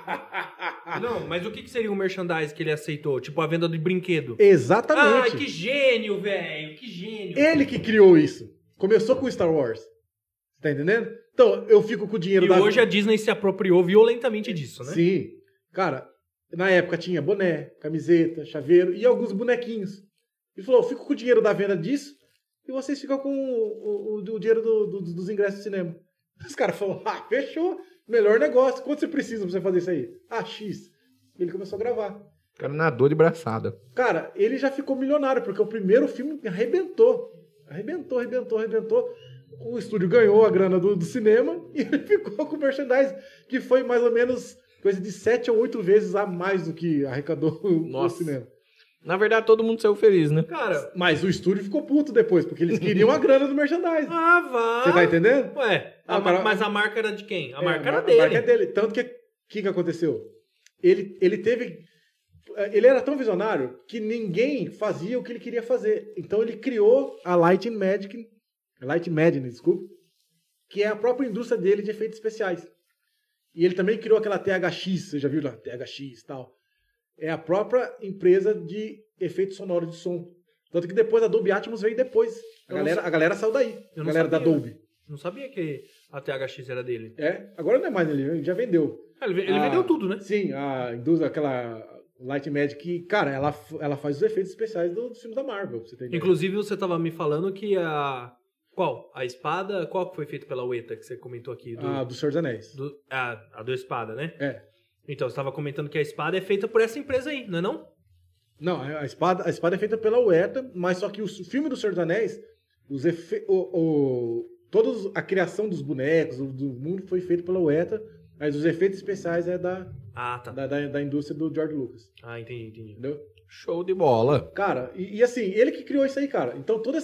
Não, mas o que seria o merchandise que ele aceitou? Tipo, a venda de brinquedo? Exatamente. Ai, que gênio, velho. Que gênio. Ele que criou isso. Começou com Star Wars. Tá entendendo? Então, eu fico com o dinheiro E hoje a Disney se apropriou violentamente disso, né? Sim. Cara, na época tinha boné, camiseta, chaveiro e alguns bonequinhos. Ele falou, eu fico com o dinheiro da venda disso e vocês ficam com o dinheiro dos ingressos de cinema. Os caras falaram, fechou. Melhor negócio. Quanto você precisa pra você fazer isso aí? X. Ele começou a gravar. O cara nadou de braçada. Cara, ele já ficou milionário, porque o primeiro filme arrebentou. Arrebentou. O estúdio ganhou a grana do cinema e ele ficou com o merchandise, que foi mais ou menos coisa de 7 ou 8 vezes a mais do que arrecadou o cinema. Na verdade, todo mundo saiu feliz, né? Cara... Mas o estúdio ficou puto depois, porque eles queriam a grana do merchandise. vá. Você tá entendendo? Ué, mas a marca era de quem? A marca era A dele. marca é dele. Tanto que aconteceu? Ele teve... Ele era tão visionário que ninguém fazia o que ele queria fazer. Então ele criou a Light Madness, desculpa, que é a própria indústria dele de efeitos especiais. E ele também criou aquela THX, você já viu lá? THX e tal. É a própria empresa de efeitos sonoros de som. Tanto que depois a Dolby Atmos veio depois. A galera saiu daí. A galera da Dolby. Não sabia que a THX era dele. Agora não é mais, ele já vendeu. Ele vendeu tudo, né? Sim, a indústria, aquela Light Magic, que, cara, ela faz os efeitos especiais dos filmes da Marvel. Pra você ter ideia. Inclusive, você tava me falando que Qual? A espada? Qual que foi feito pela Ueta que você comentou aqui? Do Senhor dos Anéis. A do espada, né? É. Então, você estava comentando que a espada é feita por essa empresa aí, não é não? Não, a espada é feita pela Ueta, mas só que o filme do Senhor dos Anéis, a criação dos bonecos, do mundo foi feito pela Ueta, mas os efeitos especiais é da indústria do George Lucas. Entendi. Entendeu? Show de bola. Cara, e assim, ele que criou isso aí, cara. Então toda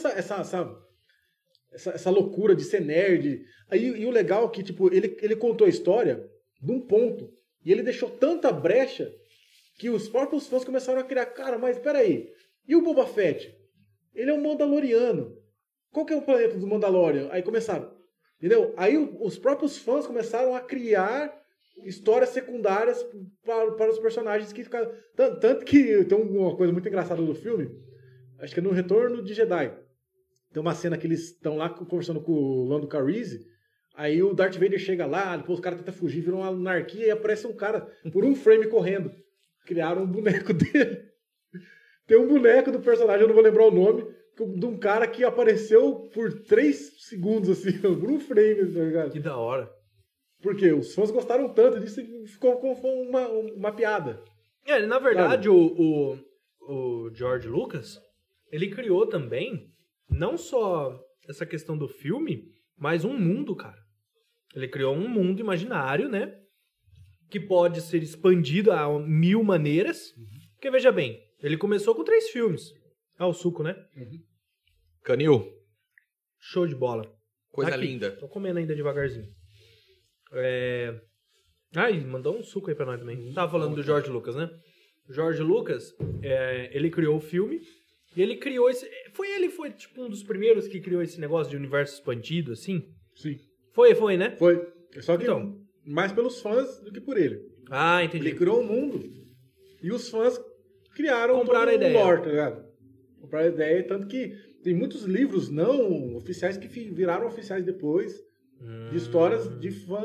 essa loucura de ser nerd. E o legal é que, tipo, ele contou a história de um ponto. E ele deixou tanta brecha que os próprios fãs começaram a criar. Cara, mas peraí. E o Boba Fett? Ele é um Mandaloriano. Qual que é o planeta do Mandalorian? Aí começaram. Entendeu? Aí os próprios fãs começaram a criar histórias secundárias para os personagens que ficaram. Tanto que tem uma coisa muito engraçada do filme. Acho que é no Retorno de Jedi. Tem uma cena que eles estão lá conversando com o Lando Calrissian. Aí o Darth Vader chega lá, depois os caras tentam fugir, viram uma anarquia e aparece um cara por um frame correndo. Criaram um boneco dele. Tem um boneco do personagem, eu não vou lembrar o nome, de um cara que apareceu por 3 segundos, assim, por um frame, tá ligado? Que da hora. Porque os fãs gostaram tanto disso e ficou uma piada. Na verdade, o George Lucas, ele criou também, não só essa questão do filme, mas um mundo, cara. Ele criou um mundo imaginário, né? Que pode ser expandido a 1000 maneiras. Porque, veja bem, ele começou com 3 filmes. Ah, o suco, né? Canil, Show de bola. coisa Aqui, linda. Tô comendo ainda devagarzinho. Ai, mandou um suco aí pra nós também. Tava falando do George Lucas, né? O George Lucas, ele criou o filme. E ele criou esse... Foi tipo um dos primeiros que criou esse negócio de universo expandido, assim? Sim. Foi, né? Foi. Só que Então. mais pelos fãs do que por ele. Ah, entendi. Ele criou o mundo e os fãs criaram Compraram todo a ideia. o lore, tá ligado? Compraram a ideia, tanto que tem muitos livros não oficiais que viraram oficiais depois, de histórias de fã...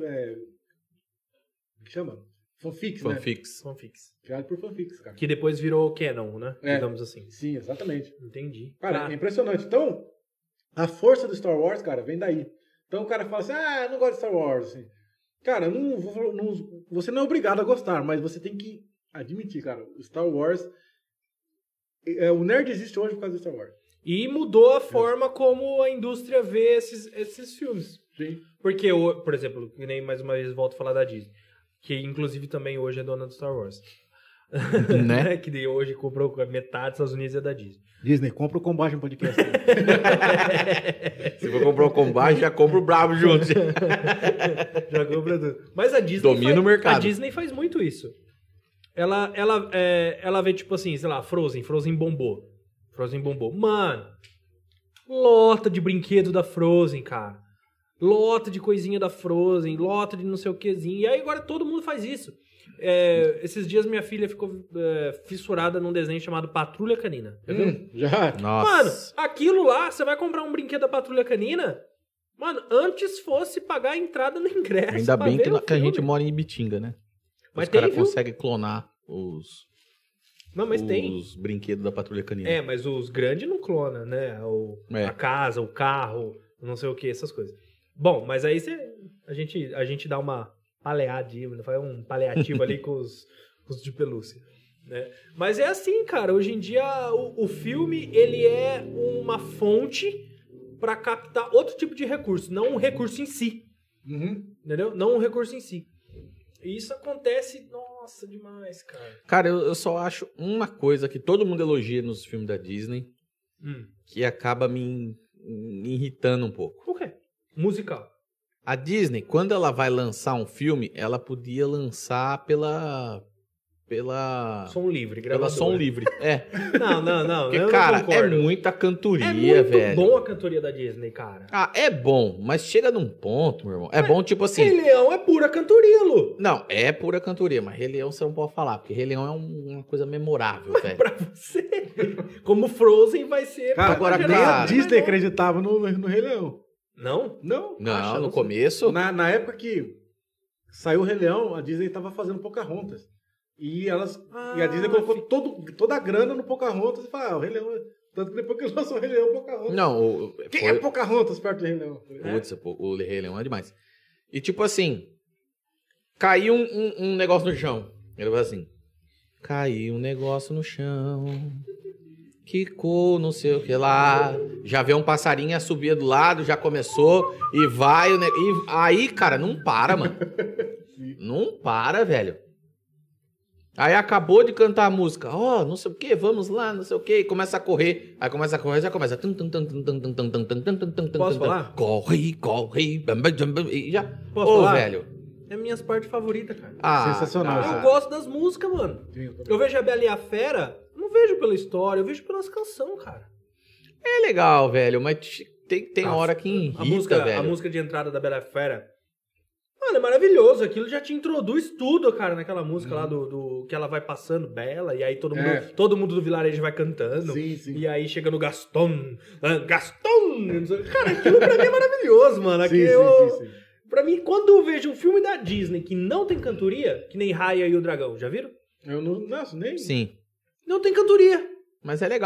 que chama? Fanfics, né? Fanfics. Fanfics. Criado por fanfics, cara. Que depois virou canon, né? Digamos assim. Sim, exatamente. Entendi. Cara, é impressionante. Então, a força do Star Wars, cara, vem daí. Então o cara fala assim, eu não gosto de Star Wars. Assim. Cara, você não é obrigado a gostar, mas você tem que admitir, cara, o Star Wars... o nerd existe hoje por causa do Star Wars. E mudou a forma como a indústria vê esses filmes. Sim. Porque, por exemplo, que nem mais uma vez volto a falar da Disney, que inclusive também hoje é dona do Star Wars. Né? Que de hoje comprou metade dos Estados Unidos é da Disney. Disney, compra o Combate no podcast. Se for comprar o combate, já compra o Bravo junto. Já compra tudo. Mas a Disney Domina o mercado. A Disney faz muito isso. Ela vê, tipo assim, sei lá, Frozen bombou. Mano, lota de brinquedo da Frozen, cara. Lota de coisinha da Frozen, lota de não sei o quezinho. E aí agora todo mundo faz isso. Esses dias minha filha ficou fissurada num desenho chamado Patrulha Canina. Já viu? Já. Nossa. Mano, aquilo lá, você vai comprar um brinquedo da Patrulha Canina? Mano, antes fosse pagar a entrada no ingresso. Ainda pra bem ver o que a gente filme. mora em Ibitinga, né? Mas os caras tem, viu? conseguem clonar os Não, mas tem. brinquedos da Patrulha Canina. Mas os grandes não clona, né? A casa, o carro, não sei o que, essas coisas. Bom, mas aí a gente dá uma paleadinha, faz um paliativo ali com os de pelúcia, né? Mas é assim, cara, hoje em dia o filme, ele é uma fonte para captar outro tipo de recurso, não um recurso em si, entendeu? Não um recurso em si. E isso acontece, nossa, demais, cara. Cara, eu só acho uma coisa que todo mundo elogia nos filmes da Disney, que acaba me irritando um pouco. O quê? Musical. A Disney, quando ela vai lançar um filme, ela podia lançar pela Som livre, pela gravadora. som livre. Não. Porque, eu cara, não concordo. muita cantoria, É muito velho. bom a cantoria da Disney, cara. É bom, mas chega num ponto, meu irmão. É bom, tipo assim... Rei Leão é pura cantoria, Lu. Não, é pura cantoria, mas Rei Leão você não pode falar, porque Rei Leão é uma coisa memorável, velho. Pra você. Como Frozen vai ser. Cara, Agora, nem cara, a Disney acreditava no Rei Leão. Não? Não. Não, no sei. começo... Na época que saiu o Rei Leão, a Disney tava fazendo Pocahontas. E a Disney colocou toda a grana no Pocahontas e falou, o Rei Leão... Tanto que depois que lançou o Rei Leão, Pocahontas. Não, Quem é Pocahontas perto do Rei Leão? Putz, o Rei Leão é demais. E tipo assim, caiu um negócio no chão. Ele vai assim, caiu um negócio no chão, quicou não sei o que lá. Já vê um passarinho a subir do lado, já começou e vai. E aí, cara, não para, mano. Não para, velho. Aí acabou de cantar a música. Não sei o que, vamos lá, não sei o que. Começa a correr. Aí começa a correr, já começa. Posso falar? Corre. E já. Posso falar? Velho. É minhas partes favoritas, cara. Sensacional, cara. Eu gosto das músicas, mano. Eu vejo a Bela e a Fera, não vejo pela história, eu vejo pelas canções, cara. É legal, velho, mas tem hora que irrita, velho. A música de entrada da Bela e a Fera. Mano, é maravilhoso. Aquilo já te introduz tudo, cara, naquela música lá do que ela vai passando, Bela, e aí todo mundo do vilarejo vai cantando. Sim. E aí chega no Gaston. Cara, aquilo pra mim é maravilhoso, mano. Sim. Pra mim, quando eu vejo um filme da Disney que não tem cantoria, que nem Raya e o Dragão, já viram? Eu não... Nossa, nem... Sim, Não tem cantoria. mas é legal.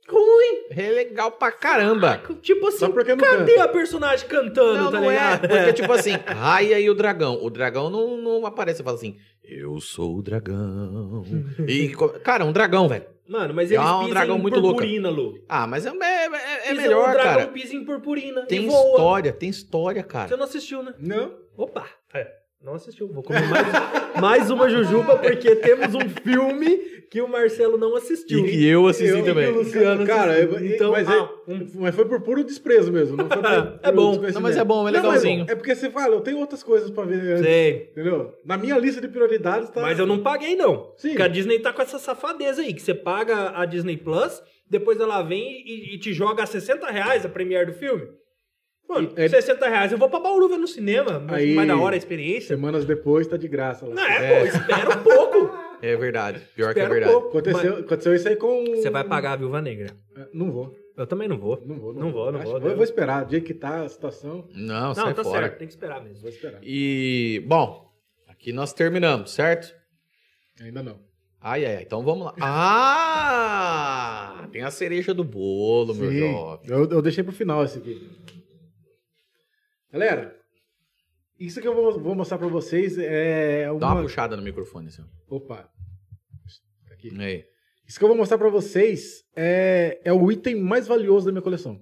Ruim. É legal pra caramba. Tipo assim, Só porque não cadê canta. a personagem cantando, Não, tá não é. ligado? Porque, tipo assim, Raya e o dragão. O dragão não aparece e fala assim, eu sou o dragão. E, cara, um dragão, velho. Mano, mas É eles um pisam dragão em muito louco. purpurina, Lu. Ah, mas é Pisa- melhor, o dragão cara. pisa em purpurina Tem e voa. história, cara. Você não assistiu, né? Não. Opa! Não assistiu. Vou comer mais uma jujuba, porque temos um filme que o Marcelo não assistiu. E que eu assisti Eu- também. E que o Luciano Cara, assistiu. Então, mas foi por puro desprezo mesmo. Não foi por É bom. desconhecimento. Não, mas é bom, é Não, mas legalzinho. é porque você fala, eu tenho outras coisas pra ver antes. sei. Entendeu? Na minha lista de prioridades tá. Mas eu não paguei, não. Sim. Porque a Disney tá com essa safadeza aí, que você paga a Disney Plus, depois ela vem e te joga a R$60 a premiere do filme. Mano, É- R$60 eu vou pra Bauru ver no cinema. Aí- Mais da hora a experiência. Semanas depois tá de graça lá. Não, pô, espera um pouco. É verdade. Pior que é Espera um verdade. pouco. Aconteceu isso aí com. Você vai pagar a Viúva Negra. Não vou. Eu também não vou. Não vou. Não vou. Eu vou esperar. Do jeito que tá a situação, Não, Não, sai tá fora. certo. Tem que esperar mesmo. vou esperar. E, bom, aqui nós terminamos, certo? Ainda não. Ai, ai, ai. Então vamos lá. Ah! Tem a cereja do bolo, meu Sim, jovem. eu deixei pro final esse aqui. Galera, isso que eu vou mostrar pra vocês é Dá uma puxada no microfone, assim. Opa. Tá aqui. Aí. Isso que eu vou mostrar pra vocês é o item mais valioso da minha coleção.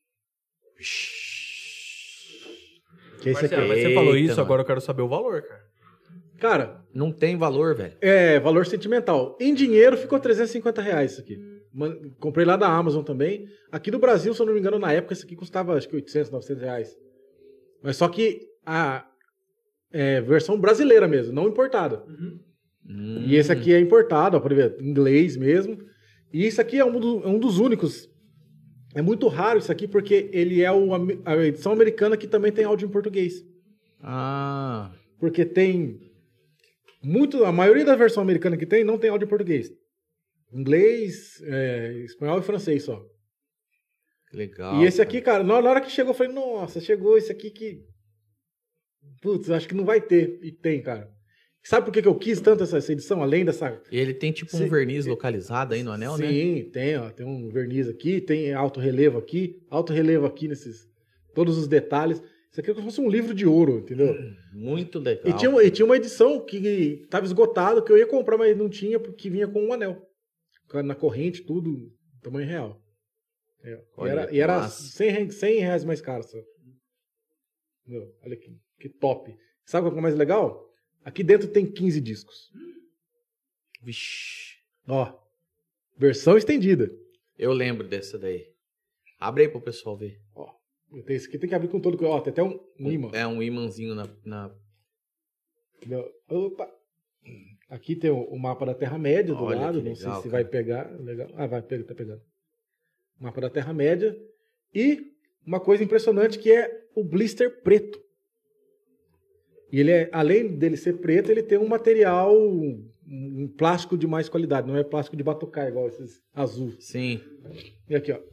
Que é esse Marcelo, aqui. mas você falou Eita, isso, mano. agora eu quero saber o valor, cara. Cara, Não tem valor, velho. é valor sentimental. Em dinheiro ficou R$350 isso aqui. Comprei lá da Amazon também. Aqui no Brasil, se eu não me engano, na época isso aqui custava acho que R$800, R$900. Mas só que a versão brasileira mesmo, não importada. E esse aqui é importado, ó, pode ver, inglês mesmo. E isso aqui é um dos únicos. É muito raro isso aqui porque ele é a edição americana que também tem áudio em português. Ah. Porque tem a maioria da versão americana que tem não tem áudio em português. Inglês, espanhol e francês só. Legal. E esse aqui, cara, na hora que chegou, eu falei, nossa, chegou esse aqui que... Putz, acho que não vai ter. E tem, cara. Sabe por que eu quis tanto essa edição? Além dessa... E ele tem tipo um Sim. verniz localizado aí no anel, né? Sim, tem, ó. Tem um verniz aqui, tem alto relevo aqui nesses... Todos os detalhes. Isso aqui é como se fosse um livro de ouro, entendeu? Muito legal. E tinha uma edição que estava esgotado, que eu ia comprar, mas não tinha, porque vinha com um anel. Na corrente, tudo, tamanho real. Olha, E era massa. R$100 mais caro só. Meu, olha que top. Sabe o que é o mais legal? Aqui dentro tem 15 discos. Vixe. Ó, versão estendida. Eu lembro dessa daí. Abre aí pro pessoal ver. Ó, esse aqui tem que abrir com todo... Ó, tem até um imã. É um imãzinho na... Entendeu? Opa! Aqui tem o mapa da Terra-média do Olha lado. que Não sei legal, se cara. vai pegar. Legal. Ah, vai pegar, tá pegando. Mapa da Terra-média. E uma coisa impressionante que é o blister preto. E ele além dele ser preto, ele tem um material, um plástico de mais qualidade. Não é plástico de batucar, igual esses azul. Sim. E aqui, ó.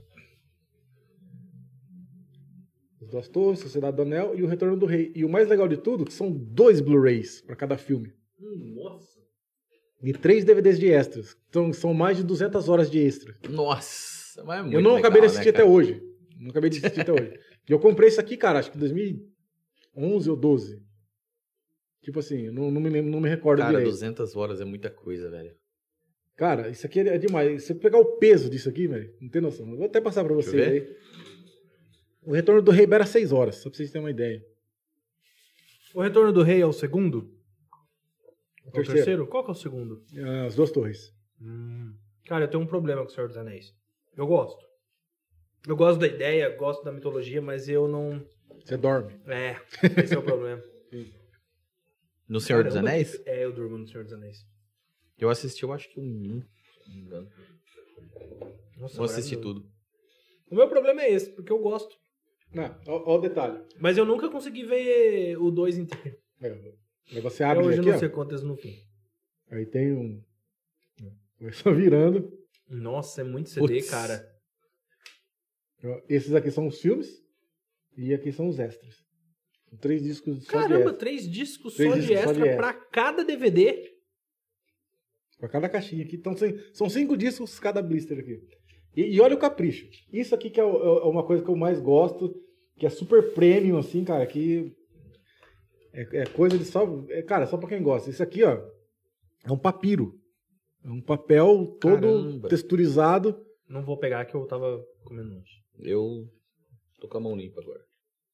Os Duas Torres, Sociedade do Anel e o Retorno do Rei. E o mais legal de tudo, que são 2 Blu-rays para cada filme. Nossa. E 3 DVDs de extras. Então são mais de 200 horas de extra. Nossa. Mas é muito Eu não acabei de legal, assistir né, até cara? hoje. Não acabei de assistir até hoje. E eu comprei isso aqui, cara, acho que em 2011 ou 12. Tipo assim, eu não me lembro, não me recordo Cara, direito. 200 horas é muita coisa, velho. Cara, isso aqui é demais. Se você pegar o peso disso aqui, velho, não tem noção. Eu vou até passar pra Deixa vocês eu aí. O Retorno do Rei era 6 horas, só pra vocês terem uma ideia. O Retorno do Rei é o segundo? É o terceiro. terceiro? Qual que é o segundo? As Duas Torres. Cara, eu tenho um problema com o Senhor dos Anéis. Eu gosto. Eu gosto da ideia, gosto da mitologia, mas eu não... Você dorme. Esse é o problema. No Senhor dos Caramba, Anéis? Eu durmo no Senhor dos Anéis. Eu assisti, eu acho que se não me engano. Nossa, Vou assistir maravilhoso. tudo. O meu problema é esse, porque eu gosto. Não, ó o detalhe. Mas eu nunca consegui ver o 2 inteiro. Aí você Até abre hoje ele eu não aqui, sei ó. quantas no fim. Aí tem um... Vai só virando. Nossa, é muito CD, Putz. cara. Ó, esses aqui são os filmes. E aqui são os extras. São 3 discos só de Caramba, extra. 3 discos Três só de discos só de extra extra. pra cada DVD. Pra cada caixinha aqui. Então são 5 discos cada blister aqui. E olha o capricho. Isso aqui que é uma coisa que eu mais gosto, que é super premium, assim, cara, que é coisa de só... cara, só pra quem gosta. Isso aqui, ó, é um papiro. É um papel todo Caramba. texturizado. Não vou pegar que eu tava comendo longe. Eu tô com a mão limpa agora.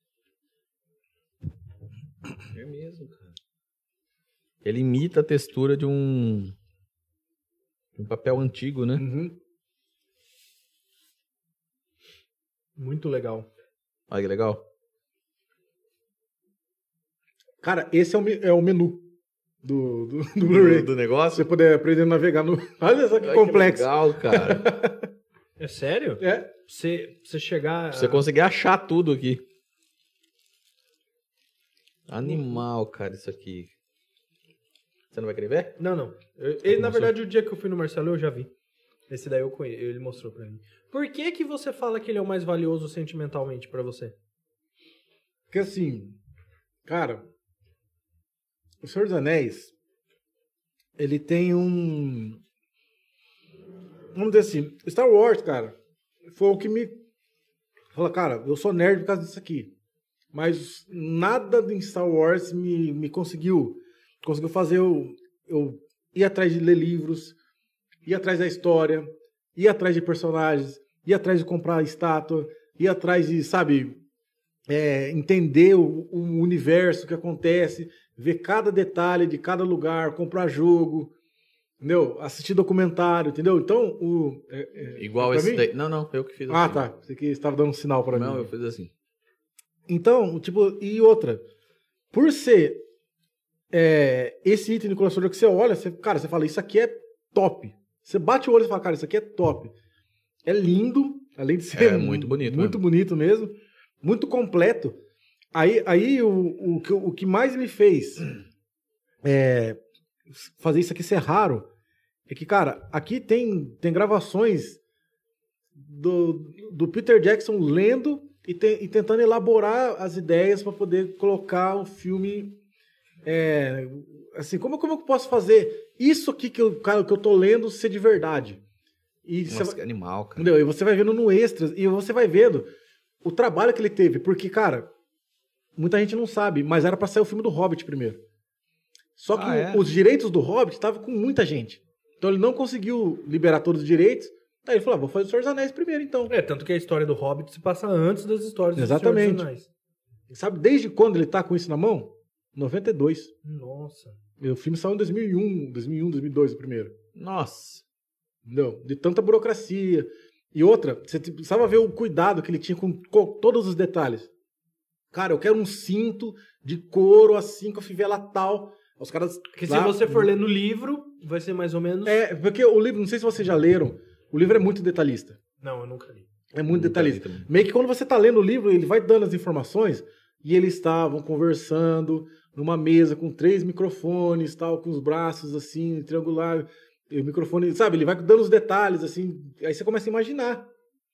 É mesmo, cara. Ele imita a textura de um papel antigo, né? Uhum. Muito legal. Olha que legal. Cara, esse é o menu do Blu-ray. Do Pra negócio? você poder aprender a navegar no... Olha só que Ai, complexo. legal, cara. É sério? É. Você chegar... Você conseguir achar tudo aqui. Animal, cara, isso aqui. Você não vai querer ver? Não. Na verdade, o dia que eu fui no Marcelo, eu já vi. Esse daí eu conheço, ele mostrou pra mim. Por que você fala que ele é o mais valioso sentimentalmente pra você? Porque assim, cara, O Senhor dos Anéis, ele tem um... Vamos dizer assim, Star Wars, cara, foi o que me... Fala, cara, eu sou nerd por causa disso aqui. Mas nada em Star Wars me conseguiu fazer eu ir atrás de ler livros, ir atrás da história, ir atrás de personagens, ir atrás de comprar estátua, ir atrás de, sabe, entender o universo que acontece, ver cada detalhe de cada lugar, comprar jogo, entendeu? Assistir documentário, entendeu? Então, Igual pra esse mim? daí. Não, eu que fiz assim. Ah, tá. Você que estava dando um sinal para mim. Não, eu fiz assim. Então, tipo, e outra, por ser esse item de colecionador que você olha, você fala, isso aqui é top. Você bate o olho e fala, cara, isso aqui é top. É lindo, além de ser muito bonito muito mesmo. bonito mesmo, muito completo. Aí o que mais me fez fazer isso aqui ser raro é que, cara, aqui tem gravações do Peter Jackson lendo e tentando elaborar as ideias para poder colocar o filme assim, como eu posso fazer isso aqui que eu tô lendo ser de verdade? E Nossa, que animal, cara. entendeu? E você vai vendo no Extras e você vai vendo o trabalho que ele teve, porque, cara, muita gente não sabe, mas era para sair o filme do Hobbit primeiro. Só que os direitos do Hobbit estavam com muita gente. Então ele não conseguiu liberar todos os direitos. Aí ele falou, vou fazer o Senhor dos Anéis primeiro, então. Tanto que a história do Hobbit se passa antes das histórias do Exatamente. Senhor dos Anéis. Sabe desde quando ele tá com isso na mão? 92. Nossa. O filme saiu em 2001, 2002 o primeiro. Nossa. Entendeu? De tanta burocracia. E outra, você precisava ver o cuidado que ele tinha com todos os detalhes. Cara, eu quero um cinto de couro assim, com a fivela tal. Os caras... Porque se você for ler no livro, vai ser mais ou menos... Porque o livro, não sei se vocês já leram, o livro é muito detalhista. Não, eu nunca li. É muito Nunca detalhista. li também. Meio que quando você tá lendo o livro, ele vai dando as informações e eles estavam conversando numa mesa com 3 microfones, tal, com os braços assim, triangular, e o microfone, sabe? Ele vai dando os detalhes, assim, aí você começa a imaginar.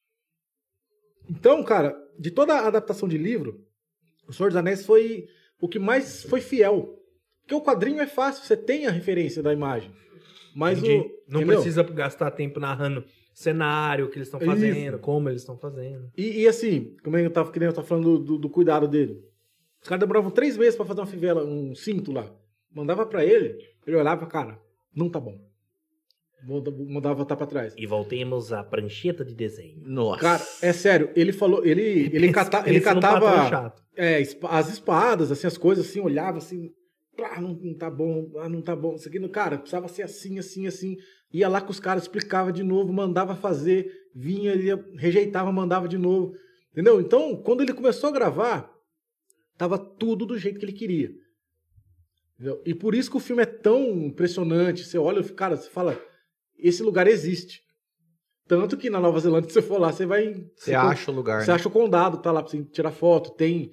Então, cara, de toda a adaptação de livro, O Senhor dos Anéis foi o que mais foi fiel. Porque o quadrinho é fácil, você tem a referência da imagem. Mas Entendi. Não entendeu? precisa gastar tempo narrando cenário, o que eles estão fazendo, como eles estão fazendo. E assim, como eu tava falando do cuidado dele. Os caras demoravam 3 meses pra fazer uma fivela, um cinto lá. Mandava pra ele olhava, cara, não tá bom. Mandava voltar pra trás. E voltemos à prancheta de desenho. Nossa. Cara, é sério, ele falou, ele catava as espadas, assim, as coisas assim, olhava assim, não tá bom, não tá bom. Isso aqui, cara, precisava ser assim, assim, assim. Ia lá com os caras, explicava de novo, mandava fazer, vinha, ele rejeitava, mandava de novo. Entendeu? Então, quando ele começou a gravar, tava tudo do jeito que ele queria. Entendeu? E por isso que o filme é tão impressionante. Você olha, cara, você fala, esse lugar existe. Tanto que na Nova Zelândia, se você for lá, você vai... Você acha o lugar, Você né? acha o condado, tá lá pra você tirar foto. Tem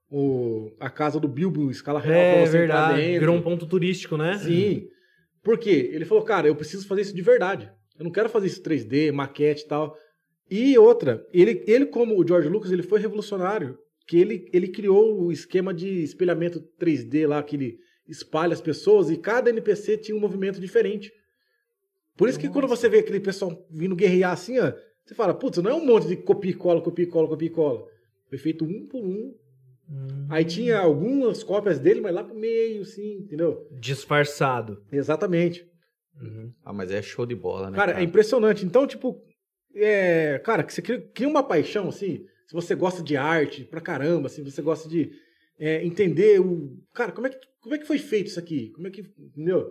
a casa do Bilbo, escala real, pra você entrar dentro. Virou um ponto turístico, né? Sim. Por quê? Ele falou, cara, eu preciso fazer isso de verdade. Eu não quero fazer isso 3D, maquete e tal. E outra, ele como o George Lucas, ele foi revolucionário, que ele criou o esquema de espelhamento 3D lá, que ele espalha as pessoas e cada NPC tinha um movimento diferente. Por isso que quando você vê aquele pessoal vindo guerrear assim, ó, Você fala, putz, não é um monte de copia e cola, copia e cola, copia e cola. Foi feito um por um. Aí tinha algumas cópias dele, mas lá pro meio, assim, entendeu? Disfarçado. Exatamente. Ah, mas é show de bola, né? Cara, é impressionante. Então, tipo, cara, que você cria uma paixão, assim, se você gosta de arte pra caramba, assim, você gosta de entender cara, como é que foi feito isso aqui? Como é que, entendeu?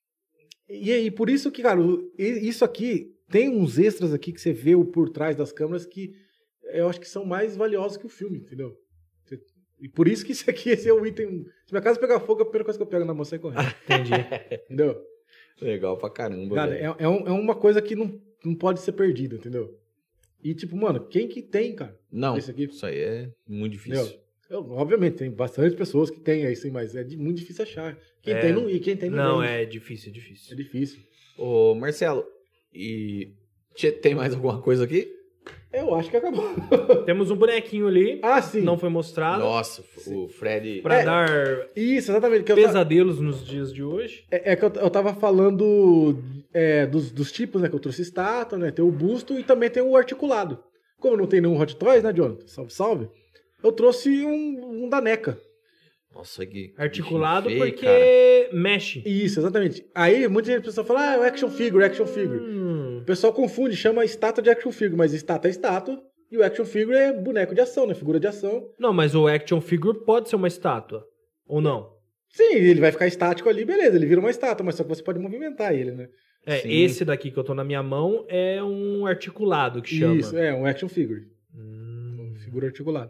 E por isso que, cara, isso aqui tem uns extras aqui que você vê por trás das câmeras que eu acho que são mais valiosos que o filme, entendeu? E por isso que esse é o item. Se minha casa pegar fogo, a primeira coisa que eu pego na mão é correndo. Entendi. Entendeu? Legal pra caramba, Cara, velho. é uma coisa que não pode ser perdida, entendeu? E, tipo, mano, quem que tem, cara? Não, Esse aqui? isso aí é muito difícil. Entendeu? Obviamente, tem bastante pessoas que têm isso, mas é muito difícil achar. Quem tem, não, e quem tem, Não, vende. é difícil, é É difícil. difícil. Ô, Marcelo, e tem mais alguma coisa aqui? Eu acho que acabou. Temos um bonequinho ali, Ah, sim. não foi mostrado, Nossa, o Fred... pra É. dar Isso, exatamente. Que eu pesadelos nos dias de hoje. que eu tava falando dos tipos, né? Que eu trouxe estátua, né? Tem o busto e também tem o articulado. Como não tem nenhum Hot Toys, né, Jonathan? Salve, salve. Eu trouxe um da NECA. Nossa, que Articulado bichinho feio, porque cara. mexe. Isso, exatamente. Aí muita pessoa fala, é action figure, action figure. O pessoal confunde, chama estátua de action figure, mas estátua é estátua e o action figure é boneco de ação, né? Figura de ação. Não, mas o action figure pode ser uma estátua. Ou não? Sim, ele vai ficar estático ali, beleza, ele vira uma estátua, mas só que você pode movimentar ele, né? Sim. Esse daqui que eu tô na minha mão é um articulado que chama. Isso, um action figure. Figura articulada.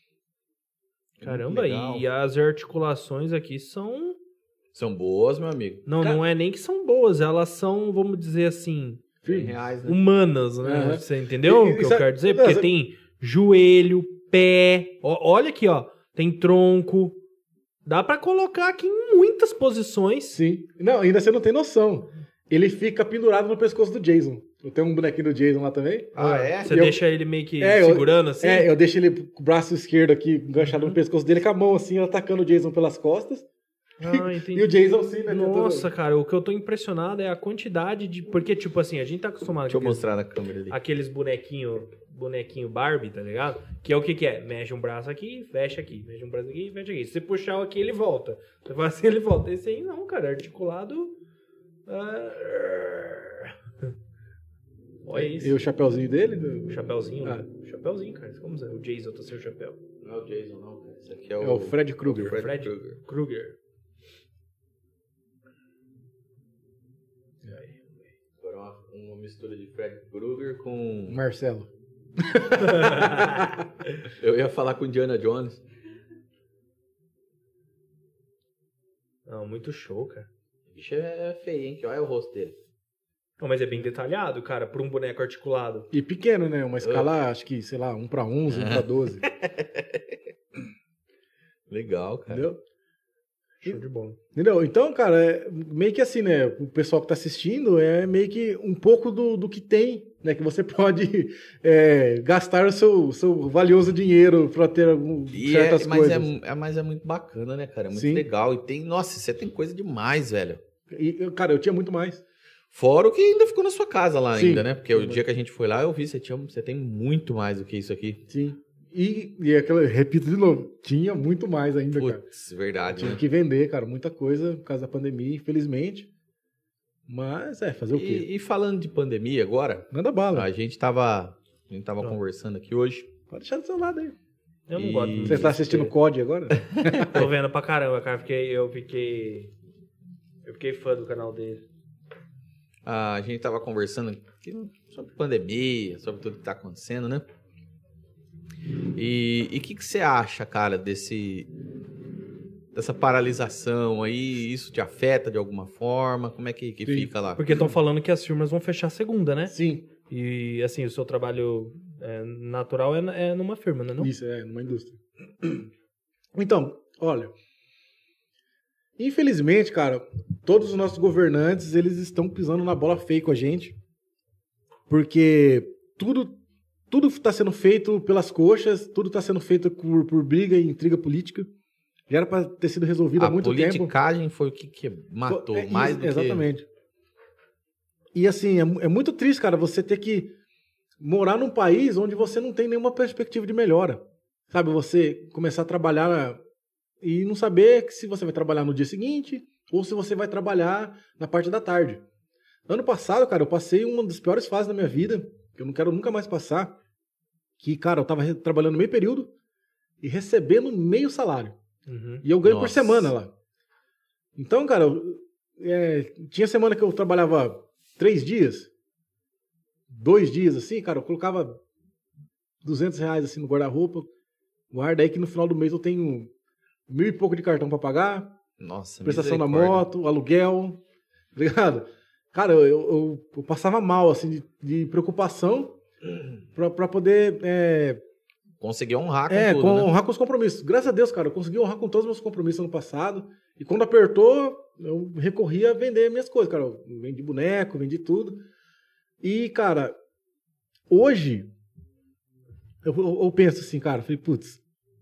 Caramba, Legal. e as articulações aqui são... São boas, meu amigo. Não, Cara- não é nem que são boas, elas são, vamos dizer assim, Firme. R$100, né? humanas, né? Aham. Você entendeu o que eu sabe- quero dizer? Porque tem joelho, pé, olha aqui, ó, tem tronco. Dá pra colocar aqui em muitas posições. Sim. Não, ainda você não tem noção. Ele fica pendurado no pescoço do Jason. Eu tenho um bonequinho do Jason lá também. Ah, é? Você Eu- deixa ele meio que É, eu- segurando assim? Eu deixo ele com o braço esquerdo aqui, enganchado no pescoço dele, com a mão assim, atacando o Jason pelas costas. Ah, entendi. E o Jason assim, né? Nossa, cara, o que eu tô impressionado é a quantidade de... Porque, tipo assim, a gente tá acostumado Deixa eu com mostrar na câmera ali. aqueles bonequinho Barbie, tá ligado? Que é o que é? Mexe um braço aqui, fecha aqui. Mexe um braço aqui, fecha aqui. Se você puxar aqui, ele volta. Você faz assim, ele volta. Esse aí não, cara. Articulado... Olha isso. E o chapeuzinho dele? O chapéuzinho. Ah. O chapéuzinho, cara. Como é? O Jason tá sem o chapéu. Não é o Jason, não, cara. Esse aqui É o Fred Krueger. Fred Krueger. Krueger. Agora uma mistura de Fred Krueger com... Marcelo. Eu ia falar com Indiana Jones. Não, muito show, cara. O bicho é feio, hein? Que olha o rosto dele. Não, mas é bem detalhado, cara, por um boneco articulado. E pequeno, né? Uma escala, acho que, sei lá, 1:11, 1:12. Legal, cara. Entendeu? Show de bola. Entendeu? Então, cara, meio que assim, né? O pessoal que tá assistindo é meio que um pouco do que tem, né? Que você pode gastar o seu valioso dinheiro pra ter certas coisas. Mas é muito bacana, né, cara? É muito Sim. legal. E tem... Nossa, você tem coisa demais, velho. Cara, eu tinha muito mais. Fora o que ainda ficou na sua casa lá Sim. ainda, né? Porque o dia que a gente foi lá, eu vi, você tem muito mais do que isso aqui. Sim. E repito de novo, tinha muito mais ainda, cara. Putz, verdade, Tinha né? que vender, cara, muita coisa por causa da pandemia, infelizmente. Mas, fazer o quê? E falando de pandemia agora, Manda bala. a gente tava conversando aqui hoje. Pode deixar do seu lado aí. Eu não E- gosto muito Você está disso. assistindo COD agora? Tô vendo pra caramba, cara. Eu fiquei fã do canal dele. A gente tava conversando aqui sobre pandemia, sobre tudo que tá acontecendo, né? E o que você acha, cara, dessa paralisação aí? Isso te afeta de alguma forma? Como é que Sim. fica lá? Porque estão falando que as firmas vão fechar segunda, né? Sim. E, assim, o seu trabalho natural é numa firma, né? Não? Isso, numa indústria. Então, olha. Infelizmente, cara, todos os nossos governantes, eles estão pisando na bola feia com a gente. Porque tudo está sendo feito pelas coxas, tudo está sendo feito por briga e intriga política. Já era para ter sido resolvido há muito tempo. A politicagem foi o que matou, mais do que... Exatamente. E assim, é muito triste, cara, você ter que morar num país onde você não tem nenhuma perspectiva de melhora. Sabe, você começar a trabalhar e não saber se você vai trabalhar no dia seguinte ou se você vai trabalhar na parte da tarde. Ano passado, cara, eu passei uma das piores fases da minha vida, que eu não quero nunca mais passar, que, cara, eu tava trabalhando meio período e recebendo meio salário. Uhum. E eu ganho por Nossa. semana lá. Então, cara, tinha semana que eu trabalhava 3 dias, 2 dias, assim, cara, eu colocava R$200 assim no guarda-roupa, guarda aí que no final do mês eu tenho 1.000 e pouco de cartão pra pagar, Nossa, prestação da misericórdia. moto, aluguel, tá ligado? Cara, eu passava mal, assim, de preocupação pra poder Conseguiu honrar com tudo, né? honrar com os compromissos. Graças a Deus, cara, eu consegui honrar com todos os meus compromissos ano passado. E quando apertou, eu recorri a vender minhas coisas, cara. Eu vendi boneco, vendi tudo. E, cara, hoje, eu penso assim, cara, falei, putz,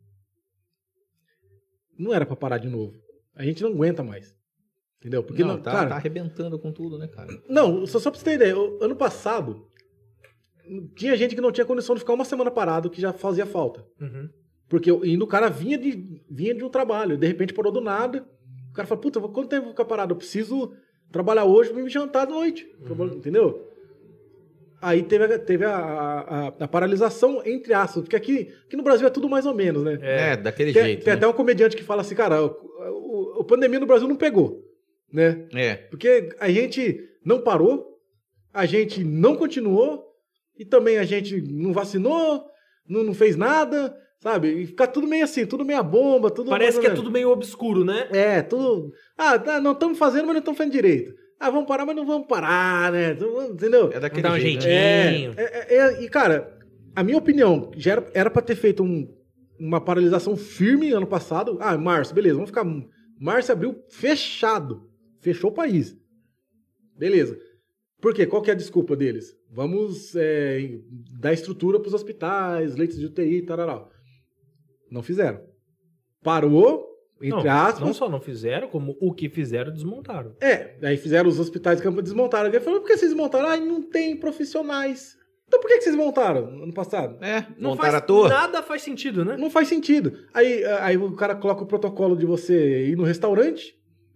não era pra parar de novo. A gente não aguenta mais. Entendeu? Porque, Não, tá cara, arrebentando com tudo, né, cara? não, só pra você ter ideia, ano passado, tinha gente que não tinha condição de ficar uma semana parado, que já fazia falta. Uhum. Porque o cara vinha de um trabalho, de repente parou do nada. O cara fala, puta, quanto tempo eu vou ficar parado? Eu preciso trabalhar hoje pra me jantar de noite. Entendeu? Aí teve a paralisação, entre aspas, porque aqui no Brasil é tudo mais ou menos, né? Daquele Tem, jeito. tem né? até um comediante que fala assim, cara, a pandemia no Brasil não pegou, né? Porque a gente não parou, a gente não continuou, e também a gente não vacinou, não fez nada, sabe? E fica tudo meio assim, tudo meia bomba, tudo... Parece que é né? tudo meio obscuro, né? Tudo... não estamos fazendo, mas não estamos fazendo direito. Vamos parar, mas não vamos parar, né? Entendeu? É daquele Dá um jeito. jeitinho. E, cara, a minha opinião, já era pra ter feito uma paralisação firme ano passado. Março, beleza, vamos ficar... Março, abril, fechado. Fechou o país. Beleza. Por quê? Qual que é a desculpa deles? Vamos dar estrutura pros hospitais, leitos de UTI, tarará. Não fizeram. Parou, entre aspas. Não só não fizeram, como o que fizeram, desmontaram. Aí fizeram os hospitais de campo, desmontaram. Alguém falou, por que vocês desmontaram? Não tem profissionais. Então por que vocês montaram ano passado? Não Montaram faz, à toa. nada faz sentido, né? Não faz sentido. Aí o cara coloca o protocolo de você ir no restaurante,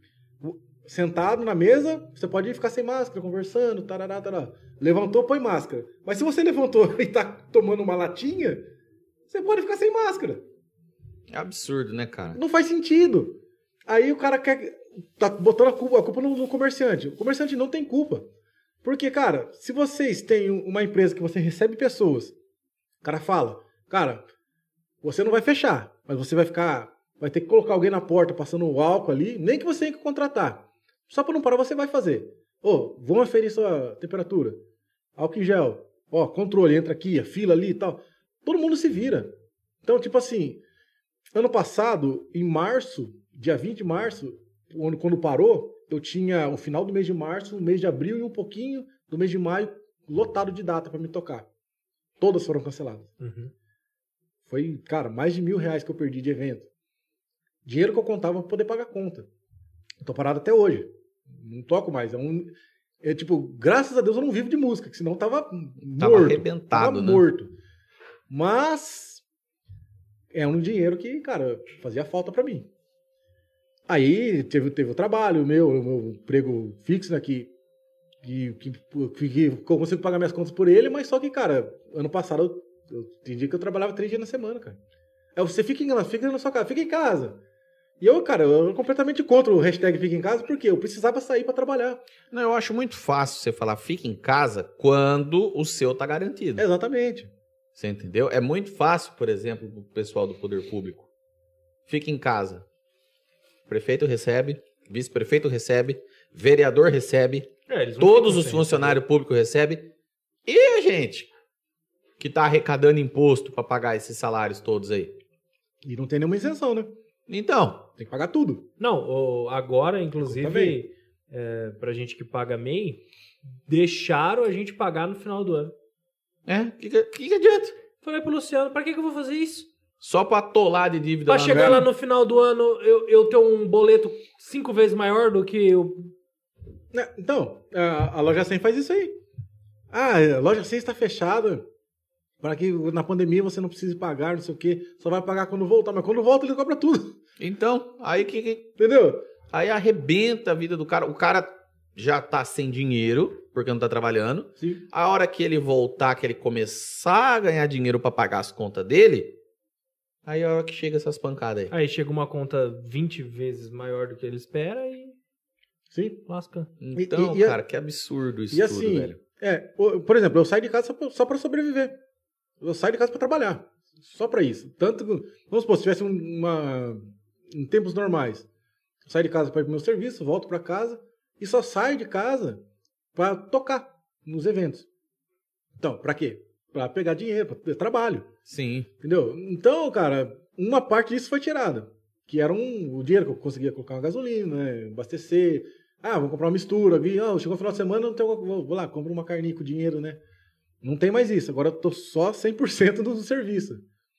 sentado na mesa, você pode ficar sem máscara, conversando, tarará, tarará. Levantou, põe máscara. Mas se você levantou e tá tomando uma latinha, você pode ficar sem máscara. É absurdo, né, cara? Não faz sentido. Aí o cara tá botando a culpa no comerciante. O comerciante não tem culpa. Porque, cara, se vocês têm uma empresa que você recebe pessoas, o cara fala, cara, você não vai fechar, mas você vai ter que colocar alguém na porta passando o álcool ali, nem que você tenha que contratar. Só para não parar, você vai fazer. Vamos aferir sua temperatura. Álcool em gel. Controle, entra aqui, a fila ali e tal. Todo mundo se vira. Então, tipo assim, ano passado, em março, dia 20 de março, quando parou, eu tinha o final do mês de março, o mês de abril e um pouquinho do mês de maio lotado de data para me tocar. Todas foram canceladas. Uhum. Foi, cara, mais de R$1.000 que eu perdi de evento. Dinheiro que eu contava para poder pagar a conta. Eu tô parado até hoje. Não toco mais. Graças a Deus eu não vivo de música, que senão eu tava morto. Arrebentado, né? Morto. Mas é um dinheiro que, cara, fazia falta para mim. Aí teve o trabalho, o meu emprego fixo, né, que eu consigo pagar minhas contas por ele, mas só que, cara, ano passado, tem dia que eu trabalhava 3 dias na semana, cara. Aí você fica na sua casa, fica em casa. E eu, cara, eu completamente contra o hashtag fica em casa, porque eu precisava sair pra trabalhar. Não, eu acho muito fácil você falar fica em casa quando o seu tá garantido. Exatamente. Você entendeu? É muito fácil, por exemplo, pro pessoal do poder público. Fica em casa. Prefeito recebe, vice-prefeito recebe, vereador recebe, Eles não todos ficam os sem, funcionários públicos recebem. E a gente que tá arrecadando imposto pra pagar esses salários todos aí? E não tem nenhuma isenção, né? Então, Tem que pagar tudo. Não, agora, inclusive, pra gente que paga MEI, deixaram a gente pagar no final do ano. que adianta? Falei pro Luciano, pra que eu vou fazer isso? Só pra atolar de dívida Pra lá no chegar governo? lá no final do ano, eu ter um boleto 5 vezes maior do que eu... Então, a loja 100 faz isso aí. A loja 100 está fechada. para que na pandemia você não precise pagar, não sei o quê. Só vai pagar quando voltar, mas quando volta ele cobra tudo. Então, aí Entendeu? aí arrebenta a vida do cara. O cara já tá sem dinheiro, porque não tá trabalhando. Sim. A hora que ele voltar, que ele começar a ganhar dinheiro pra pagar as contas dele, aí é a hora que chega essas pancadas aí. Aí chega uma conta 20 vezes maior do que ele espera e Sim. lasca. Então, E cara, que absurdo isso E tudo, assim, velho. por exemplo, eu saio de casa só para sobreviver. Eu saio de casa para trabalhar. Só para isso. Tanto, vamos supor, se tivesse em tempos normais, eu saio de casa para ir pro meu serviço, volto para casa e só saio de casa para tocar nos eventos. Então, para quê? Para pegar dinheiro, para ter trabalho. Sim. Entendeu? Então, cara, uma parte disso foi tirada. Que era o dinheiro que eu conseguia colocar uma gasolina, né, abastecer. Vou comprar uma mistura. Chegou o final de semana, não tenho, vou lá, compro uma carninha com dinheiro, né? Não tem mais isso. Agora eu tô só 100% do serviço.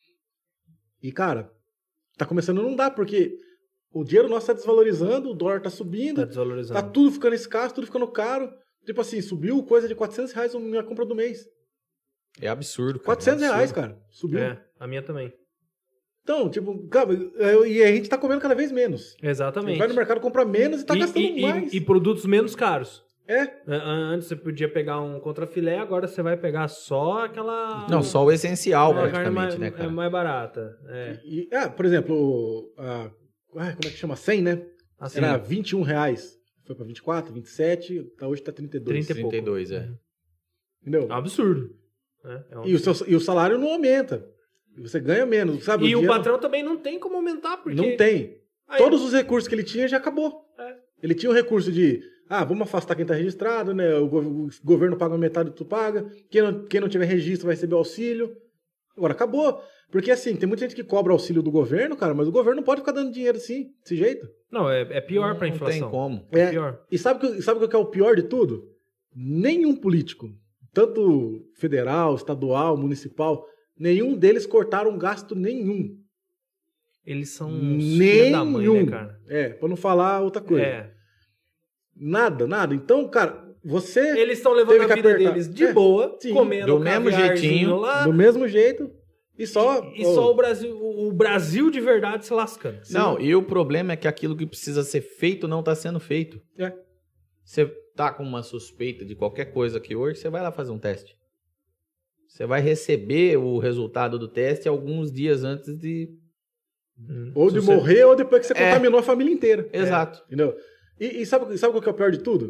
E, cara, tá começando a não dar, porque o dinheiro nosso tá desvalorizando, o dólar tá subindo, Tá desvalorizando. tá tudo ficando escasso, tudo ficando caro. Tipo assim, subiu coisa de R$400 a minha compra do mês. É absurdo, cara. R$400, cara. Subiu. A minha também. Então, tipo, cara, e a gente tá comendo cada vez menos. A Exatamente. gente vai no mercado, compra menos e tá gastando mais. E produtos menos caros. É. Antes você podia pegar um contrafilé, agora você vai pegar só aquela... Não, só o essencial, uma carne praticamente, né, cara? É mais barata. Por exemplo, como é que chama? 100, né? Assim, Era R$21. Foi pra 24, 27, hoje tá 32. 30 e pouco. 32, é. Entendeu? É um absurdo. É um E o salário não aumenta. Você ganha menos, sabe? E o dinheiro patrão também não tem como aumentar, porque... não tem. Aí- Todos os recursos que ele tinha já acabou. É. Ele tinha o recurso de, vamos afastar quem tá registrado, né? O governo paga metade, tu paga. Quem não tiver registro vai receber auxílio. Agora acabou. Porque assim, tem muita gente que cobra auxílio do governo, cara, mas o governo não pode ficar dando dinheiro assim, desse jeito. Não, é pior pra Não inflação. tem como. É pior. E sabe o que é o pior de tudo? Nenhum político, tanto federal, estadual, municipal, nenhum deles cortaram gasto nenhum. Eles são uns filha da mãe, né, Nenhum. cara? Pra não falar outra coisa. Nada. Então, cara, você Eles estão levando teve a que vida apertar. deles de boa, sim. comendo Do mesmo caviarzinho jeitinho, lá, do mesmo jeito e só... só o Brasil de verdade se lascando. Não, e o problema é que aquilo que precisa ser feito não tá sendo feito. É. Você tá com uma suspeita de qualquer coisa aqui hoje, você vai lá fazer um teste. Você vai receber o resultado do teste alguns dias antes de... Ou de morrer ou depois que você contaminou a família inteira. Exato. Entendeu? E sabe qual que é o pior de tudo?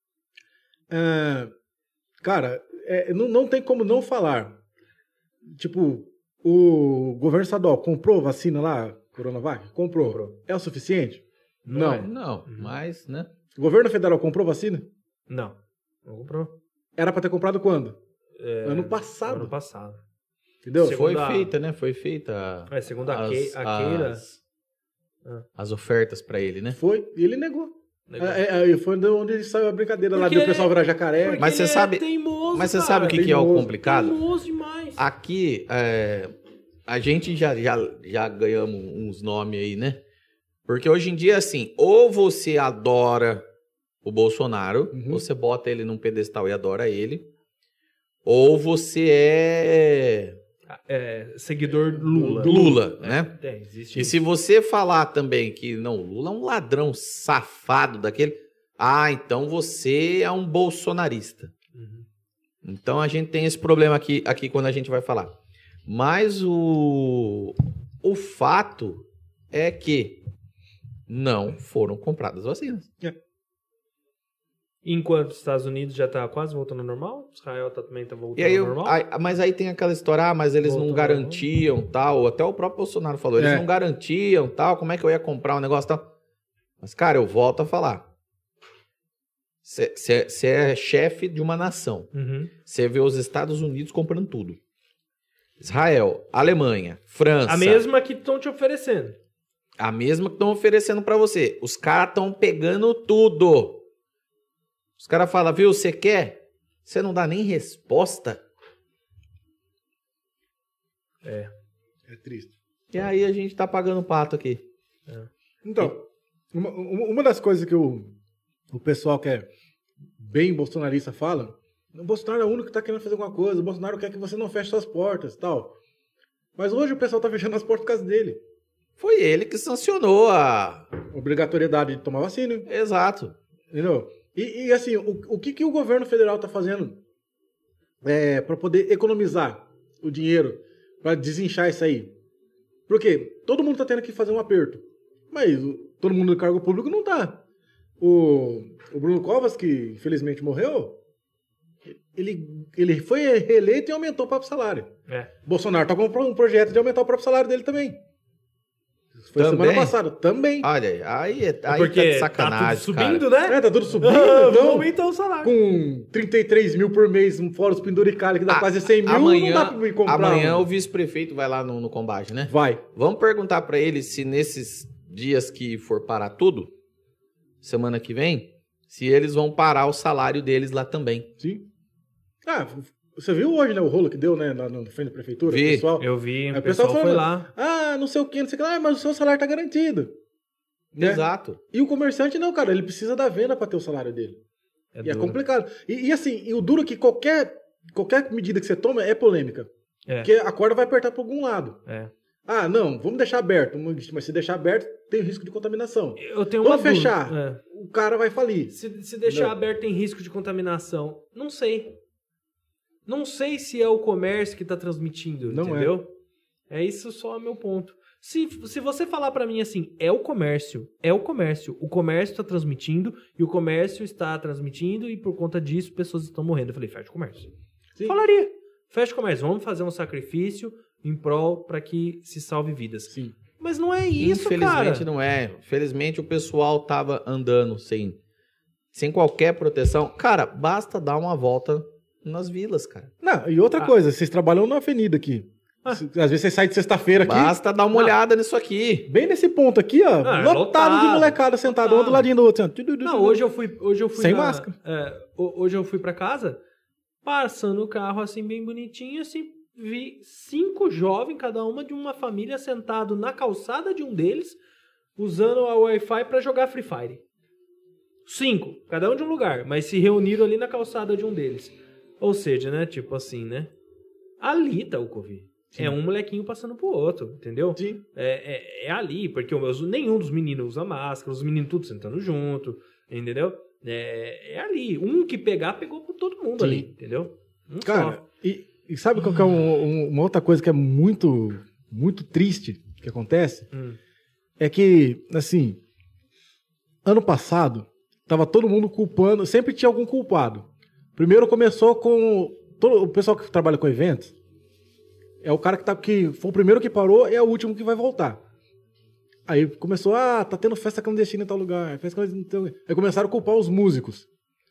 Cara, não tem como não falar. Tipo, o governo estadual comprou vacina lá, Coronavac? Comprou. É o suficiente? Não. Não, mas, né? O governo federal comprou vacina? Não comprou. Era pra ter comprado quando? Ano passado. Ano passado. Entendeu? Segundo- Foi a- feita, né? Foi feita Segundo a Keira... as ofertas pra ele, né? Foi, e ele negou. Negou. Foi de onde saiu a brincadeira lá, Porque do pessoal virar jacaré. Porque Mas você ele sabe- é teimoso, Mas você cara. sabe o que é o teimoso. complicado? Teimoso demais. Aqui, a gente já ganhamos uns nomes aí, né? Porque hoje em dia, assim, ou você adora o Bolsonaro, Uhum. você bota ele num pedestal e adora ele, ou você Seguidor Lula. Lula, né? Existe E isso. se você falar também que não, Lula é um ladrão safado daquele, então você é um bolsonarista. Uhum. Então a gente tem esse problema aqui quando a gente vai falar. Mas o fato é que não foram compradas vacinas. Enquanto os Estados Unidos já tá quase voltando ao normal, Israel também tá voltando E aí, ao normal. mas aí tem aquela história, mas eles Voltou não ao garantiam tal. Até o próprio Bolsonaro falou, eles não garantiam tal. Como é que eu ia comprar um negócio tal? Mas, cara, eu volto a falar. Você é chefe de uma nação. Uhum. Você vê os Estados Unidos comprando tudo. Israel, Alemanha, França. A mesma que estão te oferecendo. A mesma que estão oferecendo pra você. Os caras estão pegando tudo. Os caras falam, viu, você quer? Você não dá nem resposta. É triste. E aí a gente tá pagando pato aqui. Então, uma das coisas que o pessoal que é bem bolsonarista fala O Bolsonaro é o único que tá querendo fazer alguma coisa. O Bolsonaro quer que você não feche suas portas e tal. Mas hoje o pessoal tá fechando as portas por causa dele. Foi ele que sancionou a... Obrigatoriedade de tomar vacina. Exato. Entendeu? E assim, o que o governo federal tá fazendo para poder economizar o dinheiro, para desinchar isso aí? Porque todo mundo tá tendo que fazer um aperto. Mas todo mundo do cargo público não tá. O Bruno Covas, que infelizmente morreu, ele foi reeleito e aumentou o próprio salário. Bolsonaro tá com um projeto de aumentar o próprio salário dele também. Foi Também? semana passada. Também. Olha, aí Porque tá de sacanagem, tá tudo subindo, cara. né? Tá tudo subindo. Vamos Então, aumentar o salário. com 33 mil por mês, fora os penduricalhos, que dá quase 100 mil, não dá pra me comprar. Amanhã o vice-prefeito vai lá no combate, né? Vai. Vamos perguntar pra ele se nesses dias que for parar tudo, semana que vem, se eles vão parar o salário deles lá também. Sim. Ah, você viu hoje, né, o rolo que deu, né, na frente da prefeitura? Vi. O pessoal, Eu vi, Aí o pessoal foi falando, lá. Ah, não sei o que, não sei o que. Ah, mas o seu salário tá garantido. Né? Exato. E o comerciante não, cara. Ele precisa da venda pra ter o salário dele. E é duro. complicado. E assim, e o duro é que qualquer medida que você toma é polêmica. Porque a corda vai apertar pra algum lado. Ah, não, vamos deixar aberto. Mas se deixar aberto, tem risco de contaminação. Eu tenho uma Quando dúvida. fechar, o cara vai falir. Se deixar Não. aberto tem risco de contaminação. Não sei. Não sei se é o comércio que tá transmitindo, Não entendeu? É isso só meu ponto. Se você falar pra mim assim, é o comércio. O comércio tá transmitindo e o comércio está transmitindo e por conta disso pessoas estão morrendo. Eu falei, fecha o comércio. Sim. Falaria, fecha o comércio. Vamos fazer um sacrifício em prol pra que se salve vidas. Sim. Mas não é isso, Infelizmente cara. não é. Infelizmente o pessoal tava andando sem qualquer proteção. Cara, basta dar uma volta nas vilas, cara. Não, e outra coisa, vocês trabalham na avenida aqui. Às vezes vocês saem de sexta-feira aqui. Basta dar uma olhada nisso aqui. Bem nesse ponto aqui, ó. Ah, é lotado lotado, de molecada sentado um do ladinho do outro. Assim, ó. Não, hoje eu fui Sem máscara. Hoje eu fui pra casa, passando o carro assim bem bonitinho, assim, vi 5 jovens, cada uma de uma família, sentado na calçada de um deles, usando a Wi-Fi pra jogar Free Fire. 5, cada um de um lugar, mas se reuniram ali na calçada de um deles. Ou seja, né, tipo assim, né? Ali tá o Covid. Sim. É um molequinho passando pro outro, entendeu? Sim. É ali, porque nenhum dos meninos usa máscara, os meninos tudo sentando junto, entendeu? É ali. Um que pegar, pegou com todo mundo Sim. ali, entendeu? Cara, Só. e sabe qual que é uma outra coisa que é muito, muito triste que acontece? É que, assim, ano passado, tava todo mundo culpando, sempre tinha algum culpado. Primeiro começou com o pessoal que trabalha com eventos, é o cara que foi o primeiro que parou e é o último que vai voltar. Aí começou, tá tendo festa clandestina em tal lugar, festa clandestina em tal lugar. Aí começaram a culpar os músicos.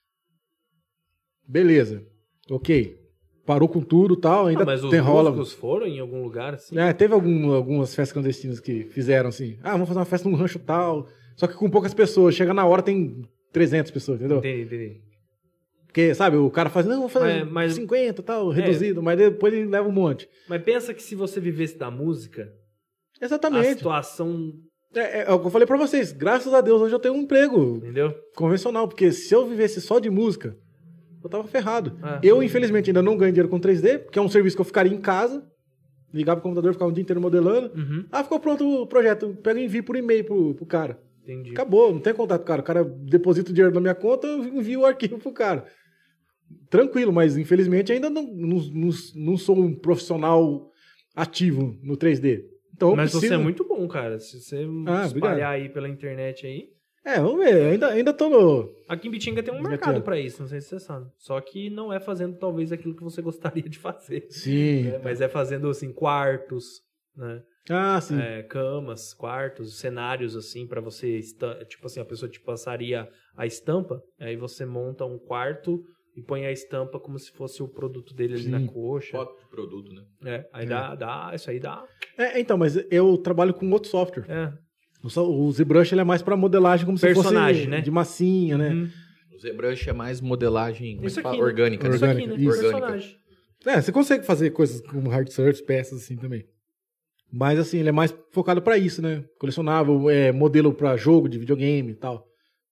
Beleza, ok. Parou com tudo e tal, ainda Mas os tem rola. músicos foram em algum lugar, assim? Teve algumas festas clandestinas que fizeram assim, vamos fazer uma festa num rancho tal, só que com poucas pessoas, chega na hora tem 300 pessoas, entendeu? Entendi. Porque, sabe, o cara faz, não, vou fazer Mas 50 tal, reduzido, mas depois ele leva um monte. Mas pensa que se você vivesse da música, a Exatamente. situação, É o que eu falei pra vocês, graças a Deus hoje eu tenho um emprego entendeu? convencional, porque se eu vivesse só de música, eu tava ferrado. Ah. Eu, infelizmente, ainda não ganho dinheiro com 3D, porque é um serviço que eu ficaria em casa, ligava o computador, ficava o dia inteiro modelando. Uhum. Ficou pronto o projeto, pego e envio por e-mail pro cara. Entendi. Acabou, não tem contato com o cara deposita o dinheiro na minha conta, eu envio o arquivo pro cara. Tranquilo, mas infelizmente ainda não sou um profissional ativo no 3D. Então, Mas você é muito bom, cara. Se você espalhar obrigado. aí pela internet aí. Vamos ver, ainda tô no... Aqui em Bitinga tem um Desbloqueado. mercado pra isso, não sei se você sabe. Só que não é fazendo talvez aquilo que você gostaria de fazer. Sim. Né? Mas é fazendo assim quartos, né? Sim. Camas, quartos, cenários assim pra você, tipo assim, a pessoa te passaria a estampa, aí você monta um quarto e põe a estampa como se fosse o produto dele ali Sim. na coxa. Foto de produto, né? Aí isso aí dá. Então, mas eu trabalho com outro software. É. O ZBrush ele é mais pra modelagem como Personagem, se fosse né? de massinha, né? Uhum. O ZBrush é mais modelagem como é Isso que fala? aqui, né? Orgânica. Isso aqui, né? Isso. Personagem. Você consegue fazer coisas como hard search, peças assim também. Mas assim, ele é mais focado pra isso, né? Colecionável, modelo pra jogo de videogame e tal.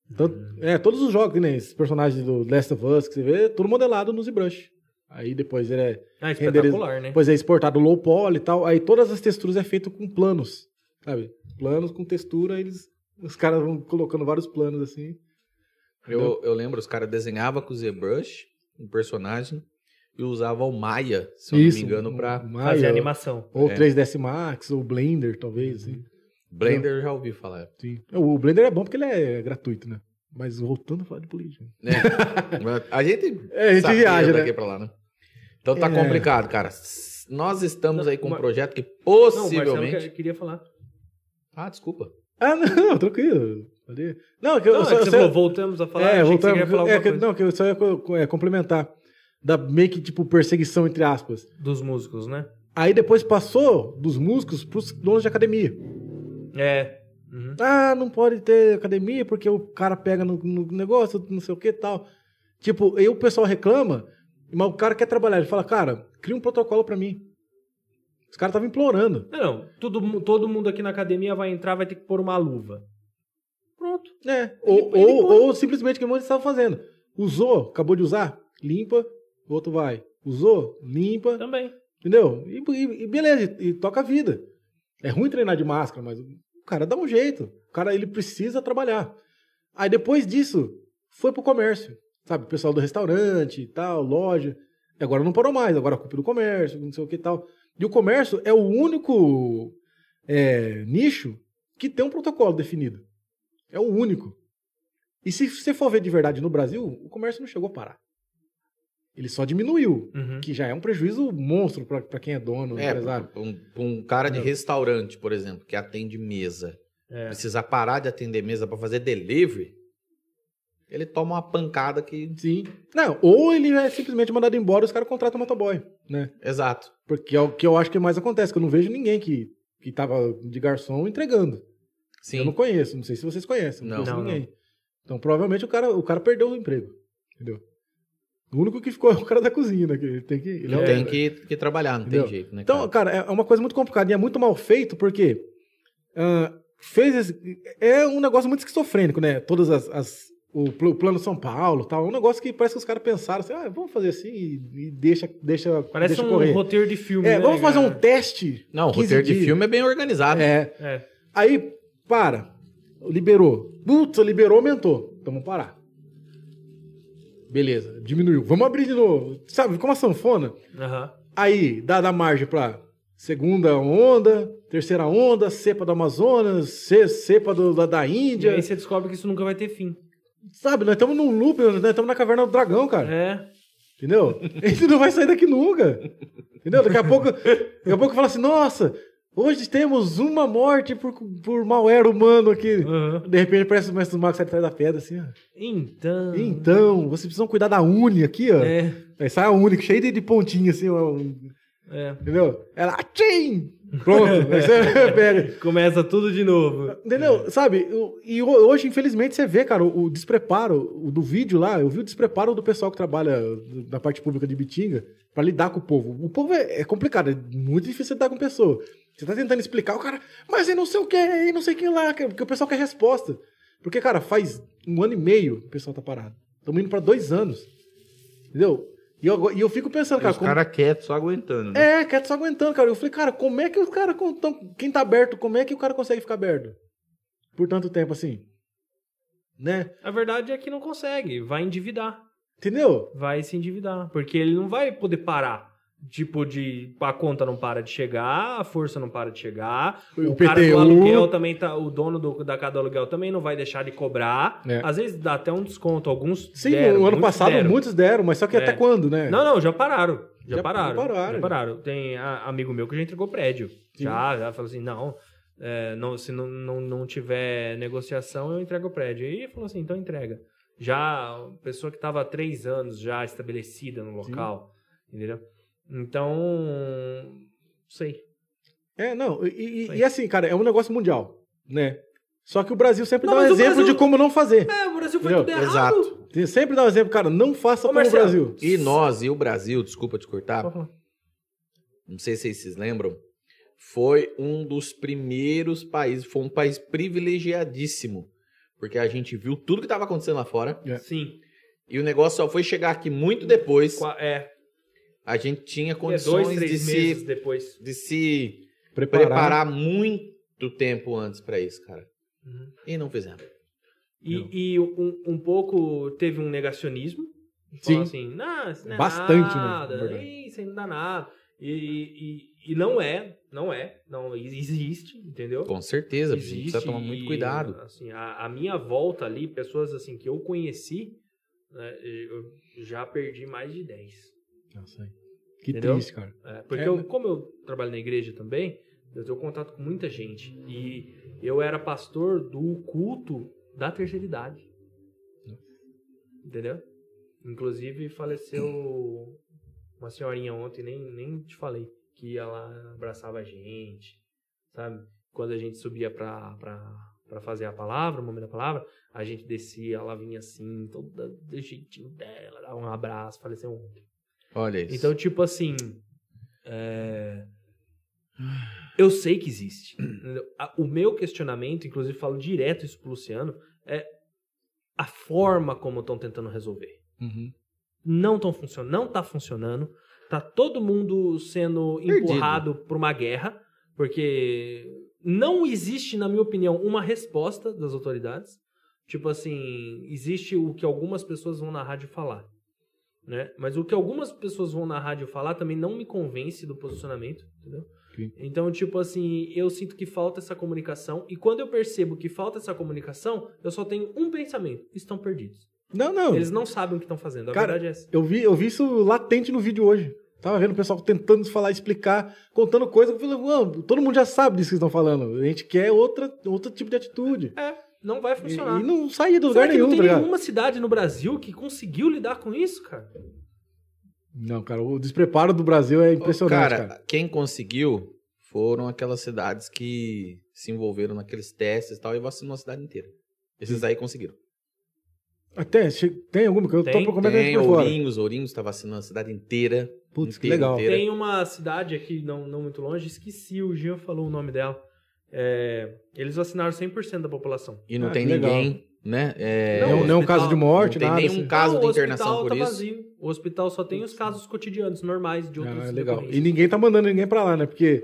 Então, todos os jogos, né? Esses personagens do Last of Us que você vê, tudo modelado no ZBrush. Aí depois ele é espetacular, né? depois é exportado low poly e tal. Aí todas as texturas é feito com planos, sabe? Planos com textura, os caras vão colocando vários planos assim. Eu lembro, os caras desenhavam com o ZBrush, um personagem, e usavam o Maya, se eu não me engano, pra fazer animação. Ou 3ds Max, ou Blender, talvez, assim. Blender eu já ouvi falar. Sim. O Blender é bom porque ele é gratuito, né? Mas voltando a falar de política. A gente viaja, daqui né? pra lá, né? Então tá complicado, cara. Nós estamos aí com um projeto que possivelmente... Não, o queria falar. Ah, desculpa. Ah, não, tranquilo. Não, que você falou, voltamos a falar. Voltamos. Que eu só ia complementar. Da meio que, tipo, perseguição, entre aspas. Dos músicos, né? Aí depois passou dos músicos pros donos de academia. Uhum. Ah, não pode ter academia porque o cara pega no negócio, não sei o que e tal. Tipo, aí o pessoal reclama, mas o cara quer trabalhar. Ele fala, cara, cria um protocolo pra mim. Os caras estavam implorando. Não, todo mundo aqui na academia vai entrar, vai ter que pôr uma luva. Pronto. Ou simplesmente o que eles estavam fazendo. Usou, acabou de usar, limpa, o outro vai. Usou, limpa. Também. Entendeu? E beleza, e toca a vida. É ruim treinar de máscara, mas o cara dá um jeito. O cara, ele precisa trabalhar. Aí depois disso, foi pro comércio. Sabe, o pessoal do restaurante e tal, loja. E agora não parou mais, agora a culpa é do comércio, não sei o que e tal. E o comércio é o único nicho que tem um protocolo definido. É o único. E se você for ver de verdade no Brasil, o comércio não chegou a parar. Ele só diminuiu, que já é um prejuízo monstro para quem é dono, empresário. Um cara de restaurante, por exemplo, que atende mesa, precisar parar de atender mesa para fazer delivery, ele toma uma pancada que... Sim. Não, ou ele é simplesmente mandado embora e os caras contratam um motoboy, né? Exato. Porque é o que eu acho que mais acontece, que eu não vejo ninguém que tava de garçom entregando. Sim. Eu não conheço, não sei se vocês conhecem, não conheço ninguém. Não. Então, provavelmente o cara perdeu o emprego, entendeu? O único que ficou é o cara da cozinha, né? Ele tem que trabalhar, não entendeu? tem jeito, né? Então, cara, é uma coisa muito complicada e é muito mal feito, porque é um negócio muito esquizofrênico, né? Todas o Plano São Paulo, tal, é um negócio que parece que os caras pensaram assim, vamos fazer assim e deixa parece deixa um correr. roteiro de filme, né? Vamos fazer um teste. Não, o roteiro de filme é bem organizado. Aí, liberou. Putz, liberou, aumentou. Então vamos parar. Beleza, diminuiu. Vamos abrir de novo. Sabe, como a sanfona. Uhum. Aí, dá margem pra segunda onda, terceira onda, cepa do Amazonas, cepa da Índia. E aí você descobre que isso nunca vai ter fim. Sabe, nós estamos num loop, nós estamos na caverna do dragão, cara. Entendeu? A gente não vai sair daqui nunca. Entendeu? Daqui a pouco fala assim, nossa, hoje temos uma morte por malware humano aqui. Uhum. De repente parece o mestre dos magos sai atrás da pedra, assim, ó. Então, vocês precisam cuidar da Uni aqui, ó. Aí sai a Uni, cheia de pontinha, assim, ó. Entendeu? Ela, tchim! Pronto, aí você pega. Começa tudo de novo. Entendeu? Sabe? E hoje, infelizmente, você vê, cara, o despreparo do vídeo lá. Eu vi o despreparo do pessoal que trabalha na parte pública de Bitinga pra lidar com o povo. O povo é complicado, é muito difícil lidar com pessoa. Você tá tentando explicar, o cara, mas eu não sei o que, e não sei o que lá, porque o pessoal quer resposta. Porque, cara, faz 1 ano e meio que o pessoal tá parado. Estamos indo pra 2 anos. Entendeu? E eu fico pensando, cara... Os caras quietos, só aguentando, né? Quietos só aguentando, cara. Eu falei, cara, como é que os caras... Quem tá aberto, como é que o cara consegue ficar aberto? Por tanto tempo assim. Né? A verdade é que não consegue. Vai endividar. Entendeu? Vai se endividar. Porque ele não vai poder parar. Tipo, a conta não para de chegar, a força não para de chegar, o cara do aluguel também tá, o dono da casa do aluguel também não vai deixar de cobrar. Às vezes dá até um desconto, alguns Sim, no ano passado muitos deram, mas só que até quando, né? Não, já pararam. Já pararam. Tem amigo meu que já entregou prédio. Já falou assim, se não tiver negociação, eu entrego o prédio. E ele falou assim, então entrega. Já a pessoa que estava há 3 anos já estabelecida no local, entendeu? Então, sei. E assim, cara, é um negócio mundial, né? Só que o Brasil sempre dá um exemplo de como não fazer. O Brasil foi tudo errado. Exato. Sempre dá um exemplo, cara, não faça como o Brasil. E o Brasil, desculpa te cortar, não sei se vocês lembram, foi um dos primeiros países, foi um país privilegiadíssimo, porque a gente viu tudo que estava acontecendo lá fora. Sim. E o negócio só foi chegar aqui muito depois. É. A gente tinha 2, condições 3 de meses se, depois. de se Preparar. muito tempo antes pra isso, cara. Uhum. E não fizemos. E um pouco teve um negacionismo. Sim. Falou assim, não, isso não é Bastante, nada. né? Verdade. Isso aí não dá nada. E não existe, entendeu? Com certeza, a gente Existe. precisa tomar muito cuidado. Assim, a minha volta ali, pessoas assim que eu conheci, né, eu já perdi mais de 10. Nossa, que Entendeu? triste, cara. Porque É, como eu trabalho na igreja também, eu tenho contato com muita gente. E eu era pastor do culto da terceira idade. Entendeu? Inclusive faleceu uma senhorinha ontem, nem te falei, que ela abraçava a gente, sabe? Quando a gente subia pra fazer a palavra, o momento da palavra, a gente descia, ela vinha assim, toda do jeitinho dela, dava um abraço, faleceu ontem. Olha isso. Então, tipo assim, eu sei que existe. Entendeu? O meu questionamento, inclusive falo direto isso pro Luciano, é a forma como estão tentando resolver. Uhum. Não tá funcionando. Tá todo mundo sendo empurrado para uma guerra, porque não existe, na minha opinião, uma resposta das autoridades. Tipo assim, existe o que algumas pessoas vão na rádio falar, né? Mas o que algumas pessoas vão na rádio falar também não me convence do posicionamento, entendeu? Sim. Então, tipo assim, eu sinto que falta essa comunicação, e quando eu percebo que falta essa comunicação, eu só tenho um pensamento: estão perdidos. Não. Eles não sabem o que estão fazendo, a Cara, verdade é essa. Eu vi isso latente no vídeo hoje. Tava vendo o pessoal tentando falar, explicar, contando coisa. Eu falei, mano, todo mundo já sabe disso que estão falando. A gente quer outro tipo de atitude. Não vai funcionar. E não saía do Será lugar que nenhum, não tá tem ligado? nenhuma cidade no Brasil que conseguiu lidar com isso, cara? Não, cara, o despreparo do Brasil é impressionante, cara. Quem conseguiu foram aquelas cidades que se envolveram naqueles testes e tal e vacinou a cidade inteira. Esses aí conseguiram. Até, tem alguma que eu Tem, tô completamente Tem por fora. Ourinhos tá vacinando a cidade inteira. Putz, que Inteira, legal. inteira. Tem uma cidade aqui, não muito longe, esqueci, o Jean falou o nome dela. Eles vacinaram 100% da população. E não Ah, tem que legal. ninguém, né? Não, Nenhum hospital- caso de morte, não tem nada. nenhum assim. caso Não, de o internação hospital por tá isso. vazio. O hospital só tem os casos cotidianos, normais, de outros Ah, legal. E decorrências. ninguém tá mandando ninguém pra lá, né? Porque.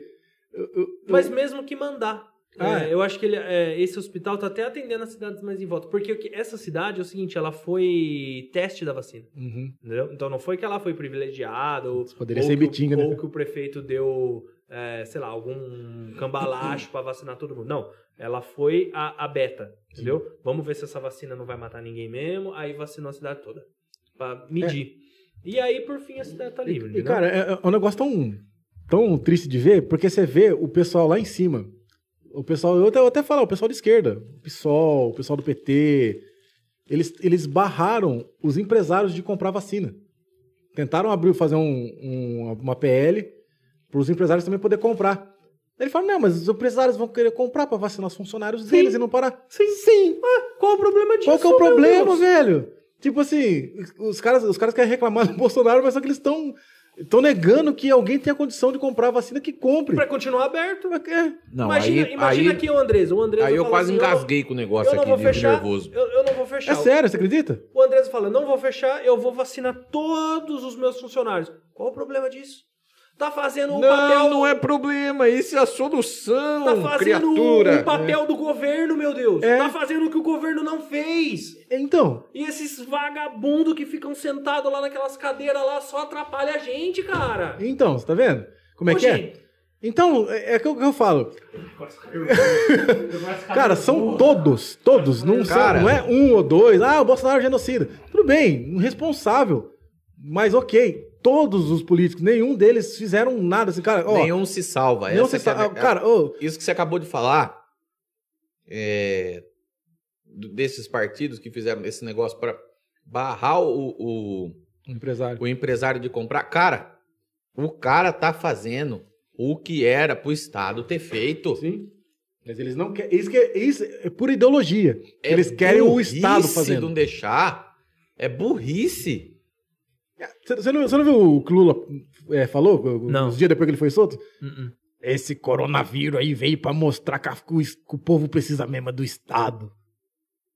Mas mesmo que mandar. Ah, Eu acho que esse hospital tá até atendendo as cidades mais em volta. Porque essa cidade é o seguinte, ela foi teste da vacina. Uhum. Entendeu? Então não foi que ela foi privilegiada ou, Poderia ou ser que o- Bitinga, né? ou que o prefeito deu, sei lá, algum cambalacho pra vacinar todo mundo. Não, ela foi a beta, entendeu? Vamos ver se essa vacina não vai matar ninguém mesmo, aí vacinou a cidade toda pra medir. E aí, por fim, a cidade tá livre, E, entendeu? cara, é um negócio tão triste de ver, porque você vê o pessoal lá em cima. O pessoal, eu até falo, o pessoal de esquerda, o PSOL, o pessoal do PT, eles barraram os empresários de comprar vacina. Tentaram fazer uma PL para os empresários também poder comprar. Ele fala, não, mas os empresários vão querer comprar para vacinar os funcionários deles e não parar. Sim. Qual o problema disso? Qual que é o meu problema, Deus? velho? Tipo assim, os caras querem reclamar do Bolsonaro, mas só que eles estão negando que alguém tenha condição de comprar a vacina que compre. Pra continuar aberto. Não, Imagina aí aqui o Andrés. O Andrés eu fala quase assim, engasguei com o negócio eu não aqui vou de fechar, nervoso. eu não vou fechar. É sério, você acredita? O Andrés fala, não vou fechar, eu vou vacinar todos os meus funcionários. Qual o problema disso? Tá fazendo o papel... Não é problema, isso é a solução, Tá fazendo criatura. o papel do governo, meu Deus. É. Tá fazendo o que o governo não fez. Então, E esses vagabundos que ficam sentados lá naquelas cadeiras lá só atrapalham a gente, cara. você tá vendo? Como é Ô, que é? gente. Então, é aquilo que eu falo. Cara, são todos. Cara. Não é um ou dois. Ah, o Bolsonaro é genocida. Tudo bem, um responsável. Mas ok, todos os políticos, nenhum deles fizeram nada. Assim, cara, ó, Nenhum se salva. nenhum Essa se que é a sa- ver- Cara, ô, Isso que você acabou de falar, desses partidos que fizeram esse negócio para barrar o empresário. empresário de comprar. Cara, o cara tá fazendo o que era pro Estado ter feito. Sim. Mas eles não querem. Isso é pura ideologia. É Eles querem o burrice Estado fazendo. não deixar. É burrice. Você não viu o que o Lula falou Não. uns dias depois que ele foi solto? Esse coronavírus aí veio pra mostrar que o povo precisa mesmo do Estado.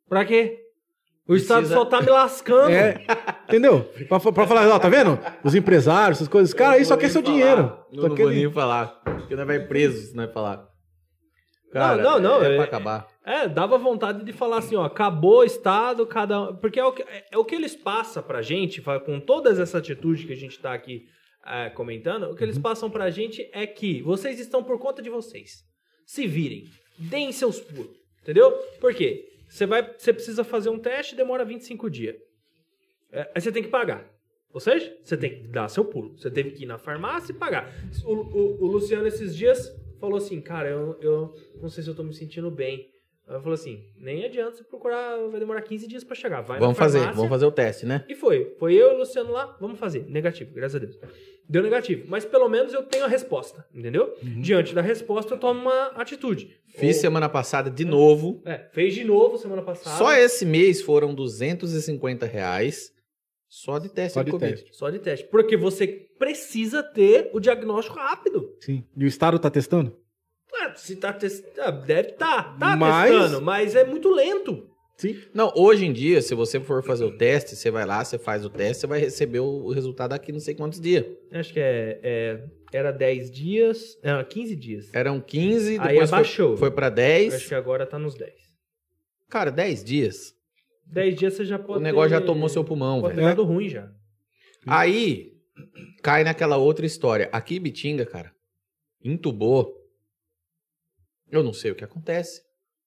Pra quê? O Estado Precisa- só tá me lascando. Entendeu? Pra falar, ó, tá vendo? Os empresários, essas coisas. Cara, isso só quer seu dinheiro. Eu Só não quer vou nem falar. Porque nós vai preso se nós falar. Cara, não, é pra acabar. Dava vontade de falar assim, ó, acabou o Estado, cada um... Porque é o que eles passam pra gente, com todas essas atitudes que a gente tá aqui comentando, o que eles passam pra gente é que vocês estão por conta de vocês. Se virem, deem seus pulos, entendeu? Por quê? Você precisa fazer um teste, demora 25 dias. Aí você tem que pagar. Ou seja, você tem que dar seu pulo. Você teve que ir na farmácia e pagar. O Luciano, esses dias, falou assim, cara, eu não sei se eu tô me sentindo bem. Ela falou assim, nem adianta você procurar, vai demorar 15 dias pra chegar. Vai Vamos na farmácia. vamos fazer o teste, né? E foi. Foi eu e o Luciano lá, vamos fazer. Negativo, graças a Deus. Deu negativo. Mas pelo menos eu tenho a resposta, entendeu? Diante da resposta eu tomo uma atitude. Fiz semana passada de novo. Fez de novo semana passada. Só esse mês foram R$250 só de teste Só de de Covid. teste. Só de teste. Porque você precisa ter o diagnóstico rápido. Sim. E o Estado tá testando? Se tá testando, deve tá Mas- testando, mas é muito lento. Sim. Não, hoje em dia, se você for fazer o teste, você vai lá, você faz o teste, você vai receber o resultado daqui não sei quantos dias. Acho que era 10 dias, 15 dias. Eram 15, Aí depois abaixou. foi pra Acho 10. que agora tá nos 10. Cara, 10 dias. 10 dias você já pode O negócio já ter- tomou seu pulmão, pode ter velho. dado ruim já. Aí, cai naquela outra história. Aqui em Bitinga, cara, entubou. Eu não sei o que acontece.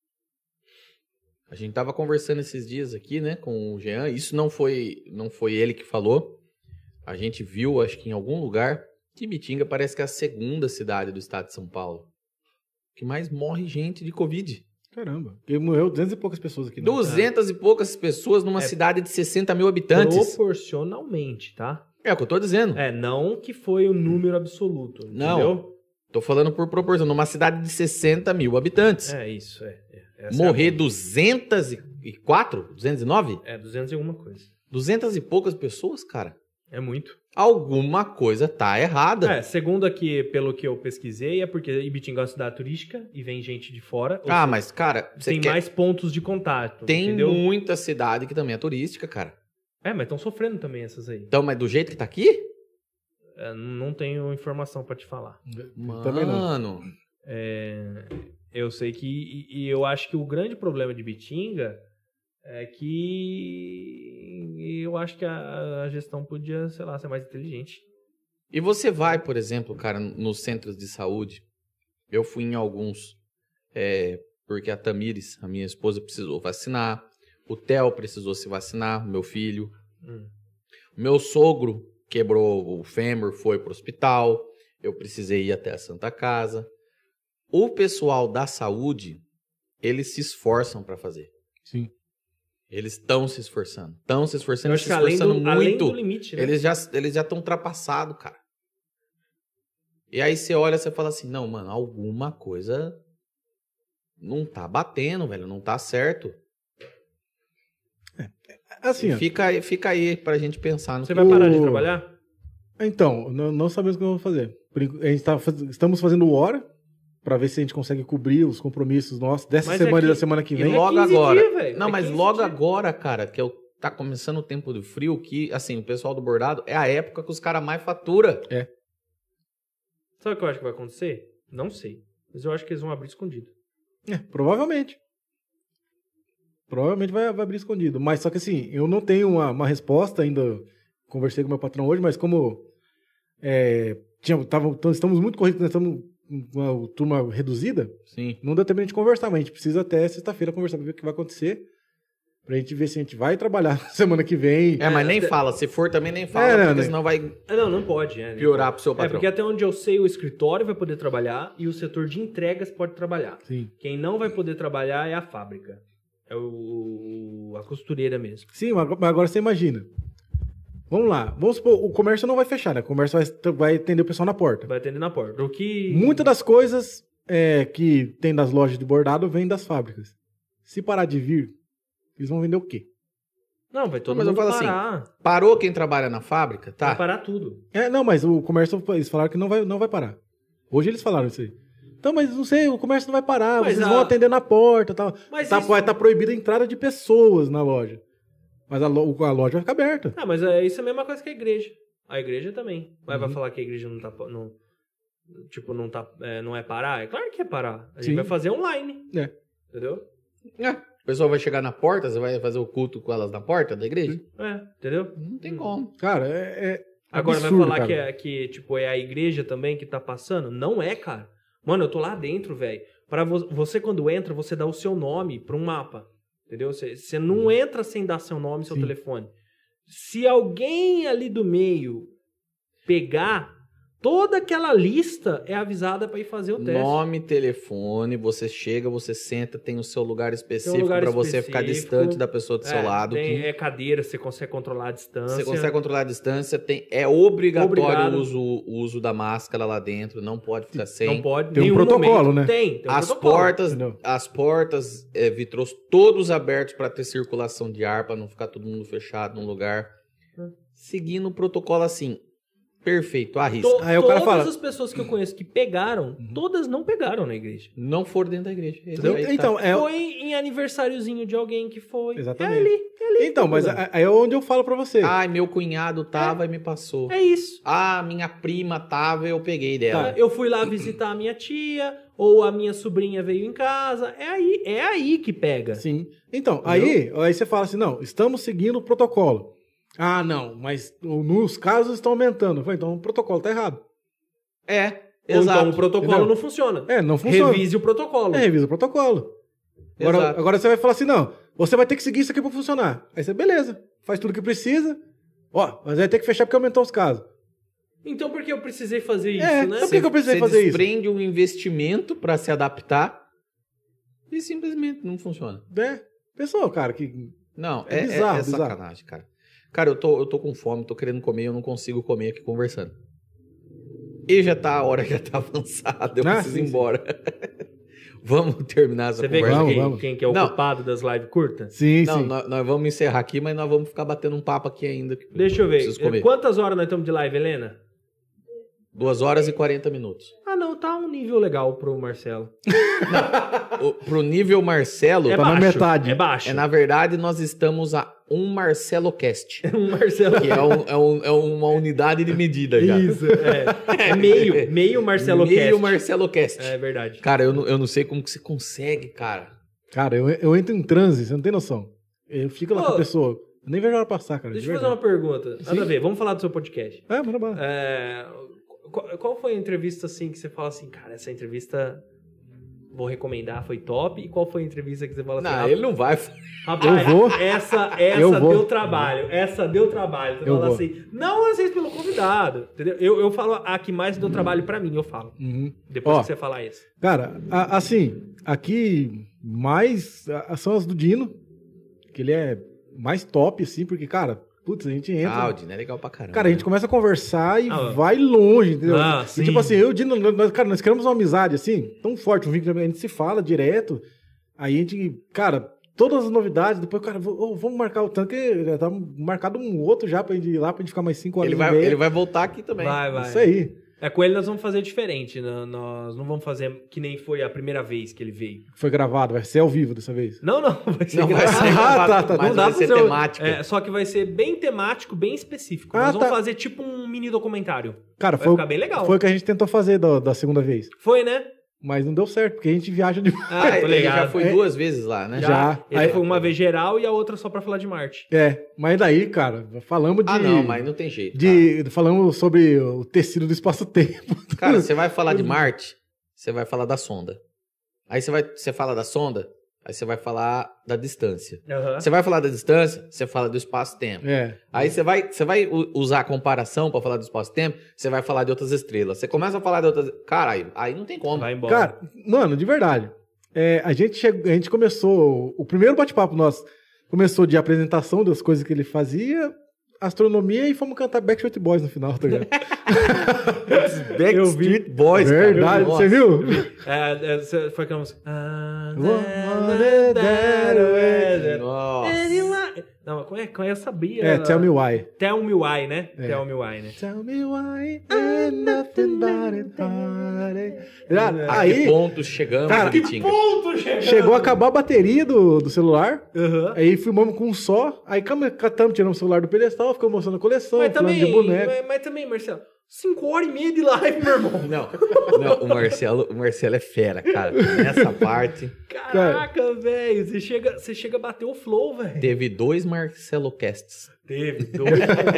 A gente tava conversando esses dias aqui, né, com o Jean. Isso não foi ele que falou. A gente viu, acho que em algum lugar, que Bitinga parece que é a segunda cidade do estado de São Paulo que mais morre gente de Covid. Caramba. Porque morreu 200 e poucas pessoas aqui. 200 e poucas pessoas numa cidade de 60 mil habitantes. Proporcionalmente, tá? É o que eu tô dizendo. Não que foi o número absoluto, Não. entendeu? Tô falando por proporção. Numa cidade de 60 mil habitantes. Isso. Essa Morrer 204? 209? 200 e alguma coisa. 200 e poucas pessoas, cara. É muito. Alguma coisa tá errada. Segundo aqui, pelo que eu pesquisei, é porque Ibitinga é uma cidade turística e vem gente de fora. ou Ah, seja, mas, cara, você tem quer... mais pontos de contato, Tem entendeu? muita cidade que também é turística, cara. Mas estão sofrendo também essas aí. Então, mas do jeito que tá aqui? Não tenho informação pra te falar. Também não. Mano, Eu sei que... E eu acho que o grande problema de Ibitinga é que... Eu acho que a gestão podia, sei lá, ser mais inteligente. e você vai, por exemplo, cara, nos centros de saúde. Eu fui em alguns, porque a Tamires, a minha esposa, precisou vacinar. O Theo precisou se vacinar, meu filho. O meu sogro quebrou o fêmur, foi pro hospital. Eu precisei ir até a Santa Casa. O pessoal da saúde, eles se esforçam para fazer. Sim. Eles estão se esforçando. Estão se esforçando, Eu acho se que além esforçando além muito. do limite, né? Eles já estão ultrapassados, cara. E aí você olha e você fala assim, não, mano, alguma coisa não tá batendo, velho, não tá certo. Assim, ó. Fica aí pra gente pensar no Você que... vai parar de trabalhar? Então, não sabemos o que vamos fazer. A gente estamos fazendo hora pra ver se a gente consegue cobrir os compromissos nossos dessa Mas semana é e da que- semana que E vem. logo 15 agora. dias, velho. Não, É mas 15 logo dias. agora, cara, que tá começando o tempo do frio, que, assim, o pessoal do bordado é a época que os caras mais fatura. Sabe o que eu acho que vai acontecer? Não sei. Mas eu acho que eles vão abrir escondido. Provavelmente. Provavelmente vai abrir escondido. Mas só que assim, eu não tenho uma resposta ainda. Conversei com meu patrão hoje, mas como estamos muito corridos, nós estamos com uma turma reduzida, Sim. não deu tempo de a gente conversar, mas a gente precisa até sexta-feira conversar pra ver o que vai acontecer. Pra gente ver se a gente vai trabalhar semana que vem. Mas nem fala. Se for, também nem fala, não, porque né? senão vai Não pode. piorar pro seu É, patrão. porque até onde eu sei, o escritório vai poder trabalhar e o setor de entregas pode trabalhar. Sim. Quem não vai poder trabalhar é a fábrica. É a costureira mesmo. Sim, mas agora você imagina. Vamos lá. Vamos supor, o comércio não vai fechar, né? O comércio vai atender o pessoal na porta. Vai atender na porta. O que... Muitas das coisas que tem nas lojas de bordado vem das fábricas. Se parar de vir, eles vão vender o quê? Não, vai todo Mas eu mundo falo assim, parar. Parou quem trabalha na fábrica, tá? Vai parar tudo. Não, mas o comércio, eles falaram que não vai parar. Hoje eles falaram isso aí. Então, mas não sei, o comércio não vai parar, Mas vocês vão atender na porta e tal. Mas Vai estar proibida a entrada de pessoas na loja. Mas a loja vai ficar aberta. Ah, mas isso é a mesma coisa que a igreja. A igreja também. Vai falar que a igreja não tá... não é parar? É claro que é parar. A gente Sim. vai fazer online. É. Entendeu? O pessoal vai chegar na porta, você vai fazer o culto com elas na porta da igreja? Entendeu? Não tem como. Cara, Agora absurdo, vai falar cara. que tipo, é a igreja também que tá passando? Não é, cara. Mano, eu tô lá dentro, velho. Pra você, quando entra, você dá o seu nome pra um mapa. Entendeu? Você não entra sem dar seu nome e seu Sim. telefone. Se alguém ali do meio pegar, toda aquela lista é avisada pra ir fazer o teste. Nome, telefone, você chega, você senta, tem o seu lugar específico lugar pra você ficar específico. distante da pessoa do seu lado. É cadeira, você consegue controlar a distância. Você consegue controlar a distância, é obrigatório Obrigado. o uso da máscara lá dentro, não pode ficar sem. Não pode. Tem um nenhum protocolo, momento. né? Tem um As protocolo. portas, Entendeu? vitrôs todos abertos para ter circulação de ar, para não ficar todo mundo fechado num lugar. Seguindo o protocolo assim. Perfeito, arrisca. Aí o cara Todas fala- as pessoas que eu conheço que pegaram, todas não pegaram na igreja. Não foram dentro da igreja. Esse Entendeu? aí tá. Então, Foi em aniversáriozinho de alguém que foi. Exatamente. É ali. Então, mas aí é onde eu falo pra você. Ai, meu cunhado tava e me passou. É isso. Ah, minha prima tava e eu peguei dela. Eu fui lá visitar a minha tia, ou a minha sobrinha veio em casa. É aí que pega. Sim. Então, aí você fala assim, não, estamos seguindo o protocolo. Ah, não, mas os casos estão aumentando. Eu falei, então o protocolo tá errado. É, Ou exato. então o protocolo Entendeu? não funciona. Não funciona. Revise o protocolo. Revisa o protocolo. Exato. Agora você vai falar assim, não, você vai ter que seguir isso aqui pra funcionar. Aí você, beleza, faz tudo que precisa. Ó, mas vai ter que fechar porque aumentou os casos. Então por que eu precisei fazer isso, É, né? sabe por que eu precisei fazer isso? desprende um investimento pra se adaptar e simplesmente não funciona. Pessoal, cara, que... Não, É bizarro, é bizarro. sacanagem, cara. Cara, eu tô com fome, tô querendo comer, eu não consigo comer aqui conversando. E a hora já tá avançada, eu preciso ir sim, embora. Vamos terminar essa Você vê conversa. Vamos. quem que é o Não. culpado das lives curtas? Sim, Não, sim. nós vamos encerrar aqui, mas nós vamos ficar batendo um papo aqui ainda. Deixa eu ver. Preciso comer. Quantas horas nós estamos de live, Helena? 2 horas e 40 minutos. Ah, não, tá um nível legal pro Marcelo. Pro nível Marcelo, Tá na metade. É baixo. na verdade, nós estamos a um Marcelo Cast, Um Marcelo. que é uma unidade de medida já. Isso, é meio Marcelo Meio Cast. Marcelo Cast. É verdade. Cara, eu não sei como que você consegue, cara. Cara, eu entro em transe, você não tem noção. Eu fico lá Ô, com a pessoa. Eu nem vejo a hora passar, cara. Deixa de eu fazer uma verdade. pergunta. Nada a ver, vamos falar do seu podcast. Manda bala. Qual foi a entrevista assim que você fala assim, cara, essa entrevista vou recomendar, foi top? E qual foi a entrevista que você fala assim, Não, ele não vai. rapaz, Eu vou. essa Eu vou. deu trabalho, essa deu trabalho. Você Eu fala vou. assim, não às vezes pelo convidado, entendeu? Eu falo a que mais deu trabalho pra mim, eu falo. Uhum. Depois Ó. que você falar isso. Cara, assim, aqui mais são as do Dino, que ele é mais top, assim, porque, cara, putz, a gente entra... Ah, o Dino é legal pra caramba. Cara, a gente começa a conversar e Ah, vai longe, entendeu? Ah, E sim. tipo assim, eu e o Dino, nós criamos uma amizade, assim, tão forte, um vínculo, a gente se fala direto, aí a gente, cara, todas as novidades, depois, cara, vamos marcar o tanque, já tá marcado um outro já pra gente ir lá, pra gente ficar mais 5 horas Ele vai voltar aqui também. Vai. Isso aí. Com ele nós vamos fazer diferente, né? Nós não vamos fazer que nem foi a primeira vez que ele veio. Foi gravado, vai ser ao vivo dessa vez. Não, vai ser Não vai gravado. ser gravado, tá, mas Não dá vai pra ser fazer temática. Só que vai ser bem temático, bem específico. Ah, Nós vamos tá. fazer tipo um mini documentário. Cara, Vai ficar bem legal. Foi o que a gente tentou fazer da segunda vez, Foi, né? mas não deu certo, porque a gente viaja demais. Ah, tô ele ligado. já foi É. 2 vezes lá, né? Já. Ele Aí- foi uma vez geral e a outra só pra falar de Marte. Mas daí, cara, falamos de... Ah, não, mas não tem jeito. Falamos sobre o tecido do espaço-tempo. Cara, você vai falar de Marte, você vai falar da sonda. Aí você fala da sonda, aí você vai falar da distância. Você vai falar da distância, você fala do espaço-tempo. Aí você vai usar a comparação pra falar do espaço-tempo, você vai falar de outras estrelas. Você começa a falar de outras... Cara, aí não tem como. Vai embora. Cara, mano, de verdade. A gente começou... O primeiro bate-papo nosso começou de apresentação das coisas que ele fazia, astronomia, e fomos cantar Backstreet Boys no final, tá ligado? Backstreet Boys, Verdade, cara. você viu? Foi aquela música. Nossa. Não, como é? Eu sabia. Tell Me Why. Tell Me Why, né? É. Tell Me Why, né? Tell me why ain't nothing but it heartache. A que Aí ponto chegamos, Cara, Bitinga? Ponto chegando! chegou a acabar a bateria do celular. Aham. Aí filmamos com um só. Aí catamos, tiramos o celular do pedestal, ficamos mostrando a coleção, Mas falando também, de boneco. mas também, Marcelo, 5h30 de live, meu irmão. Não, o Marcelo é fera, cara. Nessa parte, Caraca, velho. Você chega a bater o flow, velho. teve 2 Marcelo Casts. Teve, dois.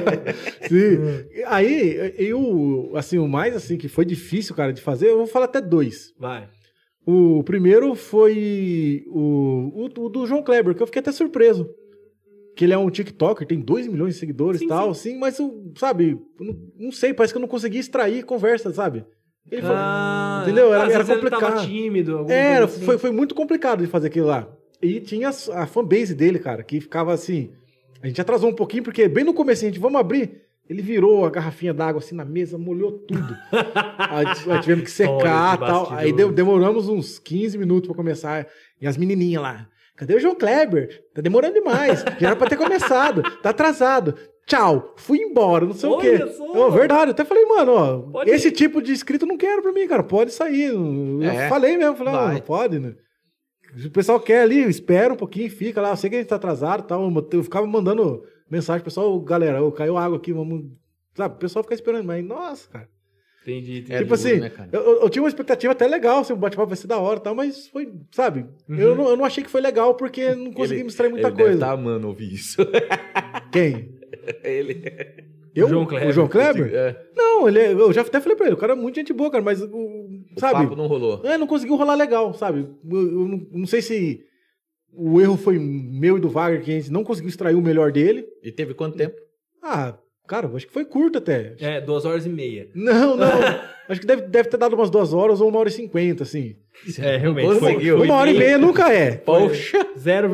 Sim. Aí, assim, o mais assim que foi difícil, cara, de fazer, eu vou falar até 2. Vai. O primeiro foi o do João Kleber, que eu fiquei até surpreso. Que ele é um TikToker, tem 2 milhões de seguidores e tal, assim, mas, sabe, eu não sei, parece que eu não consegui extrair conversa, sabe? Ele falou, entendeu? Era às vezes ele complicado. tava tímido. alguma Era, coisa assim. foi muito complicado de fazer aquilo lá. E tinha a fanbase dele, cara, que ficava assim... A gente atrasou um pouquinho, porque bem no começo a gente, vamos abrir... Ele virou a garrafinha d'água assim na mesa, molhou tudo. Aí tivemos que secar e tal. Aí demoramos uns 15 minutos pra começar. E as menininhas lá... Cadê o João Kleber? Tá demorando demais. Já era pra ter começado. Tá atrasado. Tchau. Fui embora, não sei o quê. Só. Verdade. Eu até falei, mano, ó, Pode esse ir. tipo de inscrito eu não quero pra mim, cara. Pode sair. Eu falei mesmo. Falei, vai. não pode, né? Se o pessoal quer ali, espera um pouquinho, fica lá. Eu sei que a gente tá atrasado e tal. Eu ficava mandando mensagem pro pessoal, galera, caiu água aqui, vamos... Sabe, o pessoal fica esperando, mas nossa, cara. Entendi. É Tipo duro, assim, né, cara? eu tinha uma expectativa até legal, assim, o bate-papo vai ser da hora e tal, mas foi, sabe? Eu não achei que foi legal porque não conseguimos extrair muita coisa. Ele tá amando ouvir isso. Quem? Ele. Eu? João Kleber. O João Kleber? É, Não, eu já até falei pra ele, o cara é muito gente boa, cara, mas, o sabe? papo não rolou. Não conseguiu rolar legal, sabe? Eu não sei se o erro foi meu e do Wagner, que a gente não conseguiu extrair o melhor dele. E teve quanto tempo? Cara, eu acho que foi curto até. 2h30. Não. Acho que deve ter dado umas 2 horas ou 1h50, assim. Realmente. Conseguiu. Foi 1h30 nunca é. Poxa!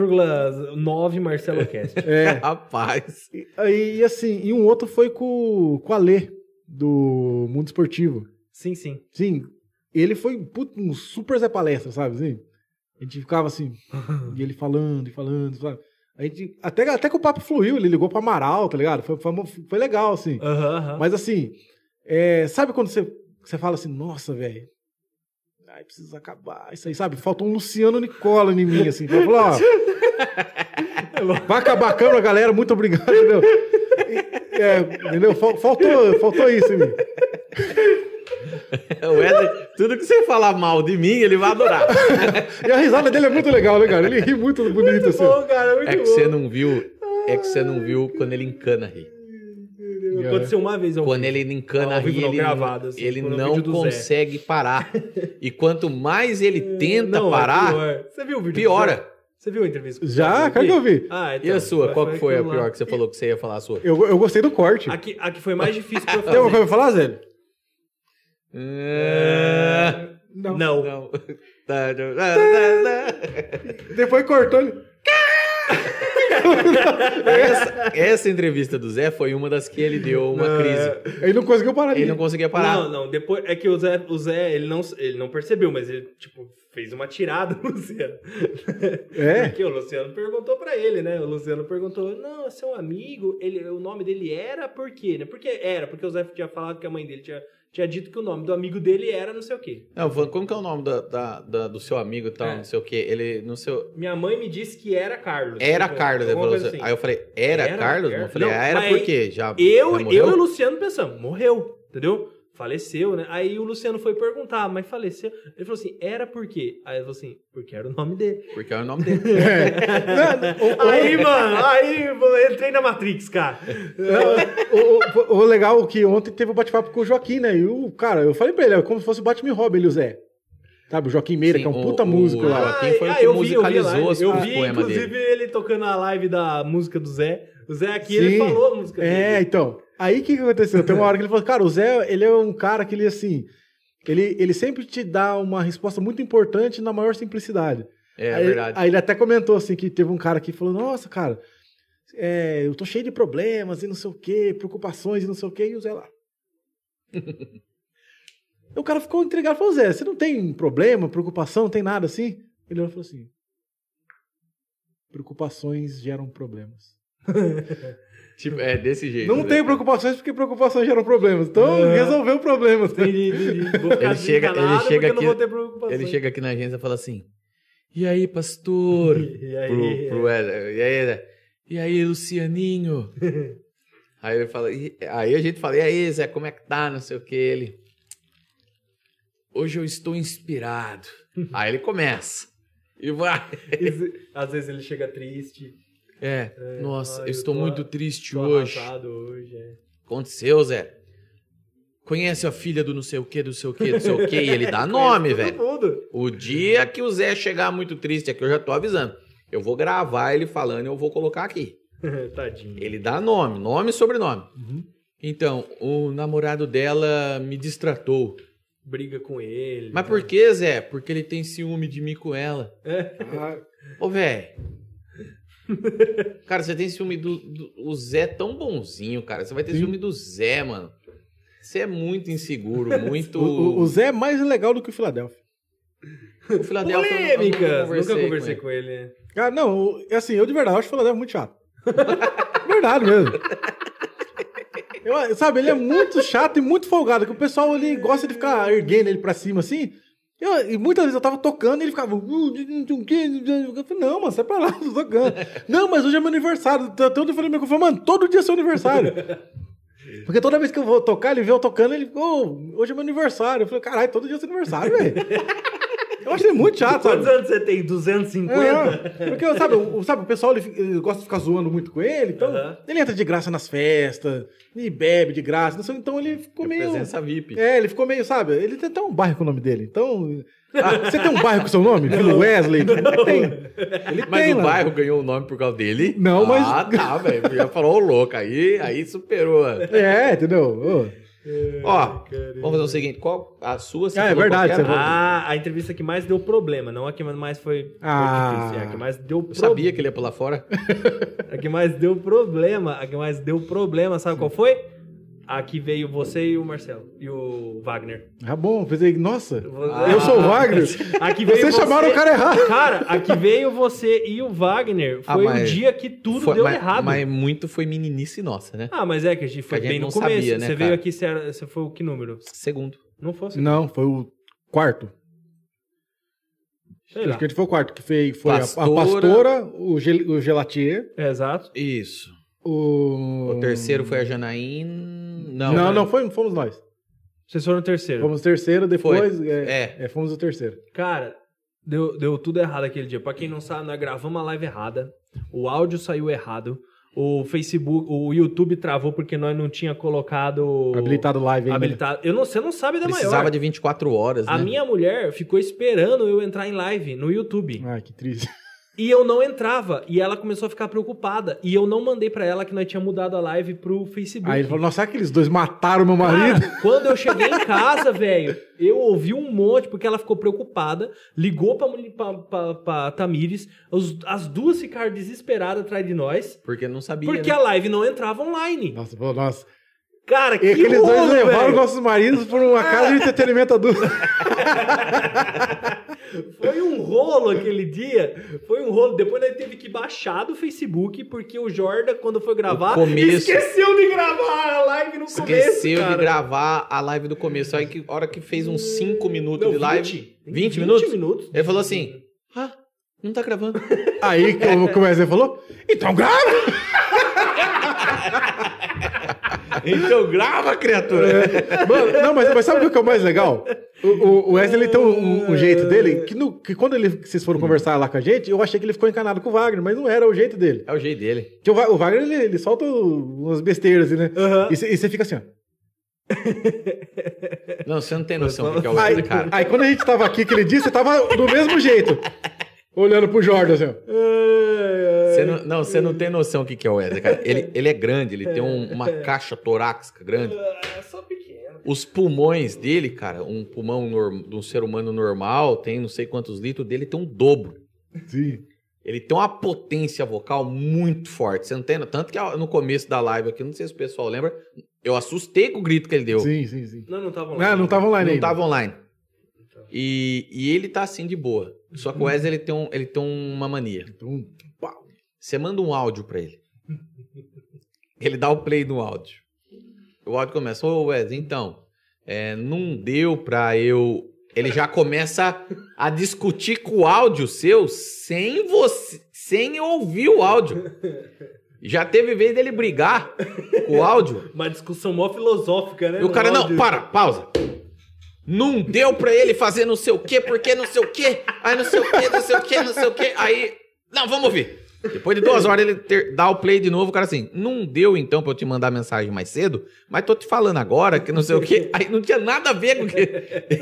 0,9 Marcelo Cast. Rapaz. E assim, e um outro foi com o Alê, do Mundo Esportivo. Sim. Sim, ele foi um super Zé Palestra, sabe? Assim, a gente ficava assim, e ele falando, sabe? A gente, até que o papo fluiu, ele ligou pro Amaral, tá ligado? Foi legal, assim. Mas assim, sabe quando você fala assim, nossa, velho, precisa acabar isso aí, sabe? Faltou um Luciano Nicola em mim, assim. Falou, ó, vai acabar a câmera, galera, muito obrigado, entendeu? Entendeu? Faltou isso em mim. O Wesley, tudo que você falar mal de mim, ele vai adorar. E a risada dele é muito legal, né, cara? Ele ri muito bonito, assim. Bom, cara, muito É que bom. você não viu quando ele encana rir. Aconteceu uma vez. Quando ele encana ao vivo rir, não, gravado, assim, ele no não vídeo do Zé. consegue parar. E quanto mais ele tenta Não, parar, pior. Você viu o vídeo do Zé? piora. Você viu a entrevista? com o Já? Zé? Cara que eu vi. Então, E a sua? Qual que foi a aquilo lá. pior que você falou que você ia falar a sua? Eu gostei do corte. A que foi mais difícil pra eu Tem alguma fazer. coisa pra falar, Zé? Não. Não. Depois cortou ele. Essa entrevista do Zé foi uma das que ele deu uma crise. Ele não conseguiu parar de Ele rir. não conseguia parar. Não, depois é que o Zé ele não percebeu, mas ele, tipo, fez uma tirada no Luciano. Porque o Luciano perguntou pra ele, né? O Luciano perguntou, não, é seu amigo, o nome dele era por quê, né? Porque o Zé tinha falado que a mãe dele tinha dito que o nome do amigo dele era não sei o quê. Não, como que é o nome do seu amigo e tal, não sei o quê? Ele, no seu... Minha mãe me disse que era Carlos. Era Tipo, Carlos. Ele alguma falou coisa assim. assim. Aí eu falei, era Carlos? Eu falei, Não, era mas por quê? Já Eu morreu? e o Luciano pensamos, morreu, entendeu? Faleceu, né? Aí o Luciano foi perguntar, mas faleceu? Ele falou assim, era por quê? Aí ele falou assim, porque era o nome dele. Porque era o nome dele. Aí, mano, eu entrei na Matrix, cara. O legal é que ontem teve o bate-papo com o Joaquim, né? E cara, eu falei pra ele, é como se fosse o Batman Robin, ele e o Zé. Sabe, o Joaquim Meira, Sim, que é um puta músico o lá. Joaquim foi o que eu vi musicalizou eu os vi, poemas inclusive, dele. ele tocando a live da música do Zé. O Zé aqui, Sim. ele falou a música dele. Então. Aí o que aconteceu? Tem uma hora que ele falou, cara, o Zé, ele é um cara que ele, assim, ele sempre te dá uma resposta muito importante na maior simplicidade. É verdade. Aí ele até comentou, assim, que teve um cara que falou, nossa, cara, eu tô cheio de problemas e não sei o quê, preocupações e não sei o quê, e o Zé lá. O cara ficou intrigado, falou, Zé, você não tem problema, preocupação, não tem nada assim? Ele falou assim, preocupações geram problemas. Tipo, é desse jeito. Não né, tenho cara? preocupações porque preocupações geram problemas. Então, resolveu problemas. Entendi. Vou ficar Ele chega desencanado aqui- porque eu não vou ter preocupação. Ele chega aqui na agência e fala assim: E aí, pastor? E aí? Pro Wesley. E aí, Lucianinho? Aí ele fala, aí a gente fala, e aí, Zé, como é que tá? Não sei o que. Ele. Hoje eu estou inspirado. Aí ele começa. E vai. Às vezes ele chega triste. Nossa, eu eu estou tô- muito triste Tô hoje. arrasado hoje. Aconteceu, Zé. Conhece a filha do não sei o que, do sei o que, do sei o que, e ele dá nome, velho. O dia que o Zé chegar muito triste aqui, eu já tô avisando. Eu vou gravar ele falando e eu vou colocar aqui. Tadinho. Ele dá nome e sobrenome. Então, o namorado dela me distratou. Briga com ele. Mas por que, Zé? Porque ele tem ciúme de mim com ela. Ô, velho. Cara, você tem ciúme o Zé é tão bonzinho, cara. Você vai ter ciúme do Zé, mano. Você é muito inseguro, muito... O Zé é mais legal do que o Philadelphia. O Philadelphia, eu Polêmicas! Nunca conversei com ele. Cara, não, assim, eu de verdade acho o Philadelphia muito chato. Verdade mesmo. Sabe, ele é muito chato e muito folgado, que o pessoal ele gosta de ficar erguendo ele pra cima assim. E muitas vezes eu tava tocando e ele ficava. Eu falei, não, mano, sai pra lá, tô tocando. Não, mas hoje é meu aniversário. Tanto eu falei, mano, todo dia é seu aniversário. Porque toda vez que eu vou tocar, ele vê eu tocando, ele, hoje é meu aniversário. Eu falei, caralho, todo dia é seu aniversário, velho. Eu acho ele muito chato, sabe? Quantos anos você tem? 250? Porque, sabe, o pessoal ele gosta de ficar zoando muito com ele, então ele entra de graça nas festas, e bebe de graça, não sei, então ele ficou meio... Presença VIP. Ele ficou meio, sabe, ele tem até um bairro com o nome dele, então... você tem um bairro com seu nome? Vila Wesley? Tem. Ele Mas tem o lá. bairro ganhou o nome por causa dele? Não, mas- Ah, tá, velho. Já falou ô, louco. Aí superou. Entendeu? Ó, vamos fazer o seguinte. Qual a sua? Você É falou verdade, qual que você era? A entrevista que mais deu problema, não a que mais foi difícil. É a que mais deu Eu problema. sabia que ele ia pular fora. A que mais deu problema, sabe qual foi? A que veio você e o Marcelo. E o Wagner. Ah, bom, pensei, nossa, Ah. eu sou o Wagner. A que veio Vocês chamaram o cara errado. Cara, a que veio você e o Wagner foi o mas dia que tudo deu errado. Mas muito foi meninice nossa, né? Ah, mas é que a gente foi Que a gente bem no não começo. sabia, né, Você cara? veio aqui, você foi o que número? Segundo. Não fosse? Não, foi o quarto. Sei Acho lá. que a gente foi o quarto, que foi a Pastora. pastora, o Gelatier, É, exato. Isso. o... O terceiro foi a Janaína. Não, fomos nós. Vocês foram o terceiro. Fomos o terceiro, depois... Foi. Fomos o terceiro. Cara, deu tudo errado aquele dia. Pra quem não sabe, nós gravamos a live errada. O áudio saiu errado. O Facebook, o YouTube travou porque nós não tinha colocado... Habilitado live ainda. Habilitado. Você não sabe da Precisava maior. de 24 horas, né? A minha mulher ficou esperando eu entrar em live no YouTube. Ai, que triste. E eu não entrava. E ela começou a ficar preocupada. E eu não mandei pra ela que nós tínhamos mudado a live pro Facebook. Aí ele falou, nossa, será que aqueles dois mataram meu marido? Cara, quando eu cheguei em casa, velho, eu ouvi um monte, porque ela ficou preocupada, ligou pra Tamires, as duas ficaram desesperadas atrás de nós, Porque não sabia, porque né? a live não entrava online. Nossa. Cara, E que aqueles dois rolo, levaram velho. nossos maridos por uma casa de entretenimento adulto. Foi um rolo aquele dia. Foi um rolo. Depois nós teve que baixar do Facebook, porque o Jordan, quando foi gravar, O começo. esqueceu de gravar a live no começo, Esqueceu cara. de gravar a live do começo. Aí, que hora que fez uns 5 minutos Não, de live... 20 minutos? Ele falou assim, não tá gravando. Aí, como o Wesley falou, então grava! Então grava, criatura. Mano, não, mas sabe o que é o mais legal? O Wesley tem um jeito dele, que quando vocês foram conversar lá com a gente, eu achei que ele ficou encanado com o Wagner, mas não era o jeito dele. É o jeito dele. Que o Wagner, ele solta umas besteiras, assim, né? Aham. E você fica assim, ó. Não, você não tem noção do que é o Aí, Wesley, cara. aí quando a gente tava aqui aquele dia, você tava do mesmo jeito. Olhando pro Jordan, assim, ó. Você não tem noção o que é o Wesley, cara. Ele é grande, ele tem uma caixa torácica grande. É só pequeno. Os pulmões dele, cara, um pulmão de um ser humano normal tem não sei quantos litros, dele tem um dobro. Sim. Ele tem uma potência vocal muito forte. Você não tem? Tanto que no começo da live aqui, não sei se o pessoal lembra, eu assustei com o grito que ele deu. Sim. Não tava online. Não tava online Não ainda. tava online. E ele tá assim de boa. Só que o Wesley ele tem uma mania. Então, pau. Você manda um áudio pra ele. Ele dá o play no áudio. O áudio começa, ô Wes, então, não deu pra eu... Ele já começa a discutir com o áudio seu sem ouvir o áudio. Já teve vez dele brigar com o áudio. Uma discussão mó filosófica, né? E o cara, não, pausa. Não deu pra ele fazer não sei o quê, porque não sei o quê. Aí não sei o quê, não sei o quê, não sei o quê. Aí, não, vamos ouvir. Depois de 2 horas ele dá o play de novo, o cara assim, não deu então pra eu te mandar mensagem mais cedo, mas tô te falando agora que não sei o quê. Aí não tinha nada a ver com o que...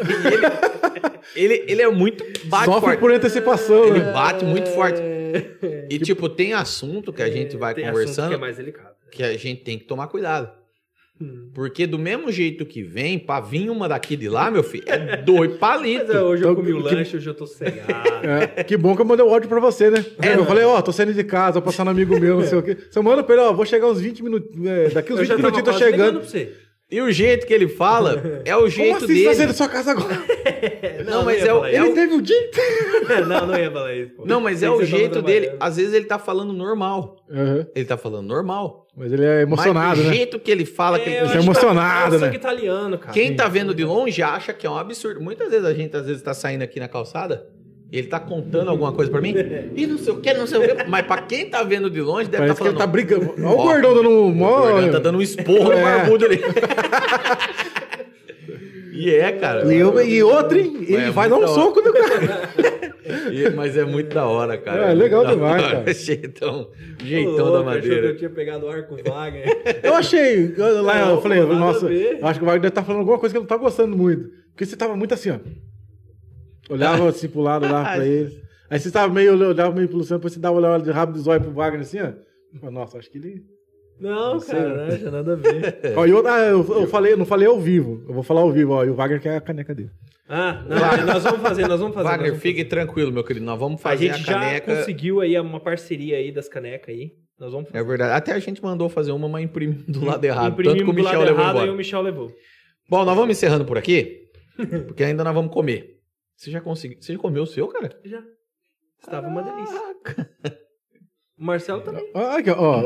Ele é muito... Sofre forte. por antecipação, Ele né? bate muito forte. E tipo, tem assunto que a gente vai conversando que é mais delicado. que a gente tem que tomar cuidado. Porque do mesmo jeito que vem, pra vir uma daqui de lá, meu filho, é 2 palitos. Mas hoje eu comi o que- lanche, hoje eu tô sossegado. Que bom que eu mandei o áudio pra você, né? Eu falei, tô saindo de casa, vou passar no amigo meu, não sei o quê. Você manda pra ele, vou chegar uns 20 minutos, daqui uns Eu 20 já tava minutinhos tô quase ligando chegando. pra você. E o jeito que ele fala é o jeito Como assim você tá dele. saindo da sua casa agora? Não, mas ia é o- falar é Ele isso. teve o dia inteiro. Não ia falar isso. Pô. Não, mas Sei é que o você tava jeito dele. trabalhando. Às vezes ele tá falando normal. Uhum. Ele tá falando normal. Mas ele é emocionado, mas o né? jeito que ele fala... que ele... Eu Você é acho que emocionado, é o né? sangue italiano, cara. Quem tá vendo de longe acha que é um absurdo. Muitas vezes a gente tá saindo aqui na calçada e ele tá contando alguma coisa pra mim e não sei o que, não sei o que. Mas pra quem tá vendo de longe deve Parece estar que ele falando... tá brigando. Olha o Ó, gordão dando um O mó... Gordão tá dando um esporro no barbudo ali. E cara. E outro, hein? Ele É vai dar muito um da hora. soco no cara. Mas é muito da hora, cara. É legal muito da demais, hora. cara. Jeitão Ô, da louco, achou que madeira. eu tinha pegado o ar com o Wagner. Eu achei. Lá, Não, eu falei, pô, nada nossa, a ver. eu acho que o Wagner deve estar falando alguma coisa que ele não tá gostando muito. Porque você tava muito assim, ó. Olhava assim pro lado, olhava pra ele. Aí você tava olhava meio pro Luciano, depois você dava uma olhada de rabo de zóio pro Wagner assim, ó. Eu falei, nossa, acho que ele. Não, sei, cara, não tinha nada a ver. Ó, e outra, eu falei, não falei ao vivo. Eu vou falar ao vivo, ó. E o Wagner quer a caneca dele. Não, nós vamos fazer. Wagner, nós fique tranquilo, meu querido. Nós vamos A fazer gente a já caneca. conseguiu aí uma parceria aí das canecas aí. Nós vamos fazer. É verdade. Até a gente mandou fazer uma, mas imprimiu do lado errado. Imprimimos Tanto que o do lado Michel levou errado embora. e o Michel levou. Bom, nós vamos encerrando por aqui, porque ainda nós vamos comer. Você já conseguiu? Você já comeu o seu, cara? Já. Estava uma delícia. O Marcelo também. Ó, aqui, ó.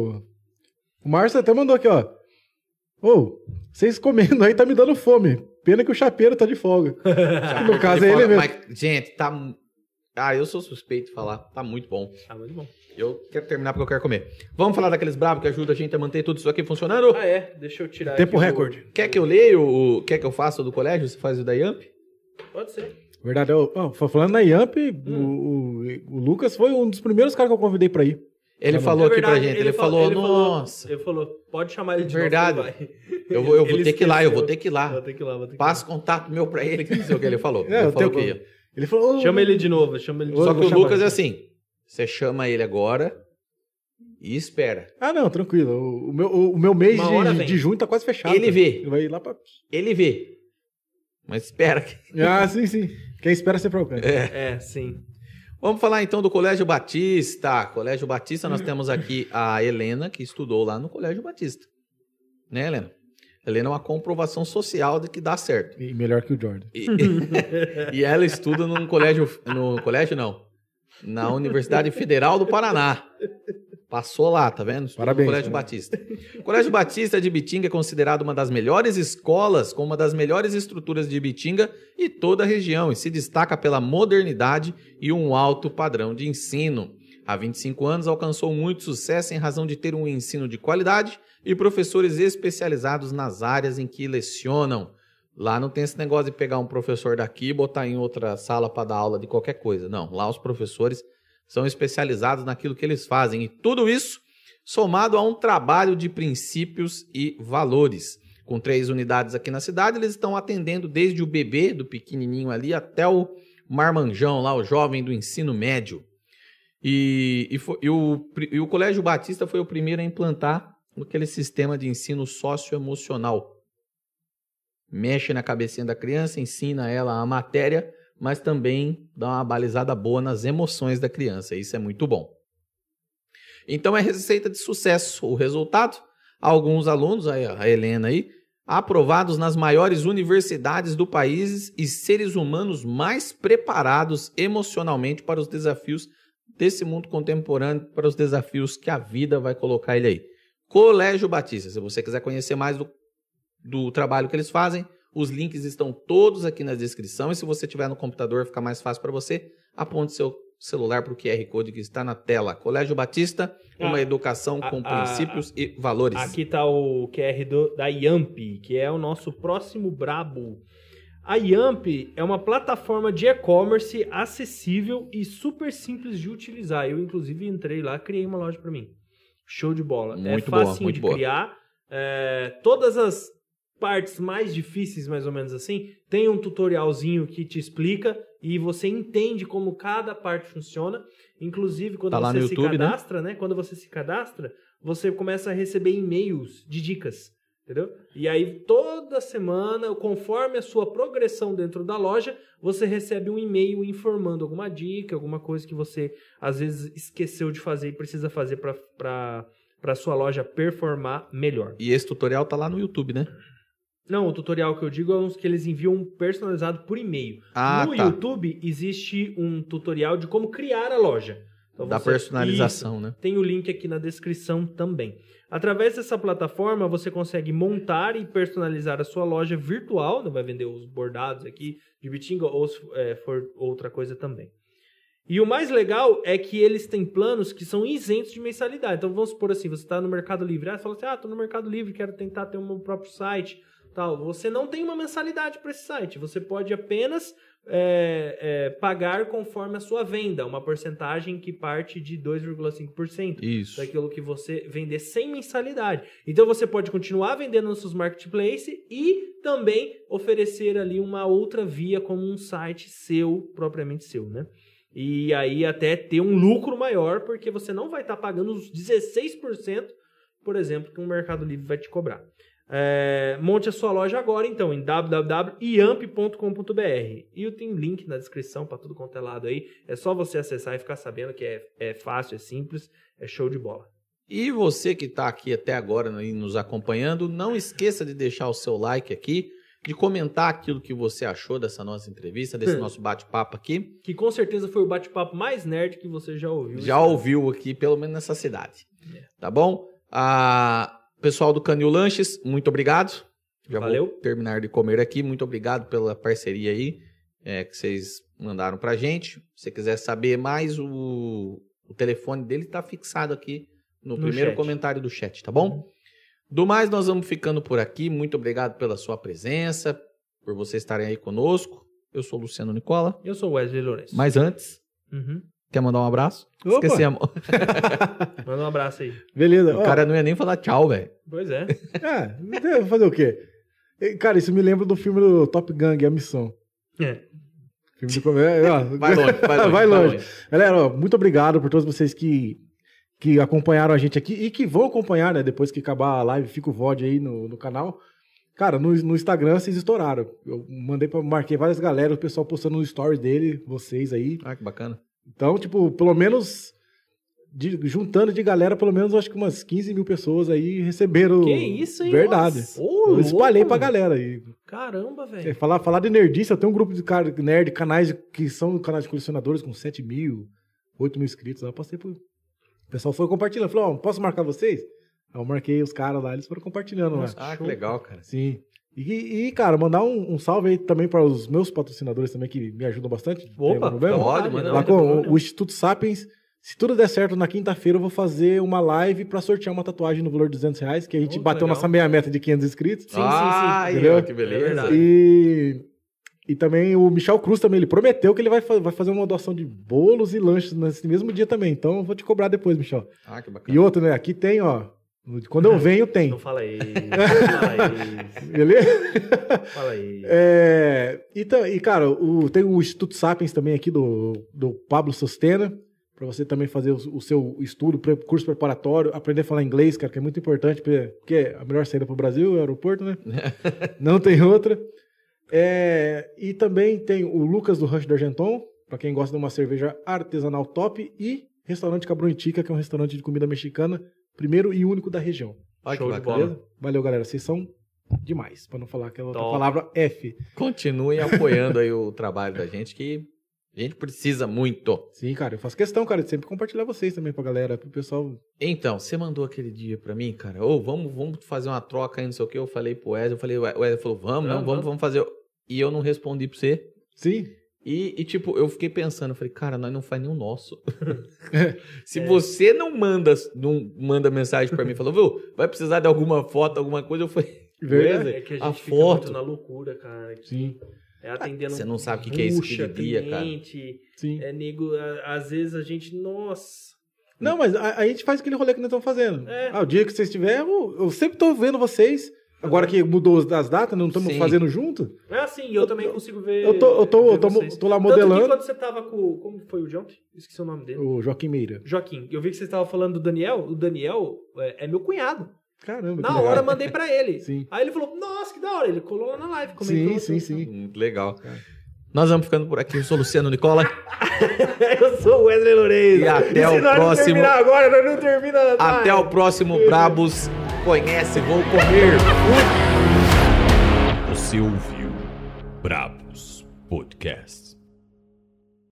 O Márcio até mandou aqui, ó. Ô, vocês comendo aí tá me dando fome. Pena que o chapeiro tá de folga. No caso é ele mesmo. Mas, gente, tá... Ah, eu sou suspeito de falar. Tá muito bom. Ah, muito bom. Eu quero terminar porque eu quero comer. Vamos falar daqueles bravos que ajudam a gente a manter tudo isso aqui funcionando? Ah, é? Deixa eu tirar Tempo aqui recorde. Quer que eu leia Quer que eu faça o do colégio? Você faz o da Yamp? Pode ser. Verdade, falando na Yamp, o Lucas foi um dos primeiros caras que eu convidei pra ir. Ele Tá falou É aqui verdade, pra gente. Ele falou, nossa, Ele falou, pode chamar ele de Verdade. novo. que ele vai. eu vou Ele ter que ir lá, eu vou esqueceu. ter que ir lá. Vou ter que ir lá, vou ter que ir Passa contato meu pra ele, que não sei o que ele falou. É, Ele eu falou tenho- que ia. Ele falou... lá. Chama ele de novo, chama ele de Só Só novo. que o chamar. Lucas é assim, você chama ele agora e espera. Ah, não, tranquilo. O meu mês Uma hora vem. de junho tá quase fechado. Ele cara. vê. Ele vai ir lá pra... Ele vê, mas espera. Ah, sim. Quem espera sempre alcança. É, sim. Vamos falar então do Colégio Batista. Colégio Batista, nós temos aqui a Helena, que estudou lá no Colégio Batista. Né, Helena? Helena é uma comprovação social de que dá certo. E melhor que o Jordan. E ela estuda num colégio... No colégio, não. Na Universidade Federal do Paraná. Passou lá, tá vendo? Estudou Parabéns, no Colégio né? Batista. O Colégio Batista de Ibitinga é considerado uma das melhores escolas, com uma das melhores estruturas de Ibitinga e toda a região, e se destaca pela modernidade e um alto padrão de ensino. Há 25 anos alcançou muito sucesso em razão de ter um ensino de qualidade e professores especializados nas áreas em que lecionam. Lá não tem esse negócio de pegar um professor daqui e botar em outra sala para dar aula de qualquer coisa. Não, lá os professores são especializados naquilo que eles fazem. E tudo isso somado a um trabalho de princípios e valores. Com 3 unidades aqui na cidade, eles estão atendendo desde o bebê, do pequenininho ali, até o marmanjão lá, o jovem do ensino médio. E o Colégio Batista foi o primeiro a implantar aquele sistema de ensino socioemocional. Mexe na cabecinha da criança, ensina ela a matéria, mas também dá uma balizada boa nas emoções da criança. Isso é muito bom. Então é receita de sucesso. O resultado, alguns alunos, a Helena aí, aprovados nas maiores universidades do país e seres humanos mais preparados emocionalmente para os desafios desse mundo contemporâneo para os desafios que a vida vai colocar ele aí. Colégio Batista, se você quiser conhecer mais do trabalho que eles fazem, os links estão todos aqui na descrição, e se você tiver no computador, fica mais fácil para você, aponte seu celular para o QR Code que está na tela. Colégio Batista, uma educação com princípios e valores. Aqui está o QR da Yamp, que é o nosso próximo brabo. A Yamp é uma plataforma de e-commerce acessível e super simples de utilizar. Eu, inclusive, entrei lá, criei uma loja para mim. Show de bola. Muito facinho boa, muito de boa. criar. Todas as partes mais difíceis, mais ou menos assim, tem um tutorialzinho que te explica e você entende como cada parte funciona. Inclusive, quando Tá lá você no se YouTube, cadastra, né? Quando você se cadastra, você começa a receber e-mails de dicas, entendeu? E aí, toda semana, conforme a sua progressão dentro da loja, você recebe um e-mail informando alguma dica, alguma coisa que você, às vezes, esqueceu de fazer e precisa fazer para a sua loja performar melhor. E esse tutorial tá lá no YouTube, né? Não, o tutorial que eu digo é uns que eles enviam personalizado por e-mail. No Tá. YouTube existe um tutorial de como criar a loja. Então, Da personalização, né? Tem o link aqui na descrição também. Através dessa plataforma, você consegue montar e personalizar a sua loja virtual. Não vai vender os bordados aqui de Bitinga ou se for outra coisa também. E o mais legal é que eles têm planos que são isentos de mensalidade. Então, vamos supor assim, você está no Mercado Livre. Você fala assim, estou no Mercado Livre, quero tentar ter o meu próprio site. Tal. Você não tem uma mensalidade para esse site. Você pode apenas pagar conforme a sua venda. Uma porcentagem que parte de 2,5%. Isso. Daquilo que você vender sem mensalidade. Então, você pode continuar vendendo nos seus marketplaces e também oferecer ali uma outra via como um site seu, propriamente seu, né? E aí até ter um lucro maior, porque você não vai estar pagando os 16%, por exemplo, que o Mercado Livre vai te cobrar. Monte a sua loja agora, então, em www.iamp.com.br. E tem link na descrição para tudo quanto é lado aí. É só você acessar e ficar sabendo que é fácil, é simples, é show de bola. E você que está aqui até agora nos acompanhando, não esqueça de deixar o seu like aqui, de comentar aquilo que você achou dessa nossa entrevista, desse nosso bate-papo aqui. Que com certeza foi o bate-papo mais nerd que você já ouviu. Já ouviu aqui, pelo menos nessa cidade. Tá bom? Pessoal do Canil Lanches, muito obrigado. Já Valeu. vou terminar de comer aqui. Muito obrigado pela parceria aí que vocês mandaram pra gente. Se você quiser saber mais, o telefone dele tá fixado aqui no primeiro chat. comentário do chat, tá bom? Do mais, nós vamos ficando por aqui. Muito obrigado pela sua presença, por vocês estarem aí conosco. Eu sou o Luciano Nicola. Eu sou o WesleyLourenço. Mas antes, quer mandar um abraço? Opa! Esquecemos. Manda um abraço aí. Beleza. O cara não ia nem falar tchau, velho. Pois é. Fazer o quê? Cara, isso me lembra do filme do Top Gun, A Missão. Filme de comédia. Vai longe, vai longe. Vai longe. Galera, ó, muito obrigado por todos vocês que acompanharam a gente aqui e que vão acompanhar, né? Depois que acabar a live, fica o VOD aí no canal. Cara, no Instagram vocês estouraram. Eu marquei várias galera, o pessoal postando no story dele, vocês aí. Ah, que bacana. Então, tipo, pelo menos, juntando de galera, pelo menos acho que umas 15 mil pessoas aí receberam. Que isso, hein? Verdade. Nossa. Ô, Eu espalhei louco, pra galera aí. Caramba, velho. Falar de nerdice, eu tenho um grupo de nerd, canais que são canais de colecionadores com 7 mil, 8 mil inscritos. Eu passei por... O pessoal foi compartilhando. Falou, posso marcar vocês? Aí eu marquei os caras lá, eles foram compartilhando lá. Ah, que legal, cara. Sim. E, cara, mandar um salve aí também para os meus patrocinadores também, que me ajudam bastante. Opa, Tem problema? pode, manda. Lá com o Instituto Sapiens. Se tudo der certo, na quinta-feira eu vou fazer uma live para sortear uma tatuagem no valor de R$200, que a gente bateu legal. nossa meia meta de 500 inscritos. Sim, Ai, Entendeu? ó, que beleza. É verdade. E também o Michel Cruz também, ele prometeu que ele vai fazer uma doação de bolos e lanches nesse mesmo dia também. Então eu vou te cobrar depois, Michel. Ah, que bacana. E outra, né? Aqui tem, ó. Quando eu venho, tem. Não fala aí. Não fala aí. Beleza? Fala aí. E, cara, tem o Instituto Sapiens também aqui do Pablo Sostena, para você também fazer o seu estudo, curso preparatório, aprender a falar inglês, cara, que é muito importante, porque a melhor saída para o Brasil é o aeroporto, né? Não tem outra. E também tem o Lucas do Rush do Argenton, para quem gosta de uma cerveja artesanal top, e Restaurante Cabrão e Tica, que é um restaurante de comida mexicana, primeiro e único da região. Olha que Show de bacana. bola. Beleza? Valeu, galera. Vocês são demais, para não falar aquela outra Top. palavra F. Continuem apoiando aí o trabalho da gente, que A gente precisa muito. Sim, cara, eu faço questão, cara, de sempre compartilhar vocês também pra galera, pro pessoal. Então, você mandou aquele dia pra mim, cara, vamos fazer uma troca aí, não sei o que, eu falei pro Wesley, o Wesley falou, vamos fazer, e eu não respondi pra você, Sim. e tipo, eu fiquei pensando, eu falei, cara, nós não faz nenhum nosso. Se você não manda mensagem pra mim, falou, viu, vai precisar de alguma foto, alguma coisa, eu falei, Verdade. Wesley, É que a a gente fica foto, muito na loucura, cara. Sim. É atendendo. você não sabe o que é isso que dia, cara. cliente, Sim. é nego, às vezes a gente, nossa. Não, mas a gente faz aquele rolê que nós estamos fazendo. É. O dia que vocês estiverem, eu sempre tô vendo vocês. Agora que mudou as datas, não estamos Sim. fazendo junto. É assim, eu também consigo ver. Eu tô ver vocês. lá Tanto modelando. que quando você tava com. Como foi o Jump? Esqueci o nome dele. O Joaquim Meira. Joaquim. Eu vi que você estava falando do Daniel. O Daniel é meu cunhado. Caramba, que Na legal. hora mandei pra ele. Sim. Aí ele falou, nossa, que da hora. Ele colou lá na live, comentou. Sim. Muito legal. Nós vamos ficando por aqui, eu sou o Luciano Nicola. Eu sou o Wesley Lourenço. E até se o nós próximo- não terminar agora, nós não termina Até o próximo Brabos Conhece, vou comer. Você ouviu Brabos Podcast.